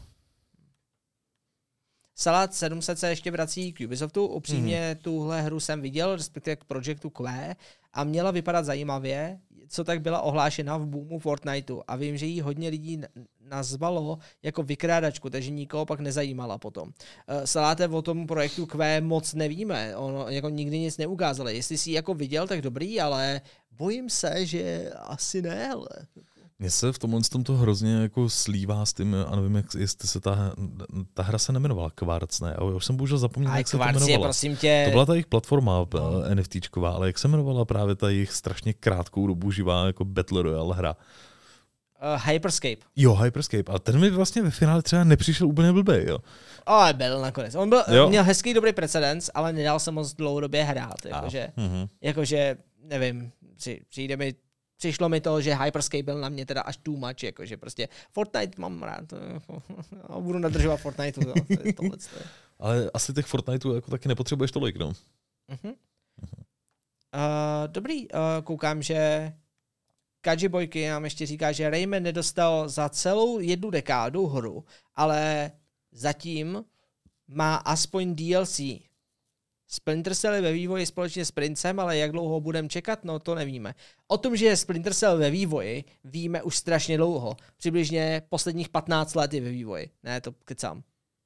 Salát 700 se ještě vrací k Ubisoftu. Upřímně tuhle hru jsem viděl, respektive k Projectu Q, a měla vypadat zajímavě, co tak byla ohlášena v boomu Fortniteu. A vím, že jí hodně lidí nazvalo jako vykrádačku, takže nikoho pak nezajímala potom. Saláte, o tom projektu Q moc nevíme, ono jako nikdy nic neukázali. Jestli jsi ji jako viděl, tak dobrý, ale bojím se, že asi ne, ale... Mně se v tomhle to hrozně jako slívá s tím, a nevím, jestli se ta hra se nemenovala Quartz, ne? Já už jsem bohužel zapomněl, jak se to jmenovala. Je, prosím tě... To byla ta jejich platforma NFTčková, ale jak se jmenovala právě ta jejich strašně krátkou dobu živá jako Battle Royale hra? Hyperscape. Jo, Hyperscape. A ten mi vlastně ve finále třeba nepřišel úplně blbej, jo. Ale byl nakonec. On měl hezký dobrý precedens, ale nedal se moc dlouhodobě hrát. Jakože, nevím, přišlo mi to, že Hyperscape byl na mě teda až too much, jakože prostě Fortnite mám rád, budu nadržovat Fortniteu, no, tohle. Ale asi těch Fortniteů jako taky nepotřebuješ tolik, no. Dobrý, koukám, že Kaji Bojky nám ještě říká, že Rayman nedostal za celou 1 dekádu hru, ale zatím má aspoň DLC. Splinter Cell je ve vývoji společně s Princem, ale jak dlouho budeme čekat, no to nevíme. O tom, že je Splinter Cell ve vývoji, víme už strašně dlouho. Přibližně posledních 15 let je ve vývoji. Ne, to kecám.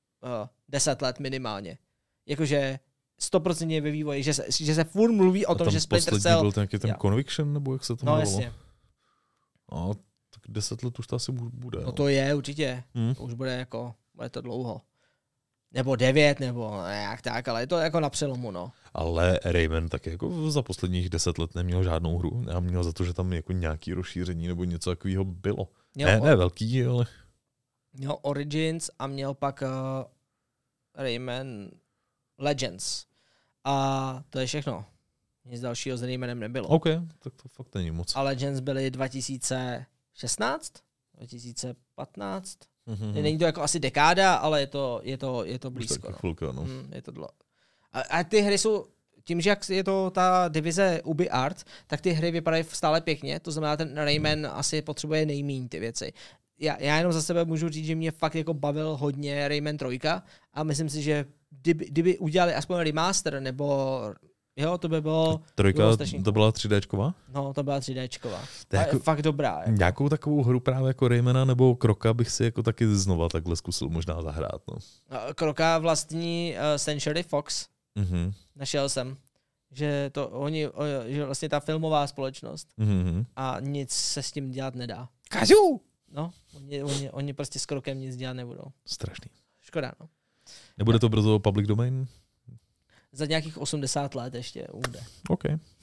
10 let minimálně. Jakože 100% je ve vývoji, že se furt mluví o tom, že Splinter Cell... byl ten Conviction, nebo jak se to jmenovalo? No jasně. No, tak 10 let už to asi bude. No to je určitě. To už bude to dlouho. Nebo 9, nebo nějak tak, ale je to jako na přelomu, no. Ale Rayman tak jako za posledních 10 let neměl žádnou hru. Já měl za to, že tam jako nějaký rozšíření nebo něco takového bylo. Ne velký, ale... Měl Origins a měl pak Rayman Legends. A to je všechno. Nic dalšího s Raymanem nebylo. OK, tak to fakt není moc. A Legends byly 2016? 2015? Není to jako asi dekáda, ale je to blízko. Chvilka, no. Je to dlouho. A ty hry jsou, tím, že jak je to ta divize UbiArt, tak ty hry vypadají stále pěkně, to znamená, ten Rayman asi potřebuje nejméně ty věci. Já jenom za sebe můžu říct, že mě fakt jako bavil hodně Rayman 3 a myslím si, že kdyby udělali aspoň remaster, nebo jo, to by bylo... Trojka, to byla 3Dčková? No, to byla 3Dčková. To je jako, fakt dobrá. Jako. Nějakou takovou hru právě jako Raymana nebo Kroka bych si jako taky znova takhle zkusil možná zahrát. No. Kroka vlastní Century Fox. Našel jsem, že že vlastně ta filmová společnost a nic se s tím dělat nedá. Kazu! No, oni prostě s Krokem nic dělat nebudou. Strašný. Škoda, no. Nebude to brzo public domain? Za nějakých 80 let ještě bude. OK.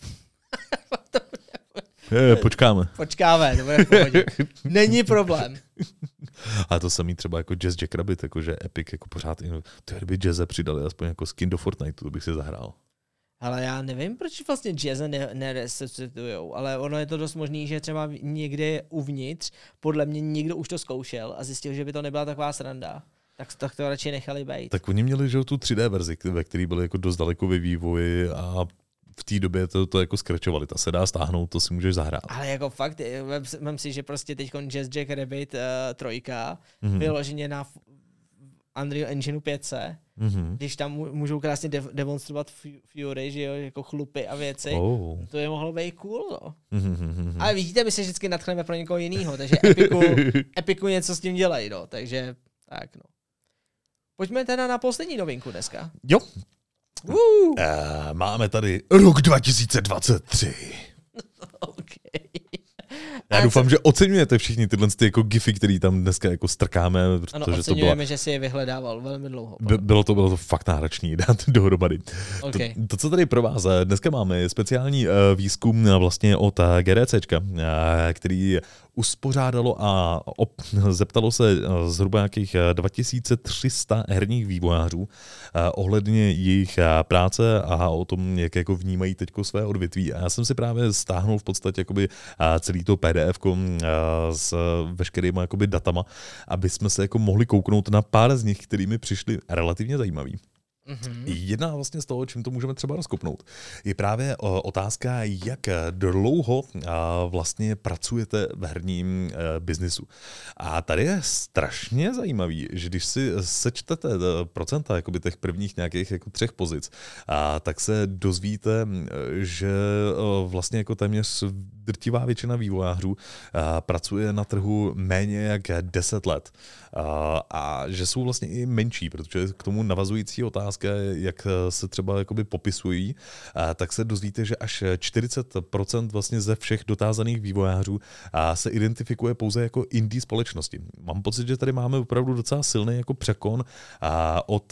Počkáme. Počkáme, to bude v pohodě. Není problém. A to samý třeba jako Jazz Jack Rabbit, jakože Epic jako pořád, kdyby Jazze přidali aspoň jako skin do Fortniteu, to bych si zahrál. Ale já nevím, proč vlastně Jazze neresuscitujou, ale ono je to dost možný, že třeba někde uvnitř, podle mě někdo už to zkoušel a zjistil, že by to nebyla taková sranda. Tak to radši nechali být. Tak oni měli, že tu 3D verzi, ve které byly jako dost daleko ve vývoji a v té době to jako skračovali. Ta se dá stáhnout, to si můžeš zahrát. Ale jako fakt, vem si, že prostě teď Jazz Jack Rabbit 3 vyloženě na Unreal Engineu 5C, když tam můžou krásně demonstrovat Fury, že jo, jako chlupy a věci, to je mohlo být cool, no. Ale vidíte, my se vždycky nadchneme pro někoho jinýho, takže Epiku něco s tím dělají, no, takže tak, no. Pojďme teda na poslední novinku dneska. Jo. Máme tady rok 2023. OK. Já doufám, že oceňujete všichni tyhle jako gify, který tam dneska jako strkáme. Ano, oceňujeme, že si je vyhledával velmi dlouho. Bylo to fakt náročný dát dohromady. Okay. To, co tady pro vás dneska máme, je speciální výzkum vlastně od GDCčka, který uspořádalo a zeptalo se zhruba nějakých 2300 herních vývojářů ohledně jejich práce a o tom, jak jako vnímají teďko své odvětví. A já jsem si právě stáhnul v podstatě jakoby celý to PDF s veškerýma jakoby datama, aby jsme se jako mohli kouknout na pár z nich, který mi přišly relativně zajímavý. Mm-hmm. Jedna vlastně z toho, čím to můžeme třeba rozkopnout, je právě otázka, jak dlouho vlastně pracujete v herním biznisu. A tady je strašně zajímavý, že když si sečtete procenta jakoby těch prvních nějakých jako 3 pozic, tak se dozvíte, že vlastně jako téměř drtivá většina vývojářů pracuje na trhu méně jak 10 let. A že jsou vlastně i menší, protože k tomu navazující otázka, jak se třeba jakoby popisují, tak se dozvíte, že až 40% vlastně ze všech dotázaných vývojářů se identifikuje pouze jako indie společnosti. Mám pocit, že tady máme opravdu docela silný jako překon od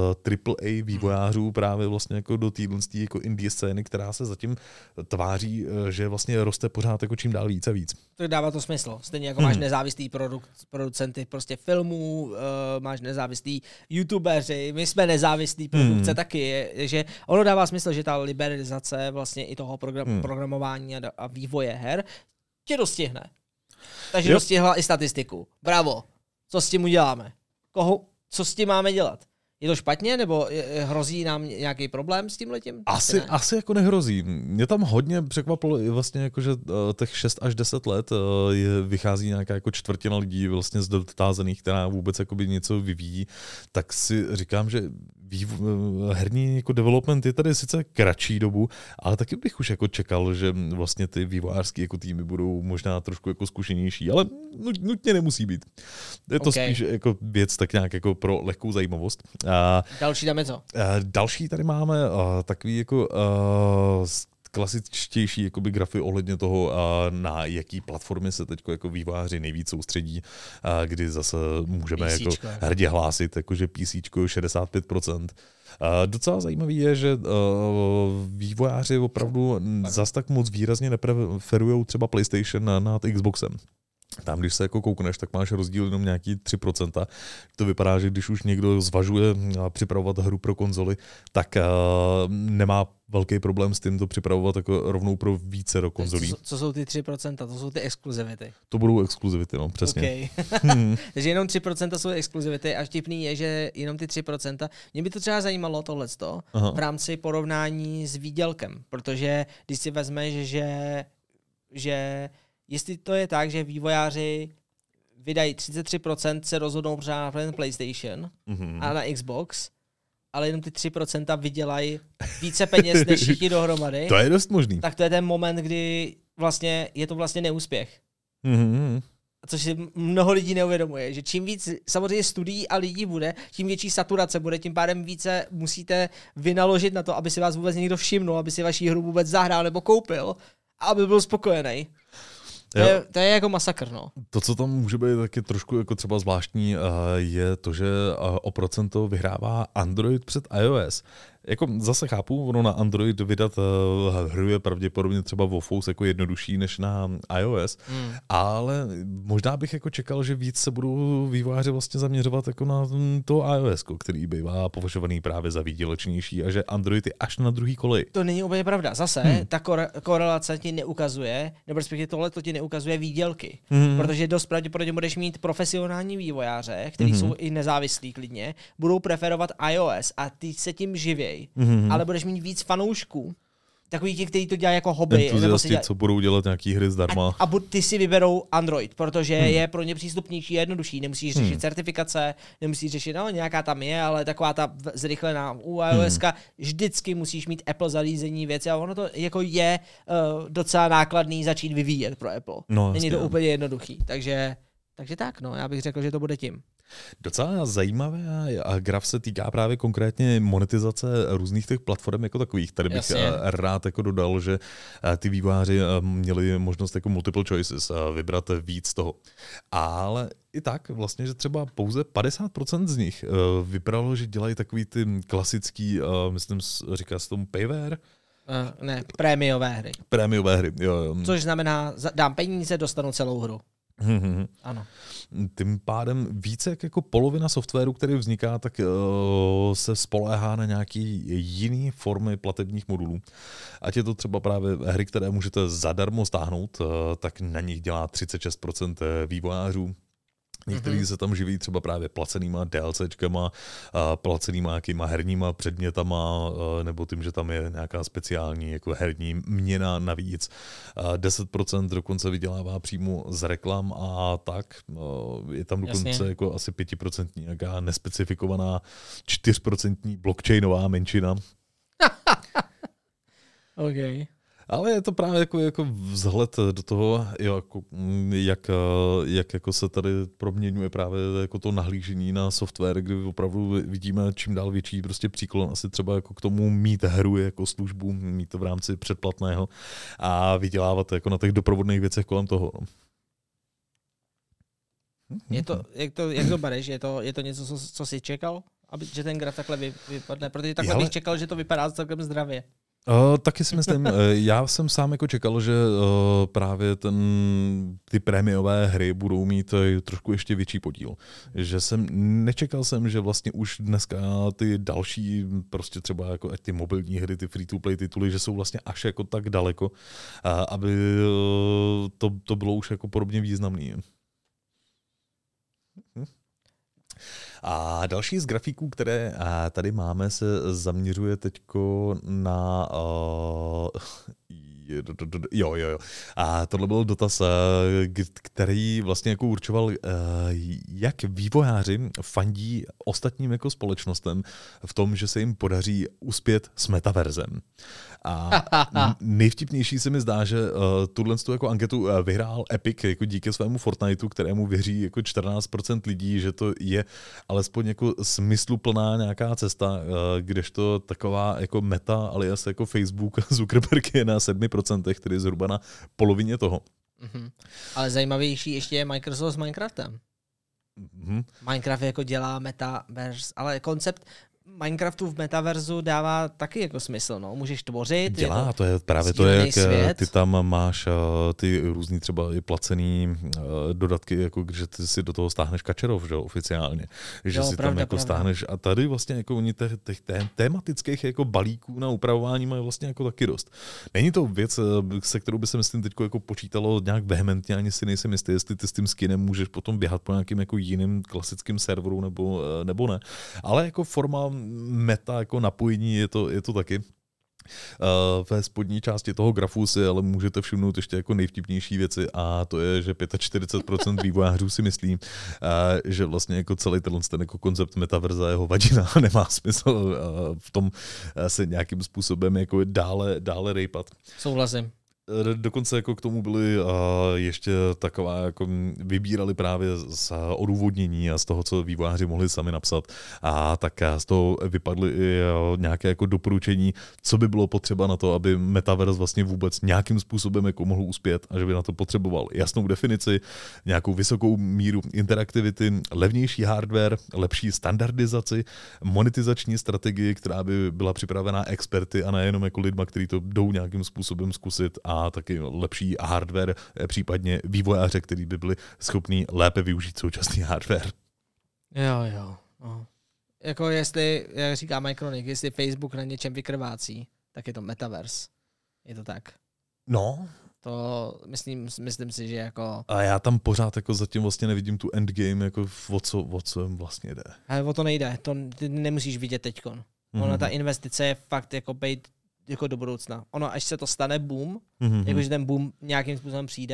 AAA vývojářů právě vlastně jako do téhle jako indie scény, která se zatím tváří, že vlastně roste pořád jako čím dál víc a víc. To dává to smysl. Stejně jako máš nezávislý producenty prostě filmů, máš nezávislý youtubeři, my jsme nezávislí produkce taky, že ono dává smysl, že ta liberalizace vlastně i toho programování a vývoje her tě dostihne. Takže dostihla i statistiku. Bravo. Co s tím uděláme? Co s tím máme dělat? Je to špatně, nebo hrozí nám nějaký problém s tímhletím? Asi jako nehrozí. Mě tam hodně překvapilo vlastně jako, že těch 6 až 10 let vychází nějaká jako čtvrtina lidí vlastně z dotázaných, která vůbec jakoby něco vyvíjí, tak si říkám, že herní jako development je tady sice kratší dobu, ale taky bych už jako čekal, že vlastně ty vývojářské jako týmy budou možná trošku jako zkušenější, ale nutně nemusí být. Je to spíš jako věc tak nějak jako pro lehkou zajímavost. Další dáme co? Další tady máme takový jako klasičtější jakoby grafy ohledně toho, na jaký platformy se teď jako vývojáři nejvíc soustředí, kdy zase můžeme PCčko, jako hrdě hlásit, jakože PCčko 65%. Docela zajímavý je, že vývojáři opravdu zas tak moc výrazně nepreferujou třeba PlayStation nad Xboxem. Tam, když se jako koukneš, tak máš rozdíl jenom nějaký 3%. To vypadá, že když už někdo zvažuje připravovat hru pro konzoli, tak nemá velký problém s tím to připravovat jako rovnou pro více do konzolí. Co jsou ty 3%? To jsou ty exkluzivity. To budou exkluzivity, no, přesně. Okay. Takže jenom 3% jsou exkluzivity a vtipný je, že jenom ty 3%. Mě by to třeba zajímalo tohleto v rámci porovnání s výdělkem, protože když si vezmeš, že jestli to je tak, že vývojáři vydají 33% se rozhodnou třeba na PlayStation a na Xbox, ale jenom ty 3% vydělají více peněz než všichni dohromady. To je dost možný. Tak to je ten moment, kdy vlastně je to vlastně neúspěch. Což si mnoho lidí neuvědomuje, že čím víc samozřejmě studií a lidí bude, tím větší saturace bude, tím pádem více musíte vynaložit na to, aby si vás vůbec někdo všimnul, aby si vaši hru vůbec zahrál nebo koupil a aby byl spokojený. To je jako masakr, no. To, co tam může být taky trošku jako třeba zvláštní, je to, že o procento vyhrává Android před iOS. Jako zase chápu, ono na Android vydat hru je pravděpodobně třeba o fous jako jednodušší než na iOS, ale možná bych jako čekal, že víc se budou vývojáři vlastně zaměřovat jako na to iOS, který bývá považovaný právě za výdělečnější a že Android je až na druhý koleji. To není úplně pravda. Zase ta korelace ti neukazuje, nebo respektive tohle to ti neukazuje výdělky, protože dost pravděpodobně budeš mít profesionální vývojáře, kteří jsou i nezávislí klidně, budou preferovat iOS a ty se tím živí. Ale budeš mít víc fanoušků, takový ti, kteří to dělají jako hobby. Entuziasti, co budou dělat nějaký hry zdarma. A ty si vyberou Android, protože je pro ně přístupnější a jednodušší. Nemusíš řešit certifikace, nemusíš řešit, nějaká tam je, ale taková ta zrychlená u iOSka, vždycky musíš mít Apple zařízení věci a ono to jako je docela nákladný začít vyvíjet pro Apple. Není to úplně jednoduchý, takže Takže tak, no, já bych řekl, že to bude tím. Docela zajímavé a graf se týká právě konkrétně monetizace různých těch platform jako takových. Tady bych rád jako dodal, že ty vývojáři měli možnost jako multiple choices vybrat víc toho. Ale i tak vlastně, že třeba pouze 50% z nich vypadalo, že dělají takový ty klasický, myslím, říká se tomu payware? Ne, prémiové hry. Prémiové hry, jo. Což znamená, dám peníze, dostanu celou hru. Ano. Tím pádem více jak jako polovina softwaru, který vzniká, tak se spoléhá na nějaký jiný formy platebních modulů. Ať je to třeba právě hry, které můžete zadarmo stáhnout, tak na nich dělá 36% vývojářů. Některý se tam živí třeba právě placenýma DLCčkama, placenýma nějakýma herníma předmětama, nebo tím, že tam je nějaká speciální jako herní měna navíc. 10% dokonce vydělává přímo z reklam a tak. Je tam dokonce jako asi 5% nějaká nespecifikovaná 4% blockchainová menšina. Okay. Ale je to právě jako vzhled do toho, jako, jak jako se tady proměňuje právě jako to nahlížení na software, kdy opravdu vidíme čím dál větší prostě příklon asi třeba jako k tomu mít hru jako službu, mít to v rámci předplatného a vydělávat jako na těch doprovodných věcech kolem toho. Je to, jak to bereš? Je to něco, co jsi čekal? Že ten graf takhle vypadne? Protože takhle bych čekal, že to vypadá celkem zdravě. Taky si myslím, já jsem sám jako čekal, že právě ty prémiové hry budou mít trošku ještě větší podíl. Že nečekal jsem, že vlastně už dneska ty další, prostě třeba jako ty mobilní hry, ty free-to-play tituly, že jsou vlastně až jako tak daleko, aby to bylo už jako podobně významný. A další z grafiků, které tady máme, se zaměřuje teďko na... Jo. A tohle byl dotaz, který vlastně jako určoval, jak vývojáři fandí ostatním jako společnostem v tom, že se jim podaří uspět s metaverzem. A nejvtipnější se mi zdá, že tuhle jako anketu vyhrál Epic jako díky svému Fortniteu, kterému věří jako 14% lidí, že to je alespoň jako smysluplná nějaká cesta, kdežto taková jako Meta alias jako Facebook Zuckerberg je na 7%, který je zhruba na polovině toho. Ale zajímavější ještě je Microsoft s Minecraftem. Minecraft jako dělá metaverse, ale koncept Minecraftu v metaverzu dává taky jako smysl, no. Můžeš tvořit. Dělá, to je právě to, jak ty tam máš ty různý třeba i placený dodatky, jako když ty si do toho stáhneš Kačerov, že oficiálně. Že si tam jako stáhneš a tady vlastně jako oni těch tematických jako balíků na upravování mají vlastně jako taky dost. Není to věc, se kterou by se myslím teď jako počítalo nějak vehementně, ani si nejsem jistý, jestli ty s tím skinem můžeš potom běhat po nějakým jako jiným klasickým serveru nebo ne. Ale jako forma meta jako napojení je to taky. Ve spodní části toho grafu si ale můžete všimnout ještě jako nejvtipnější věci a to je, že 45% vývojářů si myslí, že vlastně jako celý ten jako koncept metaverza jeho vadina nemá smysl v tom se nějakým způsobem jako dále rejpat. Souhlasím. Dokonce jako k tomu byly ještě taková, jako vybírali právě z odůvodnění a z toho, co vývojáři mohli sami napsat. A tak z toho vypadly i nějaké jako doporučení, co by bylo potřeba na to, aby metaverse vlastně vůbec nějakým způsobem jako mohl uspět a že by na to potřeboval jasnou definici, nějakou vysokou míru interaktivity, levnější hardware, lepší standardizaci, monetizační strategii, která by byla připravená experty a nejenom jako lidma, kteří to jdou nějakým způsobem zkusit a taky lepší hardware, případně vývojáře, který by byli schopní lépe využít současný hardware. Jo. No. Jako jestli, jak říká Micronik, jestli Facebook na něčem vykrvácí, tak je to metaverse. Je to tak? No. To myslím si, že jako... A já tam pořád jako zatím vlastně nevidím tu endgame, jako o co vlastně jde. Ale o to nejde, to ty nemusíš vidět teďkon. Ona ta investice je fakt jako být jako do budoucna. Ono, až se to stane boom, jakože ten boom nějakým způsobem přijde,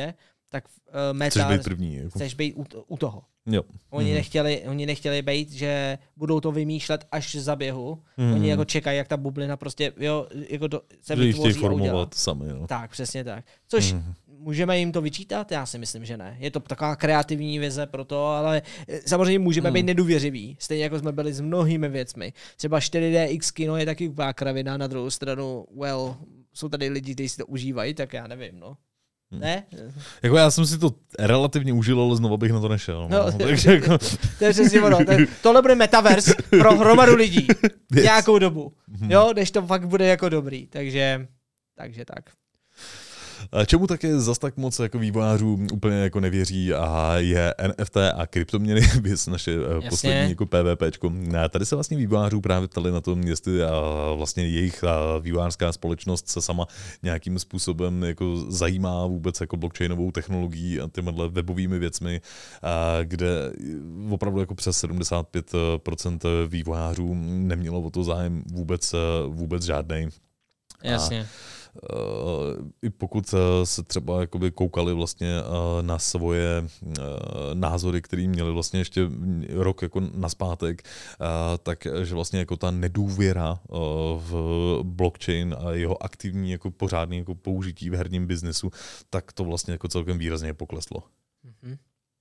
tak Meta... Chceš být první. Jako. Chceš být u toho. Jo. Oni nechtěli být, že budou to vymýšlet až za běhu. Oni jako čekají, jak ta bublina prostě jako se vytvoří a udělá. Sami, jo. Tak, přesně tak. Což můžeme jim to vyčítat? Já si myslím, že ne. Je to taková kreativní vize pro to, ale samozřejmě můžeme být nedůvěřiví. Stejně jako jsme byli s mnohými věcmi. Třeba 4DX kino je taky úplná kravina, na druhou stranu, jsou tady lidi, kteří si to užívají, tak já nevím, no. Ne? Jako já jsem si to relativně užil, ale znovu bych na to nešel. No. Takže jako... To je přesně ono. Tohle bude metaverse pro hromadu lidí. Nějakou dobu. Jo, než to fakt bude jako dobrý. Takže tak. Čemu také zas tak moc jako vývojářů úplně jako nevěří a je NFT a kryptoměny, bys naše poslední jako PvPčko. Tady se vlastně vývojářů právě ptali na to, jestli vlastně jejich vývojářská společnost se sama nějakým způsobem jako zajímá vůbec jako blockchainovou technologií a těmihle webovými věcmi, kde opravdu jako přes 75% vývojářů nemělo o to zájem vůbec žádnej. Jasně. I pokud se třeba jakoby koukali vlastně na svoje názory, které měli vlastně ještě rok jako naspátek, takže vlastně jako ta nedůvěra v blockchain a jeho aktivní jako pořádný jako použití v herním biznesu, tak to vlastně jako celkem výrazně pokleslo. Mm-hmm.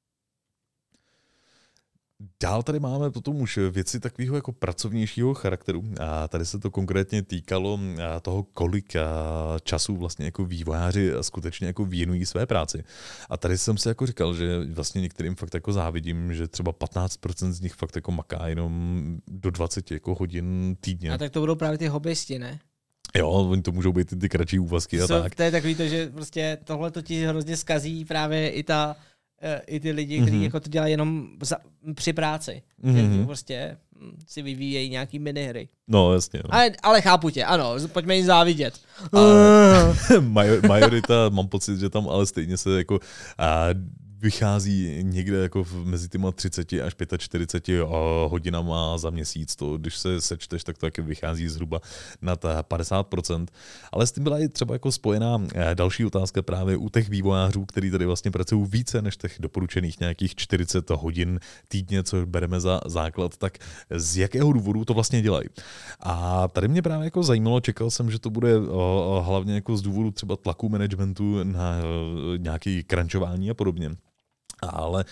Dál tady máme potom už věci takového jako pracovnějšího charakteru a tady se to konkrétně týkalo toho, kolik času vlastně jako vývojáři skutečně jako věnují své práci. A tady jsem si jako říkal, že vlastně některým fakt jako závidím, že třeba 15% z nich fakt jako maká jenom do 20 jako hodin týdně. A tak to budou právě ty hobbysti, ne? Jo, oni to můžou být ty kratší úvazky a tak. To je takový to, že prostě tohle to ti hrozně zkazí právě i ty lidi, kteří jako to dělají jenom při práci. Prostě si vyvíjejí nějaký minihry. No, jasně. No. Ale chápu tě, ano, pojďme jim závidět. Majorita, mám pocit, že tam ale stejně se jako vychází někde jako mezi těma 30 až 45 hodinama za měsíc. To, když se sečteš, tak to taky vychází zhruba nad 50%. Ale s tím byla i třeba jako spojená další otázka právě u těch vývojářů, kteří tady vlastně pracují více než těch doporučených nějakých 40 hodin týdně, co bereme za základ, tak z jakého důvodu to vlastně dělají. A tady mě právě jako zajímalo, čekal jsem, že to bude hlavně jako z důvodu třeba tlaku managementu na nějaké crunchování a podobně. Ale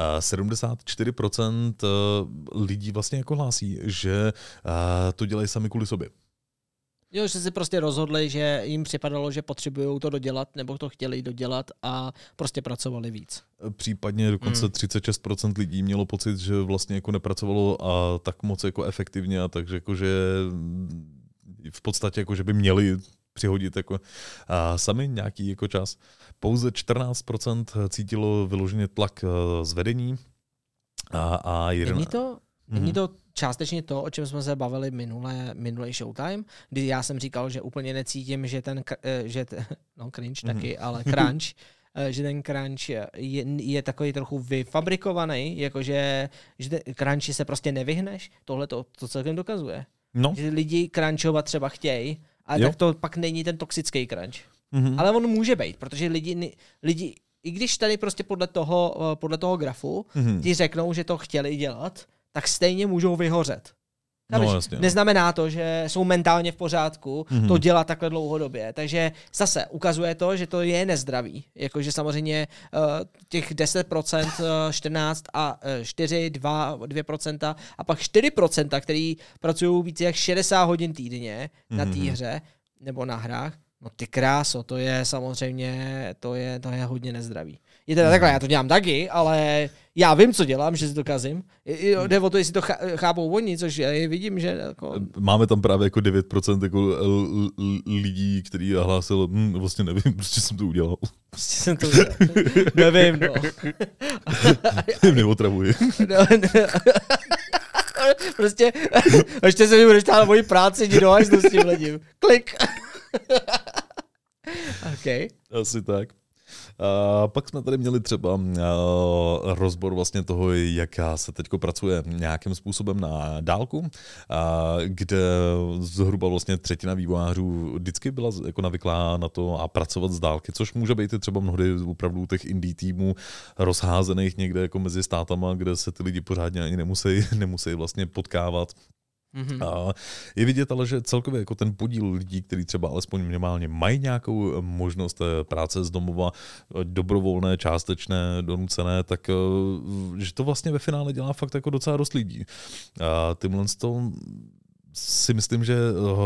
74% lidí vlastně jako hlásí, že to dělají sami kvůli sobě. Jo, že si prostě rozhodli, že jim připadalo, že potřebují to dodělat, nebo to chtěli dodělat a prostě pracovali víc. Případně dokonce 36% lidí mělo pocit, že vlastně jako nepracovalo a tak moc jako efektivně, a takže jako, že v podstatě jako, že by měli přihodit jako sami nějaký jako čas. Pouze 14% cítilo vyloženě tlak z vedení a Není to částečně to, o čem jsme se bavili minulý Showtime, kdy já jsem říkal, že úplně necítím, že cringe taky, ale crunch, že ten crunch je takový trochu vyfabrikovaný, jakože že ten crunchi se prostě nevyhneš. Tohle to celkem dokazuje. No. Že lidi crunchovat třeba chtějí, ale tak to pak není ten toxický crunch. Mm-hmm. Ale on může být, protože lidi i když tady prostě podle toho grafu ti řeknou, že to chtěli dělat, tak stejně můžou vyhořet. No, jasně, neznamená to, že jsou mentálně v pořádku to dělat takhle dlouhodobě. Takže zase ukazuje to, že to je nezdravý. Jakože samozřejmě těch 10%, 14 a 4, 2% a pak 4%, který pracují více jak 60 hodin týdně na té hře nebo na hrách. No ty kráso, to je samozřejmě, to je hodně nezdravý. Je teda takhle, já to dělám taky, ale já vím, co dělám, že si to kazím. Jde o to, jestli to chápou oni, což já vidím, že... Jako... Máme tam právě jako 9% jako lidí, kteří hlásili, vlastně nevím, prostě jsem to udělal. Nevím, no. Neotravuji. Prostě, ještě se mi budeš tát moji práci, jdi do hajzlu s tím lidím. Klik. Okay. Asi tak. Pak jsme tady měli třeba rozbor vlastně toho, jak se teďko pracuje nějakým způsobem na dálku, kde zhruba vlastně třetina vývojářů vždycky byla jako navyklá na to a pracovat z dálky, což může být i třeba mnohdy opravdu těch indie týmů rozházených někde jako mezi státama, kde se ty lidi pořádně ani nemusí vlastně potkávat. A je vidět ale, že celkově jako ten podíl lidí, kteří třeba alespoň minimálně mají nějakou možnost práce z domova, dobrovolné, částečné, donucené, tak že to vlastně ve finále dělá fakt jako docela dost lidí. A tímhle si myslím, že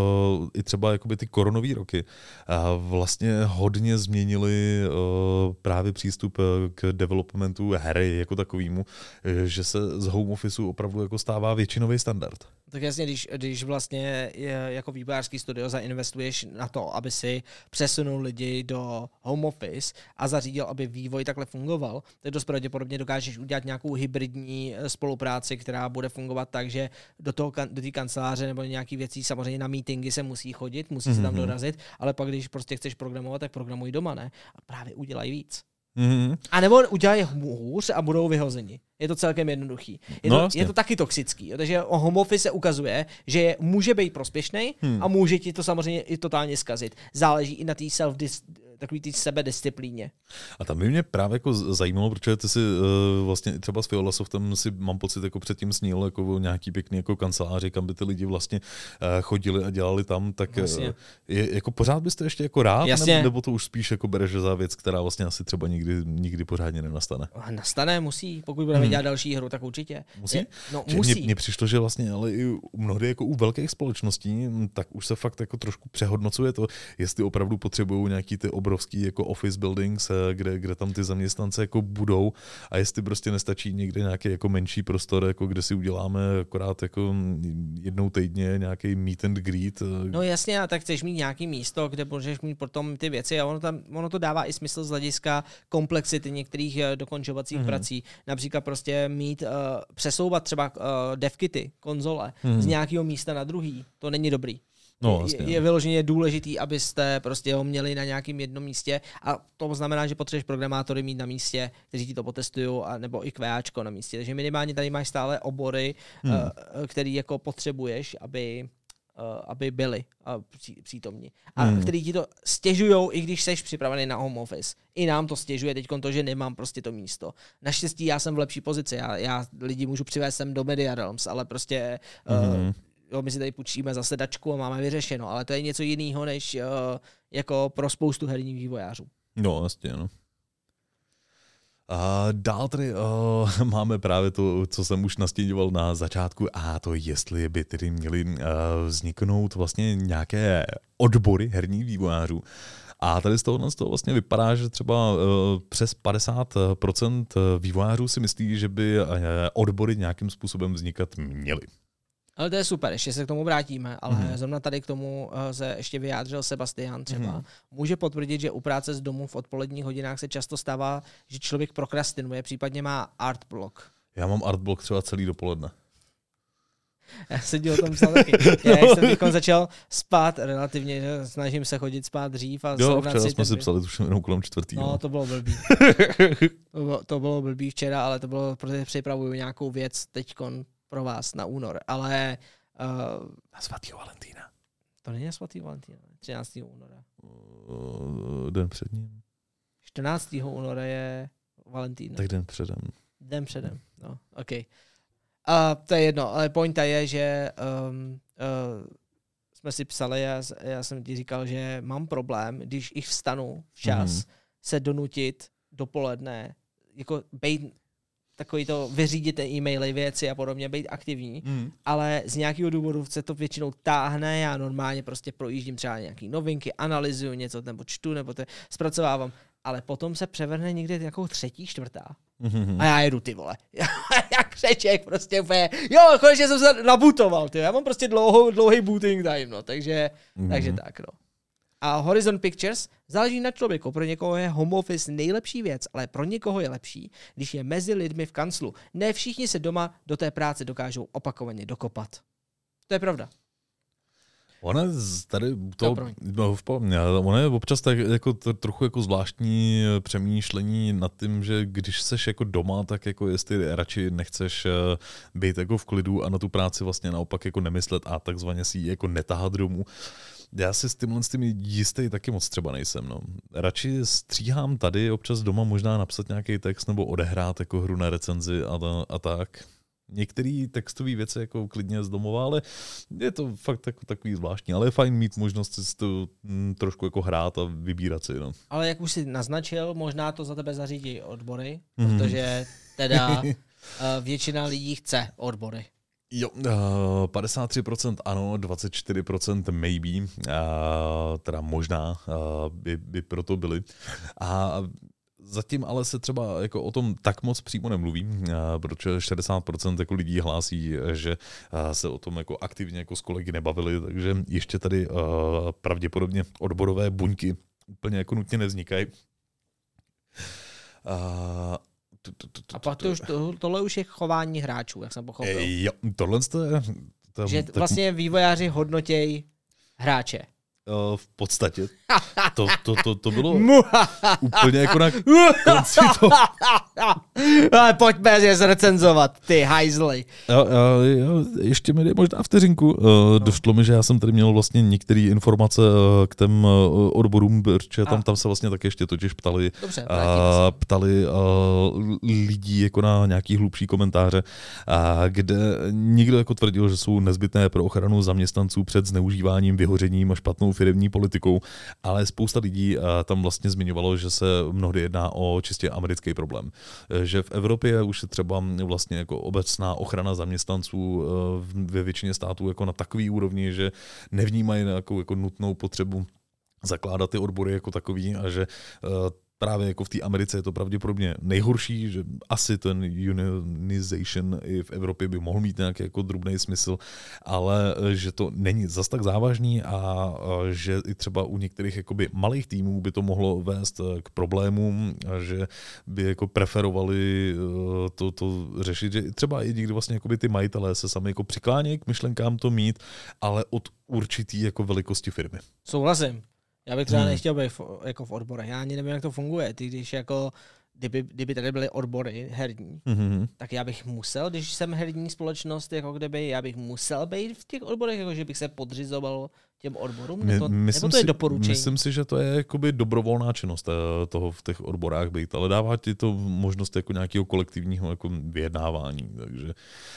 i třeba jakoby ty koronové roky vlastně hodně změnily právě přístup k developmentu hry jako takovému, že se z home officeu opravdu jako stává většinový standard. Tak jasně, když vlastně jako vývojářský studio zainvestuješ na to, aby si přesunul lidi do home office a zařídil, aby vývoj takhle fungoval, tak dost pravděpodobně dokážeš udělat nějakou hybridní spolupráci, která bude fungovat tak, že do té kanceláře nebo nějaký věcí samozřejmě na meetingy se musí chodit, musí se tam dorazit, ale pak když prostě chceš programovat, tak programuj doma, ne? A právě udělají víc. A nebo udělají hůř a budou vyhozeni. Je to celkem jednoduchý. Je to taky toxický. Takže o home office se ukazuje, že může být prospěšný a může ti to samozřejmě i totálně zkazit. Záleží i na té takový té sebedisciplíně. A tam by mě právě jako zajímalo, protože ty si vlastně třeba s Fiolasoftem si mám pocit jako předtím snil jako nějaký pěkný jako kanceláři, kam by ty lidi vlastně chodili a dělali tam, tak jako pořád byste ještě jako rád, nebo to už spíš jako bereš za věc, která vlastně asi třeba nikdy pořádně nenastane? Nastane, musí, pokud budeme dělat další hru, tak určitě. Musí? Musí. Mně přišlo, že vlastně ale i mnohdy jako u velkých společností, tak už se fakt jako trošku přehodnocuje to, jestli opravdu potřebují nějaký ty obrovský jako office buildings, kde tam ty zaměstnance jako budou a jestli prostě nestačí někde nějaký jako menší prostor, jako kde si uděláme akorát jako jednou týdně nějaký meet and greet. No jasně, a tak chceš mít nějaký místo, kde můžeš mít potom ty věci a ono to dává i smysl z hlediska komplexity některých dokončovacích prací. Například prostě mít, přesouvat třeba devkity, konzole z nějakého místa na druhý. To není dobrý. No, je vyloženě důležitý, abyste prostě ho měli na nějakém jednom místě a to znamená, že potřebuješ programátory mít na místě, kteří ti to potestují, nebo i QAčko na místě. Takže minimálně tady máš stále obory, který jako potřebuješ, aby byli přítomní. A který ti to stěžujou, i když seš připravený na home office. I nám to stěžuje teď to, že nemám prostě to místo. Naštěstí já jsem v lepší pozici. Já lidi můžu přivést sem do Media Realms, ale prostě my si tady půjčíme zase dačku a máme vyřešeno, ale to je něco jiného, než jako pro spoustu herních vývojářů. No, jasně, no. A dál tady máme právě to, co jsem už nastěňoval na začátku, a to jestli by tedy měly vzniknout vlastně nějaké odbory herních vývojářů. A tady z toho vlastně vypadá, že třeba přes 50% vývojářů si myslí, že by odbory nějakým způsobem vznikat měly. Ale to je super, ještě se k tomu vrátíme, ale zrovna tady k tomu se ještě vyjádřil Sebastian třeba. Může potvrdit, že u práce z domu v odpoledních hodinách se často stává, že člověk prokrastinuje, případně má art block. Já mám art block třeba celý dopoledne. Já jsem o tom psal taky. Já jsem teď začal spát relativně, snažím se chodit spát dřív. A včera jsme si psali už jenom kolem 4. No, to bylo blbý. to bylo blbý včera, ale to bylo, protože připravuju nějakou věc teďkon pro vás na únor, ale... na svatýho Valentína. To není na svatý Valentína, 13. února. Den před ním. 14. února je Valentína. Tak den předem. Den předem, no, OK. To je jedno, ale pointa je, že jsme si psali, já jsem ti říkal, že mám problém, když ich vstanu včas, se donutit dopoledne, jako bejt takový to vyřídit e-maily, věci a podobně, být aktivní, ale z nějakého důvodu se to většinou táhne, já normálně prostě projíždím třeba nějaký novinky, analyzuju něco, nebo čtu, nebo to zpracovávám, ale potom se převrne někde jako 3., 4. A já jedu, ty vole. Jak křeček prostě úplně, jo, konečně jsem se nabutoval, ty. Já mám prostě dlouhý booting time, no, takže tak, no. A Horizon Pictures záleží na člověku. Pro někoho je home office nejlepší věc, ale pro někoho je lepší, když je mezi lidmi v kanclu. Ne všichni se doma do té práce dokážou opakovaně dokopat. To je pravda. Ona tady ona je občas tak jako trochu jako zvláštní přemýšlení nad tím, že když seš jako doma, tak jako jestli radši nechceš být jako v klidu a na tu práci vlastně naopak jako nemyslet a takzvaně si ji jako netahat domů. Já si s tím jistý taky moc třeba nejsem. No. Radši stříhám tady občas doma možná napsat nějaký text nebo odehrát jako hru na recenzi a tak. Některé textové věci jako klidně z domova, ale je to fakt jako takový zvláštní. Ale je fajn mít možnost si to trošku jako hrát a vybírat si. No. Ale jak už jsi naznačil, možná to za tebe zařídí odbory, protože teda většina lidí chce odbory. Jo, 53% ano, 24% maybe, teda možná by proto byly. A zatím ale se třeba jako o tom tak moc přímo nemluví, protože 60% jako lidí hlásí, že se o tom jako aktivně jako s kolegy nebavili, takže ještě tady pravděpodobně odborové buňky úplně jako nutně nevznikají. A pak tohle už je chování hráčů, jak jsem pochopil. Jo, tohle je... Že vlastně vývojáři hodnotějí hráče. V podstatě. To bylo úplně jako na konci toho. Ale pojďme je zrecenzovat, ty hajzly. Ještě mi dej možná vteřinku. Došlo mi, že já jsem tady měl vlastně některé informace k těm odborům, protože tam se vlastně taky ještě totiž ptali, lidí jako na nějaký hlubší komentáře, kde někdo jako tvrdil, že jsou nezbytné pro ochranu zaměstnanců před zneužíváním, vyhořením a špatnou firemní politikou, ale spousta lidí tam vlastně zmiňovalo, že se mnohdy jedná o čistě americký problém. Že v Evropě už je třeba vlastně jako obecná ochrana zaměstnanců ve většině států jako na takový úrovni, že nevnímají jako nutnou potřebu zakládat ty odbory jako takový a že právě jako v té Americe je to pravděpodobně nejhorší, že asi ten unionization i v Evropě by mohl mít nějaký jako drobný smysl, ale že to není zas tak závažný a že i třeba u některých jakoby malých týmů by to mohlo vést k problémům, že by jako preferovali to řešit, že třeba i někdy vlastně jakoby ty majitelé se sami jako přiklánějí k myšlenkám to mít, ale od určitý jako velikosti firmy. Souhlasím. Já bych třeba nechtěl být jako v odborech. Já ani nevím, jak to funguje. Ty, když jako, kdyby tady byly odbory herní, tak já bych musel, když jsem herní společnost, jako kdyby, já bych musel být v těch odborech, jako že bych se podřizoval těm odborům? Nebo to je doporučení? Myslím si, že to je jakoby dobrovolná činnost toho v těch odborách být, ale dává ti to možnost jako nějakého kolektivního jako vyjednávání. Takže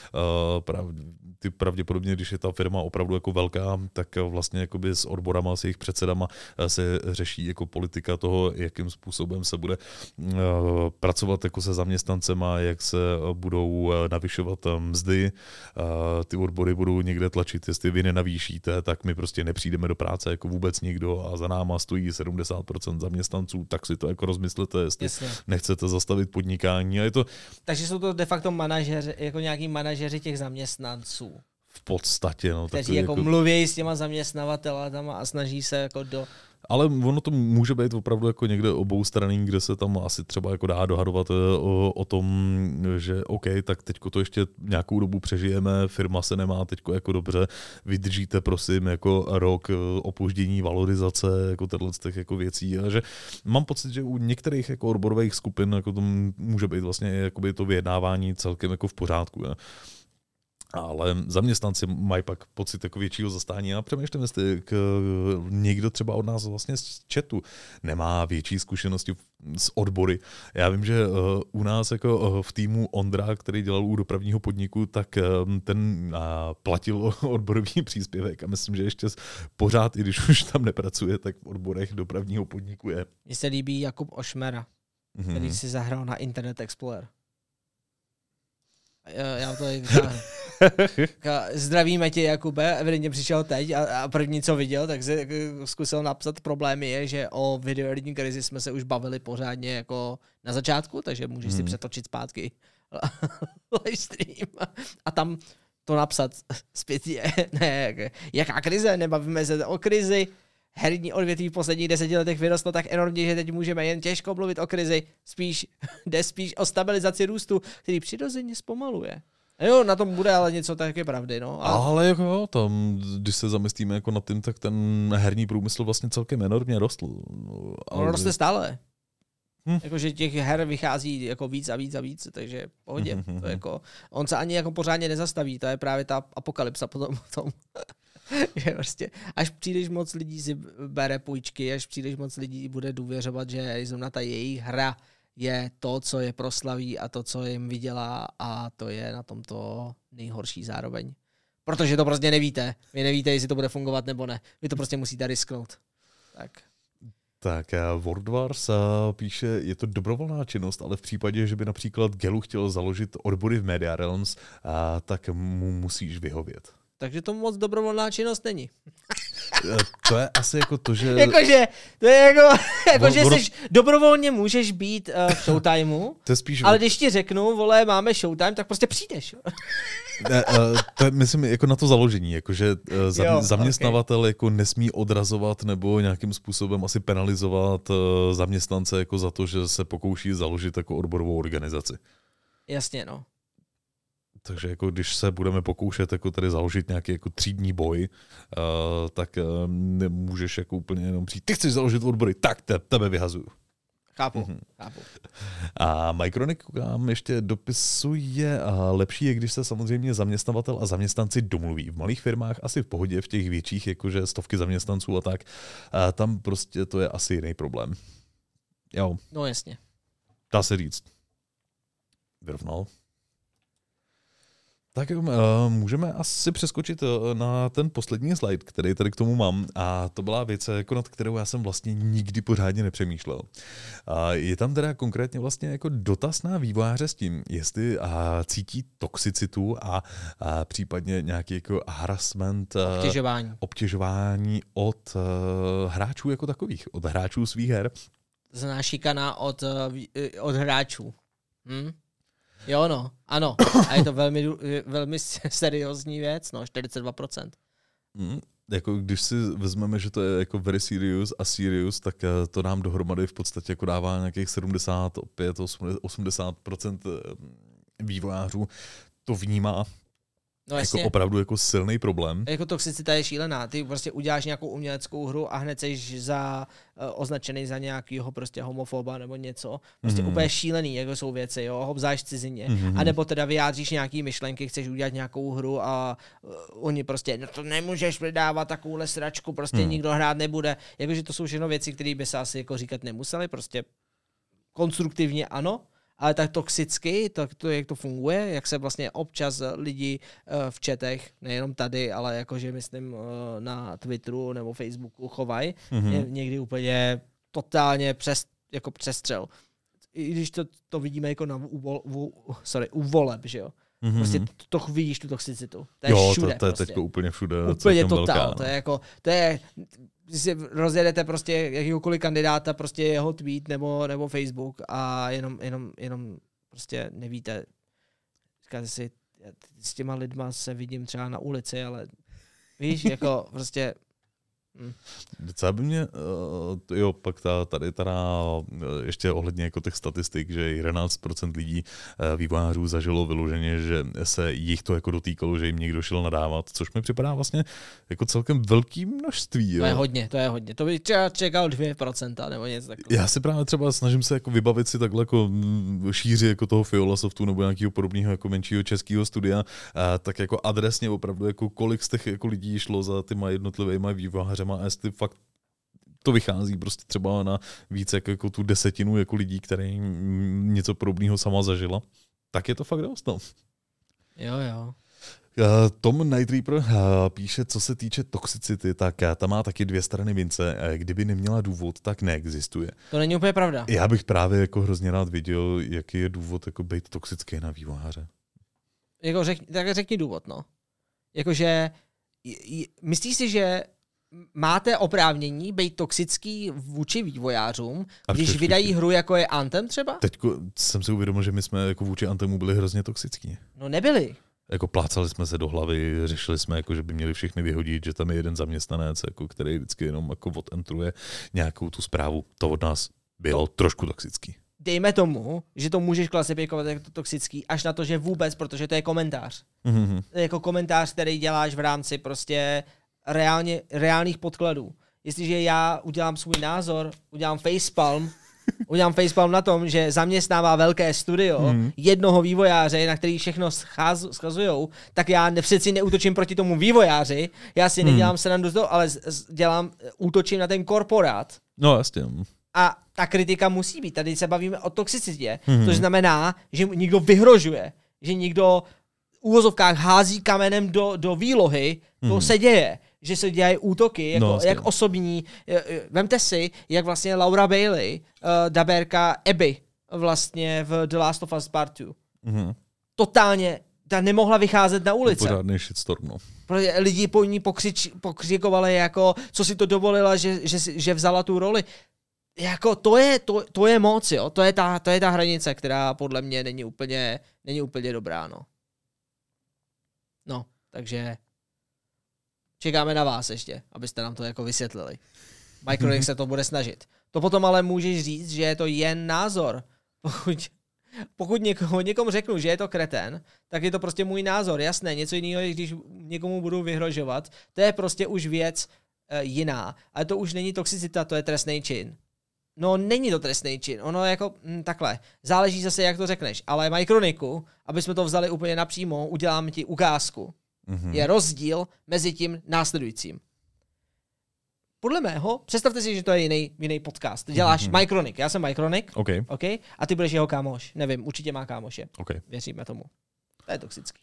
ty pravděpodobně, když je ta firma opravdu jako velká, tak vlastně jakoby s odborama, s jejich předsedama se řeší jako politika toho, jakým způsobem se bude pracovat jako se zaměstnancema, jak se budou navyšovat mzdy. Ty odbory budou někde tlačit, jestli vy nenavýšíte, tak my prostě nepřijdeme do práce jako vůbec nikdo a za náma stojí 70% zaměstnanců, tak si to jako rozmyslete, jestli nechcete zastavit podnikání. A je to... Takže jsou to de facto manažeři, jako nějaký manažeři těch zaměstnanců. V podstatě. No, kteří jako mluví s těma zaměstnavatelama a snaží se jako Ale ono to může být opravdu jako někde oboustranný, kde se tam asi třeba jako dá dohadovat o tom, že OK, tak teďko to ještě nějakou dobu přežijeme, firma se nemá teďko jako dobře, vydržíte prosím jako rok opoždění valorizace, jako těch jako věcí. A že mám pocit, že u některých jako odborových skupin jako to může být vlastně jakoby to vyjednávání celkem jako v pořádku. Ne? Ale zaměstnanci mají pak pocit jako většího zastání a přemýšlím, jestli někdo třeba od nás vlastně z chatu nemá větší zkušenosti s odbory. Já vím, že u nás jako v týmu Ondra, který dělal u dopravního podniku, tak ten platil odborový příspěvek a myslím, že ještě pořád, i když už tam nepracuje, tak v odborech dopravního podniku je. Mně se líbí Jakub Ošmera, který si zahrál na Internet Explorer. Já to vytáhnu. Zdravíme tě, Jakube, evidentně přišel teď a první, co viděl, tak si zkusil napsat. Problém je, že o videoherní krizi jsme se už bavili pořádně jako na začátku, takže můžeš si přetočit zpátky livestream a tam to napsat zpětně. Ne, jaká krize, nebavíme se o krizi. Herní odvětví v posledních 10 letech vyrostlo tak enormně, že teď můžeme jen těžko mluvit o krizi. Jde spíš o stabilizaci růstu, který přirozeně zpomaluje. Jo, na tom bude ale něco taky pravdy, no. Ale jako jo, tam, když se zamyslíme jako nad tím, tak ten herní průmysl vlastně celkem enormně rostl. On roste stále. Jakože těch her vychází jako víc a víc a víc, takže pohodě. To jako, on se ani jako pořádně nezastaví, to je právě ta apokalypsa potom v tom. Že prostě, až příliš moc lidí si bere půjčky, až příliš moc lidí bude důvěřovat, že zrovna ta jejich hra je to, co je proslaví a to, co jim vydělá a to je na tomto nejhorší zároveň. Protože to prostě nevíte. Vy nevíte, jestli to bude fungovat nebo ne. Vy to prostě musíte risknout. Tak World Wars píše, je to dobrovolná činnost, ale v případě, že by například Gelu chtěl založit odbory v Media Realms, tak mu musíš vyhovět. Takže to moc dobrovolná činnost není. To je asi jako to, že... to je jako že jsi dobrovolně můžeš být v Showtimeu, ale když ti řeknu, vole, máme Showtime, tak prostě přijdeš. To je, myslím, jako na to založení, jakože zaměstnavatel jako nesmí odrazovat nebo nějakým způsobem asi penalizovat zaměstnance jako za to, že se pokouší založit jako odborovou organizaci. Jasně, no. Takže jako když se budeme pokoušet jako tady založit nějaký jako třídní boj, tak nemůžeš jako úplně jenom přijít, ty chceš založit odbory, tak tebe vyhazuju. Chápu. A Mychronic nám ještě dopisuje, lepší je, když se samozřejmě zaměstnavatel a zaměstnanci domluví. V malých firmách asi v pohodě, v těch větších, jakože stovky zaměstnanců a tak, tam prostě to je asi jiný problém. Jo. No jasně. Dá se říct. Vyrovnal. Tak můžeme asi přeskočit na ten poslední slide, který tady k tomu mám. A to byla věc, jako nad kterou já jsem vlastně nikdy pořádně nepřemýšlel. Je tam teda konkrétně vlastně jako dotaz na vývojáře s tím, jestli cítí toxicitu a případně nějaký jako harassment, obtěžování od hráčů jako takových, od hráčů svých her. Zná šikana od hráčů. Jo, no, ano. A je to velmi seriózní věc, no, 42%. Jako když si vezmeme, že to je jako very serious a serious, tak to nám dohromady v podstatě jako dává nějakých 75-80% vývojářů to vnímá. No jako opravdu jako silný problém. Jako toxicita je šílená. Ty prostě uděláš nějakou uměleckou hru a hned jsi označený za nějakýho prostě homofoba nebo něco. Prostě úplně šílený, jako jsou věci, jo, hobzáš cizině. A nebo teda vyjádříš nějaký myšlenky, chceš udělat nějakou hru a oni prostě, no to nemůžeš vydávat takovouhle sračku, prostě nikdo hrát nebude. Jakože to jsou všechno věci, které by se asi jako říkat nemuseli, prostě konstruktivně ano. Ale tak toxicky, jak to funguje, jak se vlastně občas lidi v chatech, nejenom tady, ale jakože myslím na Twitteru nebo Facebooku chovají, je někdy úplně totálně přestřel. I když to vidíme jako u voleb, že jo. Prostě to vidíš tu toxicitu. To je všude. To je prostě. teď úplně všude. Úplně totál. To je když si rozjedete prostě jakýkoliv kandidáta, prostě jeho tweet nebo Facebook a jenom prostě nevíte. Říkáte si, s těma lidma se vidím třeba na ulici, ale víš, jako prostě... Docela by mě, pak tady ještě ohledně jako těch statistik, že 11% lidí vývojářů zažilo vyloženě, že se jich to jako dotýkalo, že jim někdo šel nadávat, což mi připadá vlastně jako celkem velký množství. To je hodně. To by třeba čekal 2% nebo něco takového. Já si právě třeba snažím se jako vybavit si takhle jako šíři jako toho Fiolasoftu nebo nějakého podobného jako menšího českého studia, tak jako adresně opravdu jako kolik z těch jako lidí šlo za těma jednotlivýma vývojářema a jestli fakt to vychází prostě třeba na více jako tu 10% jako lidí, který něco podobného sama zažila, tak je to fakt dost. No. Jo. Tom Night Reaper píše, co se týče toxicity, tak ta má taky dvě strany mince. Kdyby neměla důvod, tak neexistuje. To není úplně pravda. Já bych právě jako hrozně rád viděl, jaký je důvod jako být toxický na vývojáře. Jako řekni důvod, no. Jakože myslíš si, že máte oprávnění být toxický vůči vývojářům, když vydají hru, jako je Anthem třeba? Teď jsem si uvědomil, že my jsme jako vůči Anthemu byli hrozně toxický. No nebyli. Jako plácali jsme se do hlavy, řešili jsme, jako, že by měli všechny vyhodit, že tam je jeden zaměstnanec, jako, který vždycky jenom jako odentruje nějakou tu zprávu. To od nás bylo trošku toxický. dejme tomu, že to můžeš klasifikovat jako toxický, až na to, že vůbec, protože to je komentář. Jako komentář, který děláš v rámci prostě reálných podkladů. Jestliže já udělám svůj názor, udělám facepalm na tom, že zaměstnává velké studio jednoho vývojáře, na který všechno schazujou, tak já přeci neútočím proti tomu vývojáři, já si nedělám srandu z toho, ale útočím na ten korporát. No jasně. A ta kritika musí být. Tady se bavíme o toxicitě, což znamená, že někdo vyhrožuje, že někdo v úvozovkách hází kamenem do výlohy, to se děje. Že se dělají útoky, jako, jak osobní. Vemte si, jak vlastně Laura Bailey, dabérka Abby, vlastně v The Last of Us Part 2. Totálně, ta nemohla vycházet na ulici. Pořádný shitstorm, no. Protože lidi po ní pokřikovali, jako, co si to dovolila, že vzala tu roli. Jako, to je moc, jo. To je ta hranice, která podle mě není úplně dobrá, no. No, takže čekáme na vás ještě, abyste nám to jako vysvětlili. Micronix se to bude snažit. To potom ale můžeš říct, že je to jen názor. Pokud někomu řeknu, že je to kretén, tak je to prostě můj názor. Jasné, něco jiného, když někomu budu vyhrožovat, to je prostě už věc jiná. Ale to už není toxicita, to je trestný čin. No, není to trestný čin. Ono jako takhle. Záleží zase, jak to řekneš. Ale Microniku, aby jsme to vzali úplně napřímo, udělám ti ukázku. Je rozdíl mezi tím následujícím. Podle mého, představte si, že to je jiný podcast. Děláš Micronik, já jsem Micronik, okay? A ty budeš jeho kámoš. Nevím, určitě má kámoše. Okay. Věříme tomu. To je toxický.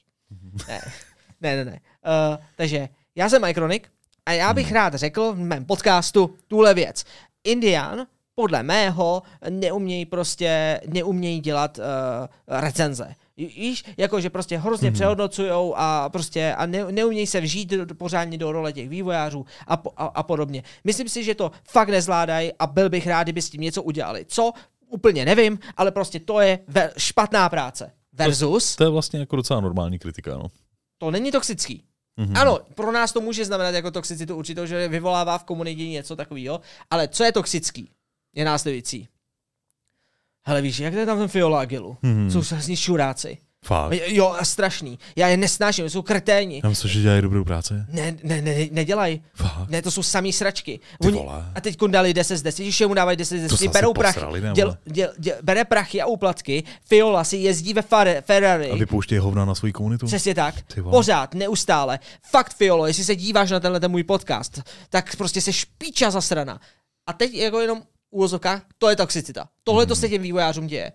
Ne. Takže já jsem Micronik a já bych rád řekl v mém podcastu tuhle věc. Indián podle mého neumějí dělat recenze. Víš, jakože prostě hrozně přehodnocujou a neumějí se vžít pořádně do role těch vývojářů a podobně. Myslím si, že to fakt nezvládají a byl bych rád, kdyby s tím něco udělali. Co? Úplně nevím, ale prostě to je špatná práce. Versus... To je vlastně jako docela normální kritika, no. To není toxický. Ano, pro nás to může znamenat jako toxicitu určitou, že vyvolává v komunitě něco takového, ale co je toxický? Je následující. Hele, víš, jak to je tam ten Fiola a Gilu? Jsou hrozný šuráci. Fakt? Jo, a strašný. Já je nesnáším, jsou kreténi. Já myslím, že dělají dobrou práci. Nedělají. Fakt? Ne, to jsou samý sračky. Ty vole. A teď dali 10 z 10, že mu dávají 10 z 10, berou prachy. Bere prachy a úplatky, Fiola si jezdí ve Ferrari. A vypouštějí hovna na svou komunitu. Přesně tak. Pořád, neustále. Fakt, Fiolo, jestli se díváš na tenhle můj podcast, tak prostě se špíča zasrana. A teď jako jenom úvozovka, to je toxicita. Tohle to se těm vývojářům děje.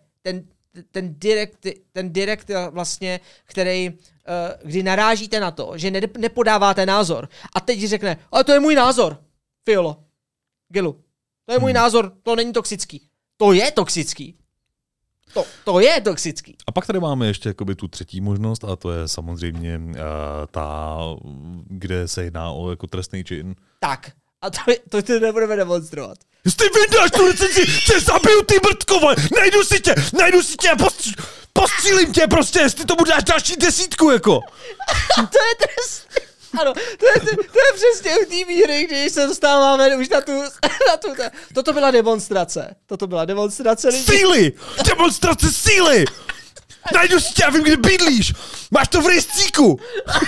Ten direkt vlastně, který, kdy narážíte na to, že nepodáváte názor. A teď řekne, ale to je můj názor, Fiolo, Gilu. To je můj názor, to není toxický. To je toxický. To je toxický. A pak tady máme ještě jakoby tu třetí možnost a to je samozřejmě ta, kde se jedná o jako trestný čin. Tak. A to nebudeme demonstrovat. Jestli vydáš tu recenzi, tě zabiju, ty mrtkové, najdu si tě a postřílím tě prostě, jestli tomu dáš další 10, jako. To je trestný. Ano, to je přesně u té míry, když se dostáváme už na tu Toto byla demonstrace. Síly! Demonstrace síly! Najdu si tě, já vím, kde bydlíš. Máš to v rejstříku.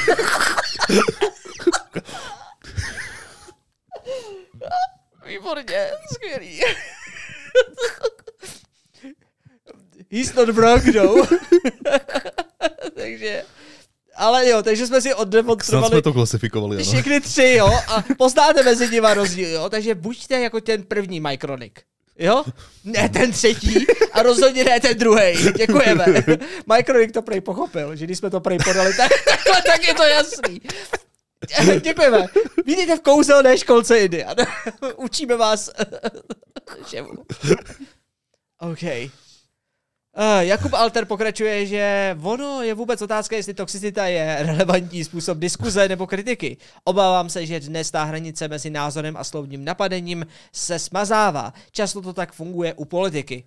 Výborně, skvělý. He's not broke, though. takže jsme si oddemonstrovali. Jsme to klasifikovali, ano. Všechny 3, jo, a poznáte mezi nimi rozdíl, jo, takže buďte jako ten první Micronik. Jo? Ne ten třetí a rozhodně ne ten druhej. Děkujeme. Micronik to prej pochopil, že když jsme to prej podali, tak je to jasný. Děkujeme. Vidíte v kouzelné školce Indian. Učíme vás všemu. OK. Jakub Alter pokračuje, že ono je vůbec otázka, jestli toxicita je relevantní způsob diskuze nebo kritiky. Obávám se, že dnes ta hranice mezi názorem a slovním napadením se smazává. Často to tak funguje u politiky.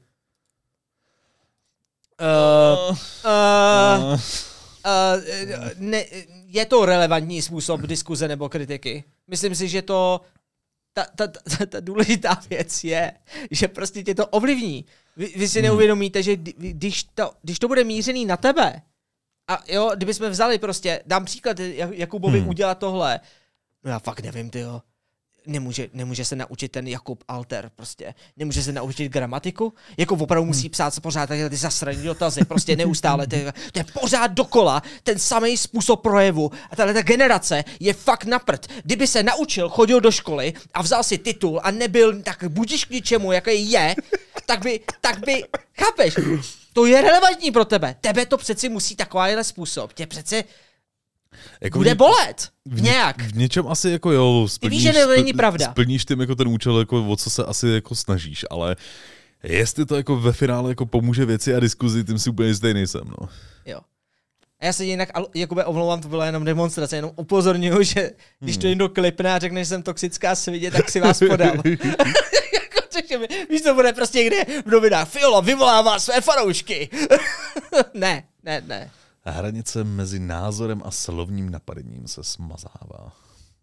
Je to relevantní způsob diskuze nebo kritiky? Myslím si, že to ta důležitá věc je, že prostě tě to ovlivní. Vy si neuvědomíte, že když to bude mířený na tebe, a jo, kdybychom vzali prostě, dám příklad Jakubovi udělat tohle, no já fakt nevím, tyjo. Nemůže se naučit ten Jakub Alter, prostě. Nemůže se naučit gramatiku. Jako opravdu musí psát pořád ty zasraný dotazy, prostě neustále. To je pořád dokola ten samý způsob projevu. A tato generace je fakt na prd. Kdyby se naučil, chodil do školy a vzal si titul a nebyl tak budíš k ničemu, jaký je, tak by, chápeš? To je relevantní pro tebe. Tebe to přeci musí takovýhle způsob. Tě přece jako bude bolet. Nějak. V něčem asi jako jo, víš, že není pravda. Splníš tím jako ten účel, jako o co se asi jako snažíš, ale jestli to jako ve finále jako pomůže věci a diskuzi, tím si úplně stejný nejsem, no. Jo. A já se jinak, Jakube, omlouvám, to byla jenom demonstrace, jenom upozorňuji, že když to někdo klipne a řekne, že jsem toxická svině, tak si vás podám. Víš, to bude prostě někde v novinách. Fiolo vyvolává své fanoušky. Ne. Hranice mezi názorem a slovním napadením se smazává.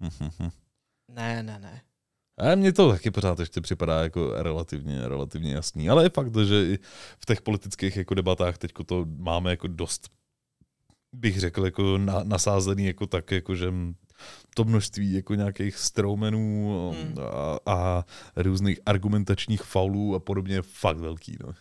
Ne. A mně to taky pořád ještě připadá jako relativně jasný. Ale je fakt, že i v těch politických jako debatách teďko to máme jako dost, bych řekl, jako nasázený jako tak, jako že to množství jako nějakých stroumenů a různých argumentačních faulů a podobně je fakt velký, no.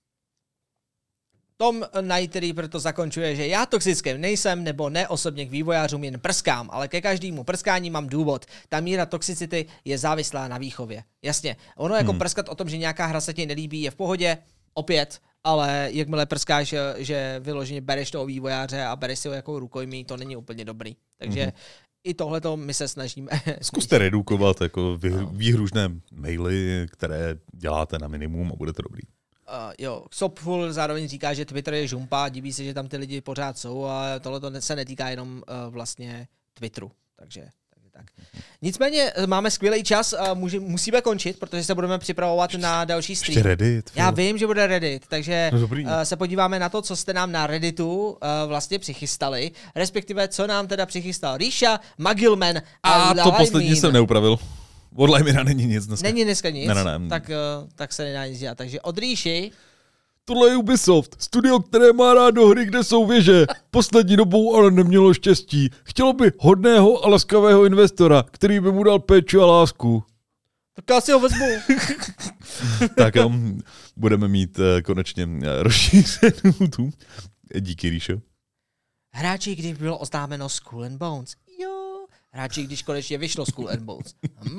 Tom Knight, který proto zakončuje, že já toxickým nejsem, nebo ne osobně k vývojářům jen prskám, ale ke každému prskání mám důvod. Ta míra toxicity je závislá na výchově. Jasně, ono jako prskat o tom, že nějaká hra se ti nelíbí, je v pohodě, opět, ale jakmile prskáš, že vyloženě bereš toho vývojáře a bereš si ho jako rukojmí, to není úplně dobrý. Takže i tohleto my se snažíme. Zkuste redukovat jako výhružné maily, které děláte na minimum a bude to dobrý. Jo, Sopful zároveň říká, že Twitter je žumpa, diví se, že tam ty lidi pořád jsou a tohle se netýká jenom vlastně Twitteru, takže tak. Nicméně máme skvělý čas a musíme končit, protože se budeme připravovat na další stream. Ještě Reddit. Já vím, že bude Reddit, takže se podíváme na to, co jste nám na Redditu vlastně přichystali, respektive co nám teda přichystal Ríša, Magilman a to poslední jsem neupravil. Od Lajmina není nic dneska. Není dneska nic? Ne. Tak se nedá nic dělat. Takže od Ríši. Tohle je Ubisoft, studio, které má rádo hry, kde jsou věže. Poslední dobou ale nemělo štěstí. Chtělo by hodného a laskavého investora, který by mu dal péči a lásku. Tak já si ho vezmu. Tak budeme mít konečně rozšířenou tu. Díky, Ríšo. Hráči, když bylo oznámeno Skull and Bones. Jo. Hráči, když konečně vyšlo Skull and Bones.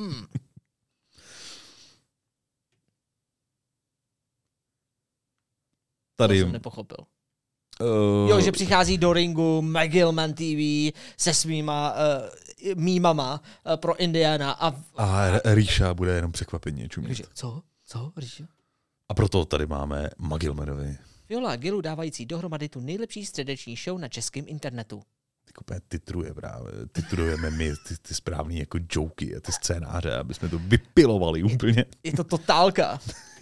Tady jsem nepochopil. Jo, že přichází do ringu Magilman TV se svýma mýmama pro Indiana. A Ríša bude jenom překvapení. Co? Ríša? A proto tady máme Magilmanovi. Viola a Gilu dávající dohromady tu nejlepší středeční show na českém internetu. Tak úplně titrujeme my ty správný jako joky a ty scénáře, aby jsme to vypilovali úplně. Je to totálka.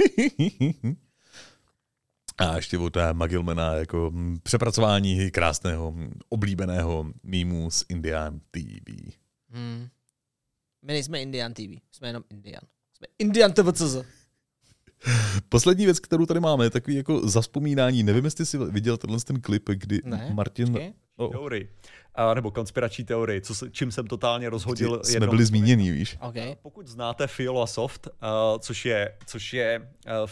A ještě od Magilmana jako přepracování krásného, oblíbeného mýmu z Indian TV. My nejsme Indian TV, jsme jenom Indian. Jsme Indian TVCZ. Poslední věc, kterou tady máme, je takový jako zavzpomínání. Nevím, jestli jsi viděl ten klip, kdy Martin... Teorii. Nebo konspirační teorii, čím jsem totálně rozhodil. Jsme byli zmíněni, víš. Okay. Pokud znáte Fiola Soft, což je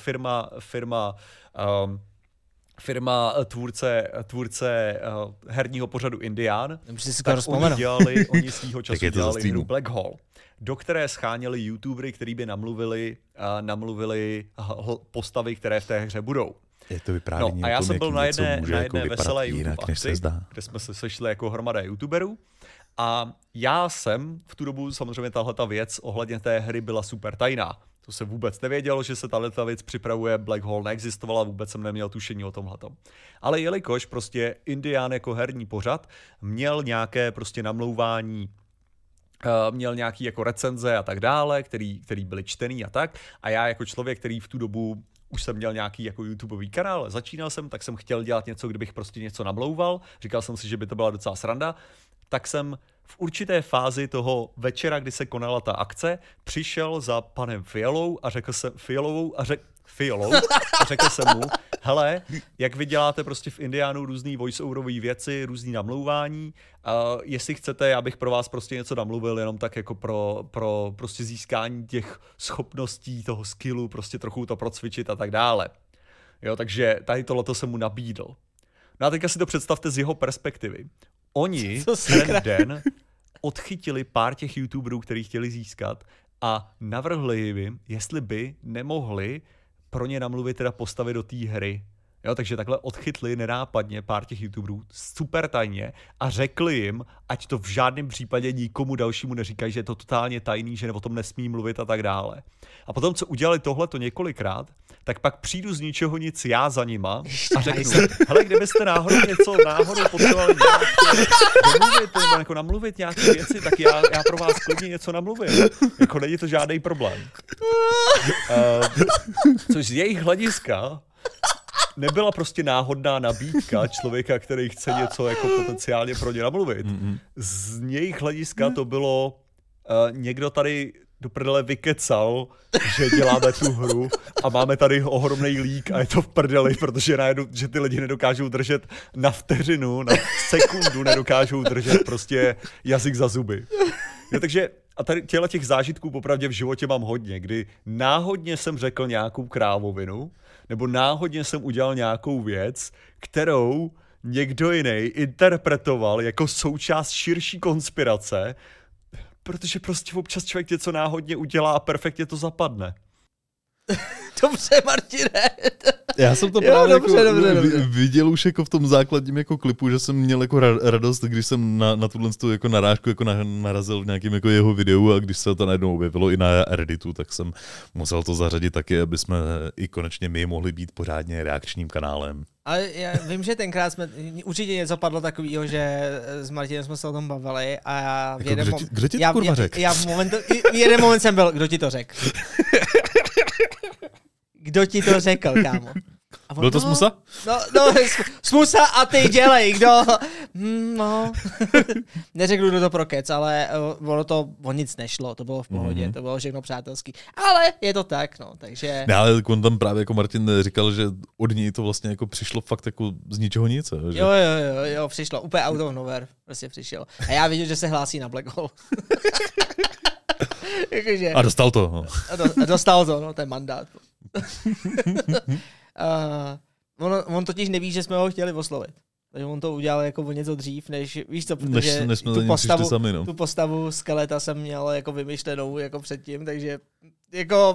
firma tvůrce herního pořadu Indián, tak oni svýho času dělali hru Black Hole, do které scháněli youtubery, kteří by namluvili postavy, které v té hře budou. Je to vyprávění a já jsem byl na jedné veselé YouTube akci, kde jsme se sešli jako hromada youtuberů a já jsem v tu dobu, samozřejmě tahleta věc ohledně té hry byla super tajná. To se vůbec nevědělo, že se tahleta věc připravuje, Black Hole neexistovala, vůbec jsem neměl tušení o tomhletom. Ale jelikož prostě Indián jako herní pořad měl nějaké prostě namlouvání, měl nějaký jako recenze a tak dále, který byly čtený a tak. A já jako člověk, který v tu dobu už jsem měl nějaký jako YouTubeový kanál, začínal jsem, tak jsem chtěl dělat něco, kdybych prostě něco namlouval. Říkal jsem si, že by to byla docela sranda. Tak jsem v určité fázi toho večera, kdy se konala ta akce, přišel za panem Fialovou a řekl jsem mu, hele, jak vy děláte prostě v Indiánu různý voice-overové věci, různý namlouvání, jestli chcete, já bych pro vás prostě něco namluvil, jenom tak jako pro prostě získání těch schopností, toho skillu, prostě trochu to procvičit a tak dále. Jo, takže tady tohleto jsem mu nabídl. No a teďka si to představte z jeho perspektivy. Oni ten den odchytili pár těch youtuberů, který chtěli získat a navrhli jim, jestli by nemohli pro ně namluvit teda postavy do té hry. Jo, takže takhle odchytli nenápadně pár těch youtuberů super tajně a řekli jim, ať to v žádném případě nikomu dalšímu neříkají, že je to totálně tajný, že o tom nesmí mluvit a tak dále. A potom, co udělali tohleto několikrát, tak pak přijdu z ničeho nic já za nima a řeknu, hele, kdybyste náhodou potřebovali domluvit nebo jako namluvit nějaké věci, tak já pro vás klidně něco namluvím. Jako není to žádný problém. Což z jejich hlediska nebyla prostě náhodná nabídka člověka, který chce něco jako potenciálně pro ně namluvit. Z jejich hlediska to bylo někdo tady do prdele vykecal, že děláme tu hru a máme tady ohromný lík a je to v prdeli, protože že ty lidi nedokážou držet na vteřinu, na sekundu nedokážou držet prostě jazyk za zuby. Jo, takže a tady těch zážitků popravdě v životě mám hodně, kdy náhodně jsem řekl nějakou krávovinu, nebo náhodně jsem udělal nějakou věc, kterou někdo jiný interpretoval jako součást širší konspirace, protože prostě občas člověk něco náhodně udělá a perfektně to zapadne. Dobře, Martine. Já jsem to právě dobře. Viděl už jako v tom základním jako klipu, že jsem měl jako radost, když jsem na tuhle jako narážku jako narazil v nějakém jako jeho videu a když se to najednou objevilo i na Redditu, tak jsem musel to zařadit taky, aby jsme i konečně my mohli být pořádně reakčním kanálem. Ale já vím, že tenkrát jsme určitě něco padlo takového, že s Martinem jsme se o tom bavili a já v jeden moment... Kdo ti to kurva řekl? V jeden moment jsem byl, kdo ti to řekl? Kdo ti to řekl, kámo? Byl to Smusa? No, Smusa a ty dělej, kdo? No. Neřeknu, kdo to prokec, ale o nic nešlo, to bylo v pohodě, to bylo všechno přátelský. Ale je to tak, no, takže... Ne, ale on tam právě jako Martin říkal, že od něj to vlastně jako přišlo fakt jako z ničeho nic. Že? Jo, přišlo, úplně out of nowhere, prostě přišel. A já viděl, že se hlásí na Black Hole. Jakože... A dostal to. No. Dostal to, no, ten mandát. On totiž neví, že jsme ho chtěli oslovit. Takže on to udělal jako o něco dřív, než víš co, protože než tu postavu skeleta jsem měl jako vymyšlenou jako předtím, takže jako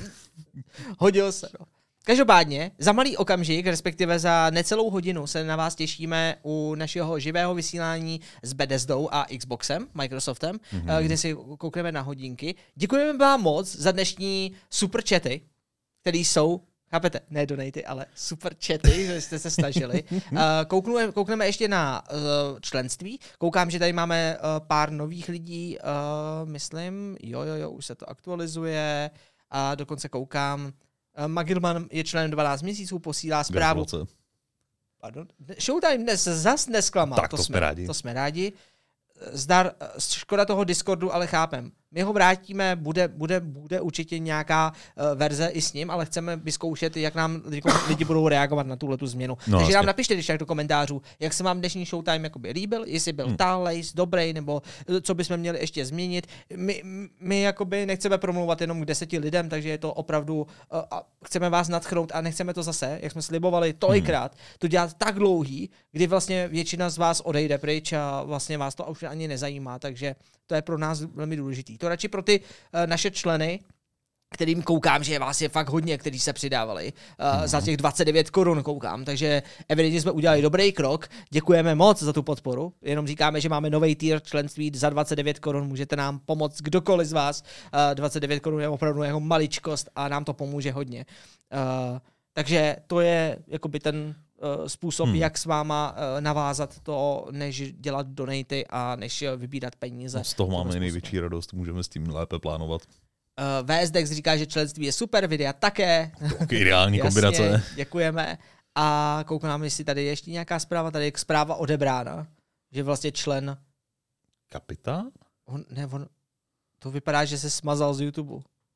hodil se. No. Každopádně, za malý okamžik, respektive za necelou hodinu se na vás těšíme u našeho živého vysílání s Bethesdou a Xboxem, Microsoftem, kde si koukneme na hodinky. Děkujeme vám moc za dnešní super chaty, které jsou, chápete, ne donaty, ale super chaty, že jste se snažili. Koukneme ještě na členství. Koukám, že tady máme pár nových lidí, myslím, jo, už se to aktualizuje. A dokonce koukám, Magilman je členem 12 měsíců, posílá zprávu. Pardon. Showtime dnes zas nesklamal. Tak to jsme rádi. To jsme rádi. Zdar, škoda toho Discordu, ale chápem. My ho vrátíme, bude určitě nějaká verze i s ním, ale chceme vyzkoušet, jak nám lidi budou reagovat na tuhletu změnu. No, takže nám napište když tak do komentářů, jak se vám dnešní Showtime jakoby líbil, jestli byl tálejs, dobrý, nebo co bychom měli ještě změnit. My jakoby nechceme promlouvat jenom k 10 lidem, takže je to opravdu, chceme vás nadchnout a nechceme to zase, jak jsme slibovali tolikrát, to dělat tak dlouhý, kdy vlastně většina z vás odejde pryč a vlastně vás to už ani nezajímá, takže to je pro nás velmi důležitý. To radši pro ty naše členy, kterým koukám, že vás je fakt hodně, kteří se přidávali. Za těch 29 korun koukám, takže evidentně jsme udělali dobrý krok. Děkujeme moc za tu podporu. Jenom říkáme, že máme nový tier členství za 29 korun. Můžete nám pomoct kdokoliv z vás. 29 korun je opravdu jeho maličkost a nám to pomůže hodně. Takže to je jakoby ten způsob, jak s váma navázat to, než dělat donaty a než vybírat peníze. No, z toho máme největší radost, můžeme s tím lépe plánovat. VSDX říká, že členství je super, videa také. To ideální kombinace. Děkujeme. A koukám, jestli tady ještě nějaká zpráva, tady je zpráva odebrána, že vlastně člen Kapitán? On, to vypadá, že se smazal z YouTube.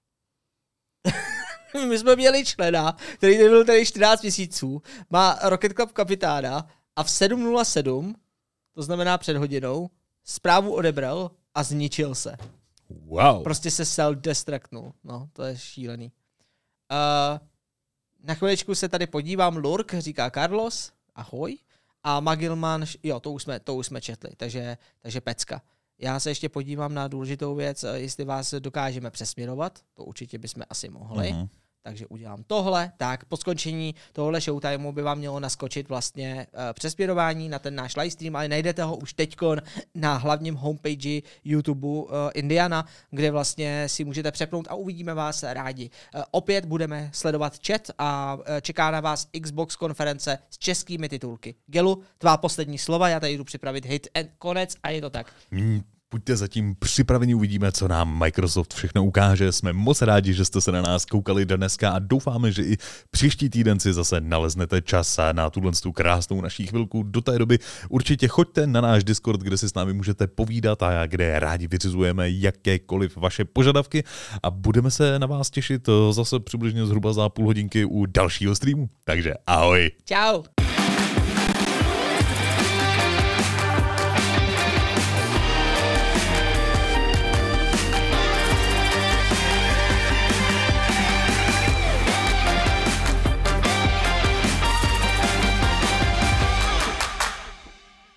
My jsme měli člena, který byl tady 14 měsíců, má Rocket Club kapitána a v 7:07, to znamená před hodinou, zprávu odebral a zničil se. Wow. Prostě se self-destructnul. No, to je šílený. Na chviličku se tady podívám. Lurk, říká Carlos. Ahoj. A Magilman, jo, to už jsme četli, takže pecka. Já se ještě podívám na důležitou věc, jestli vás dokážeme přesměrovat. To určitě bychom asi mohli. Uh-huh. Takže udělám tohle. Tak po skončení tohle showtimeu by vám mělo naskočit vlastně přesměrování na ten náš livestream, ale najdete ho už teďkon na hlavním homepage YouTube Indiana, kde vlastně si můžete přepnout a uvidíme vás rádi. Opět budeme sledovat chat a čeká na vás Xbox konference s českými titulky. Gelu, tvá poslední slova, já tady jdu připravit hit and konec a je to tak. Buďte zatím připraveni, uvidíme, co nám Microsoft všechno ukáže. Jsme moc rádi, že jste se na nás koukali dneska a doufáme, že i příští týden si zase naleznete čas na tuhle krásnou naší chvilku. Do té doby určitě choďte na náš Discord, kde si s námi můžete povídat a kde rádi vyřizujeme jakékoliv vaše požadavky a budeme se na vás těšit zase přibližně zhruba za půl hodinky u dalšího streamu. Takže ahoj. Čau.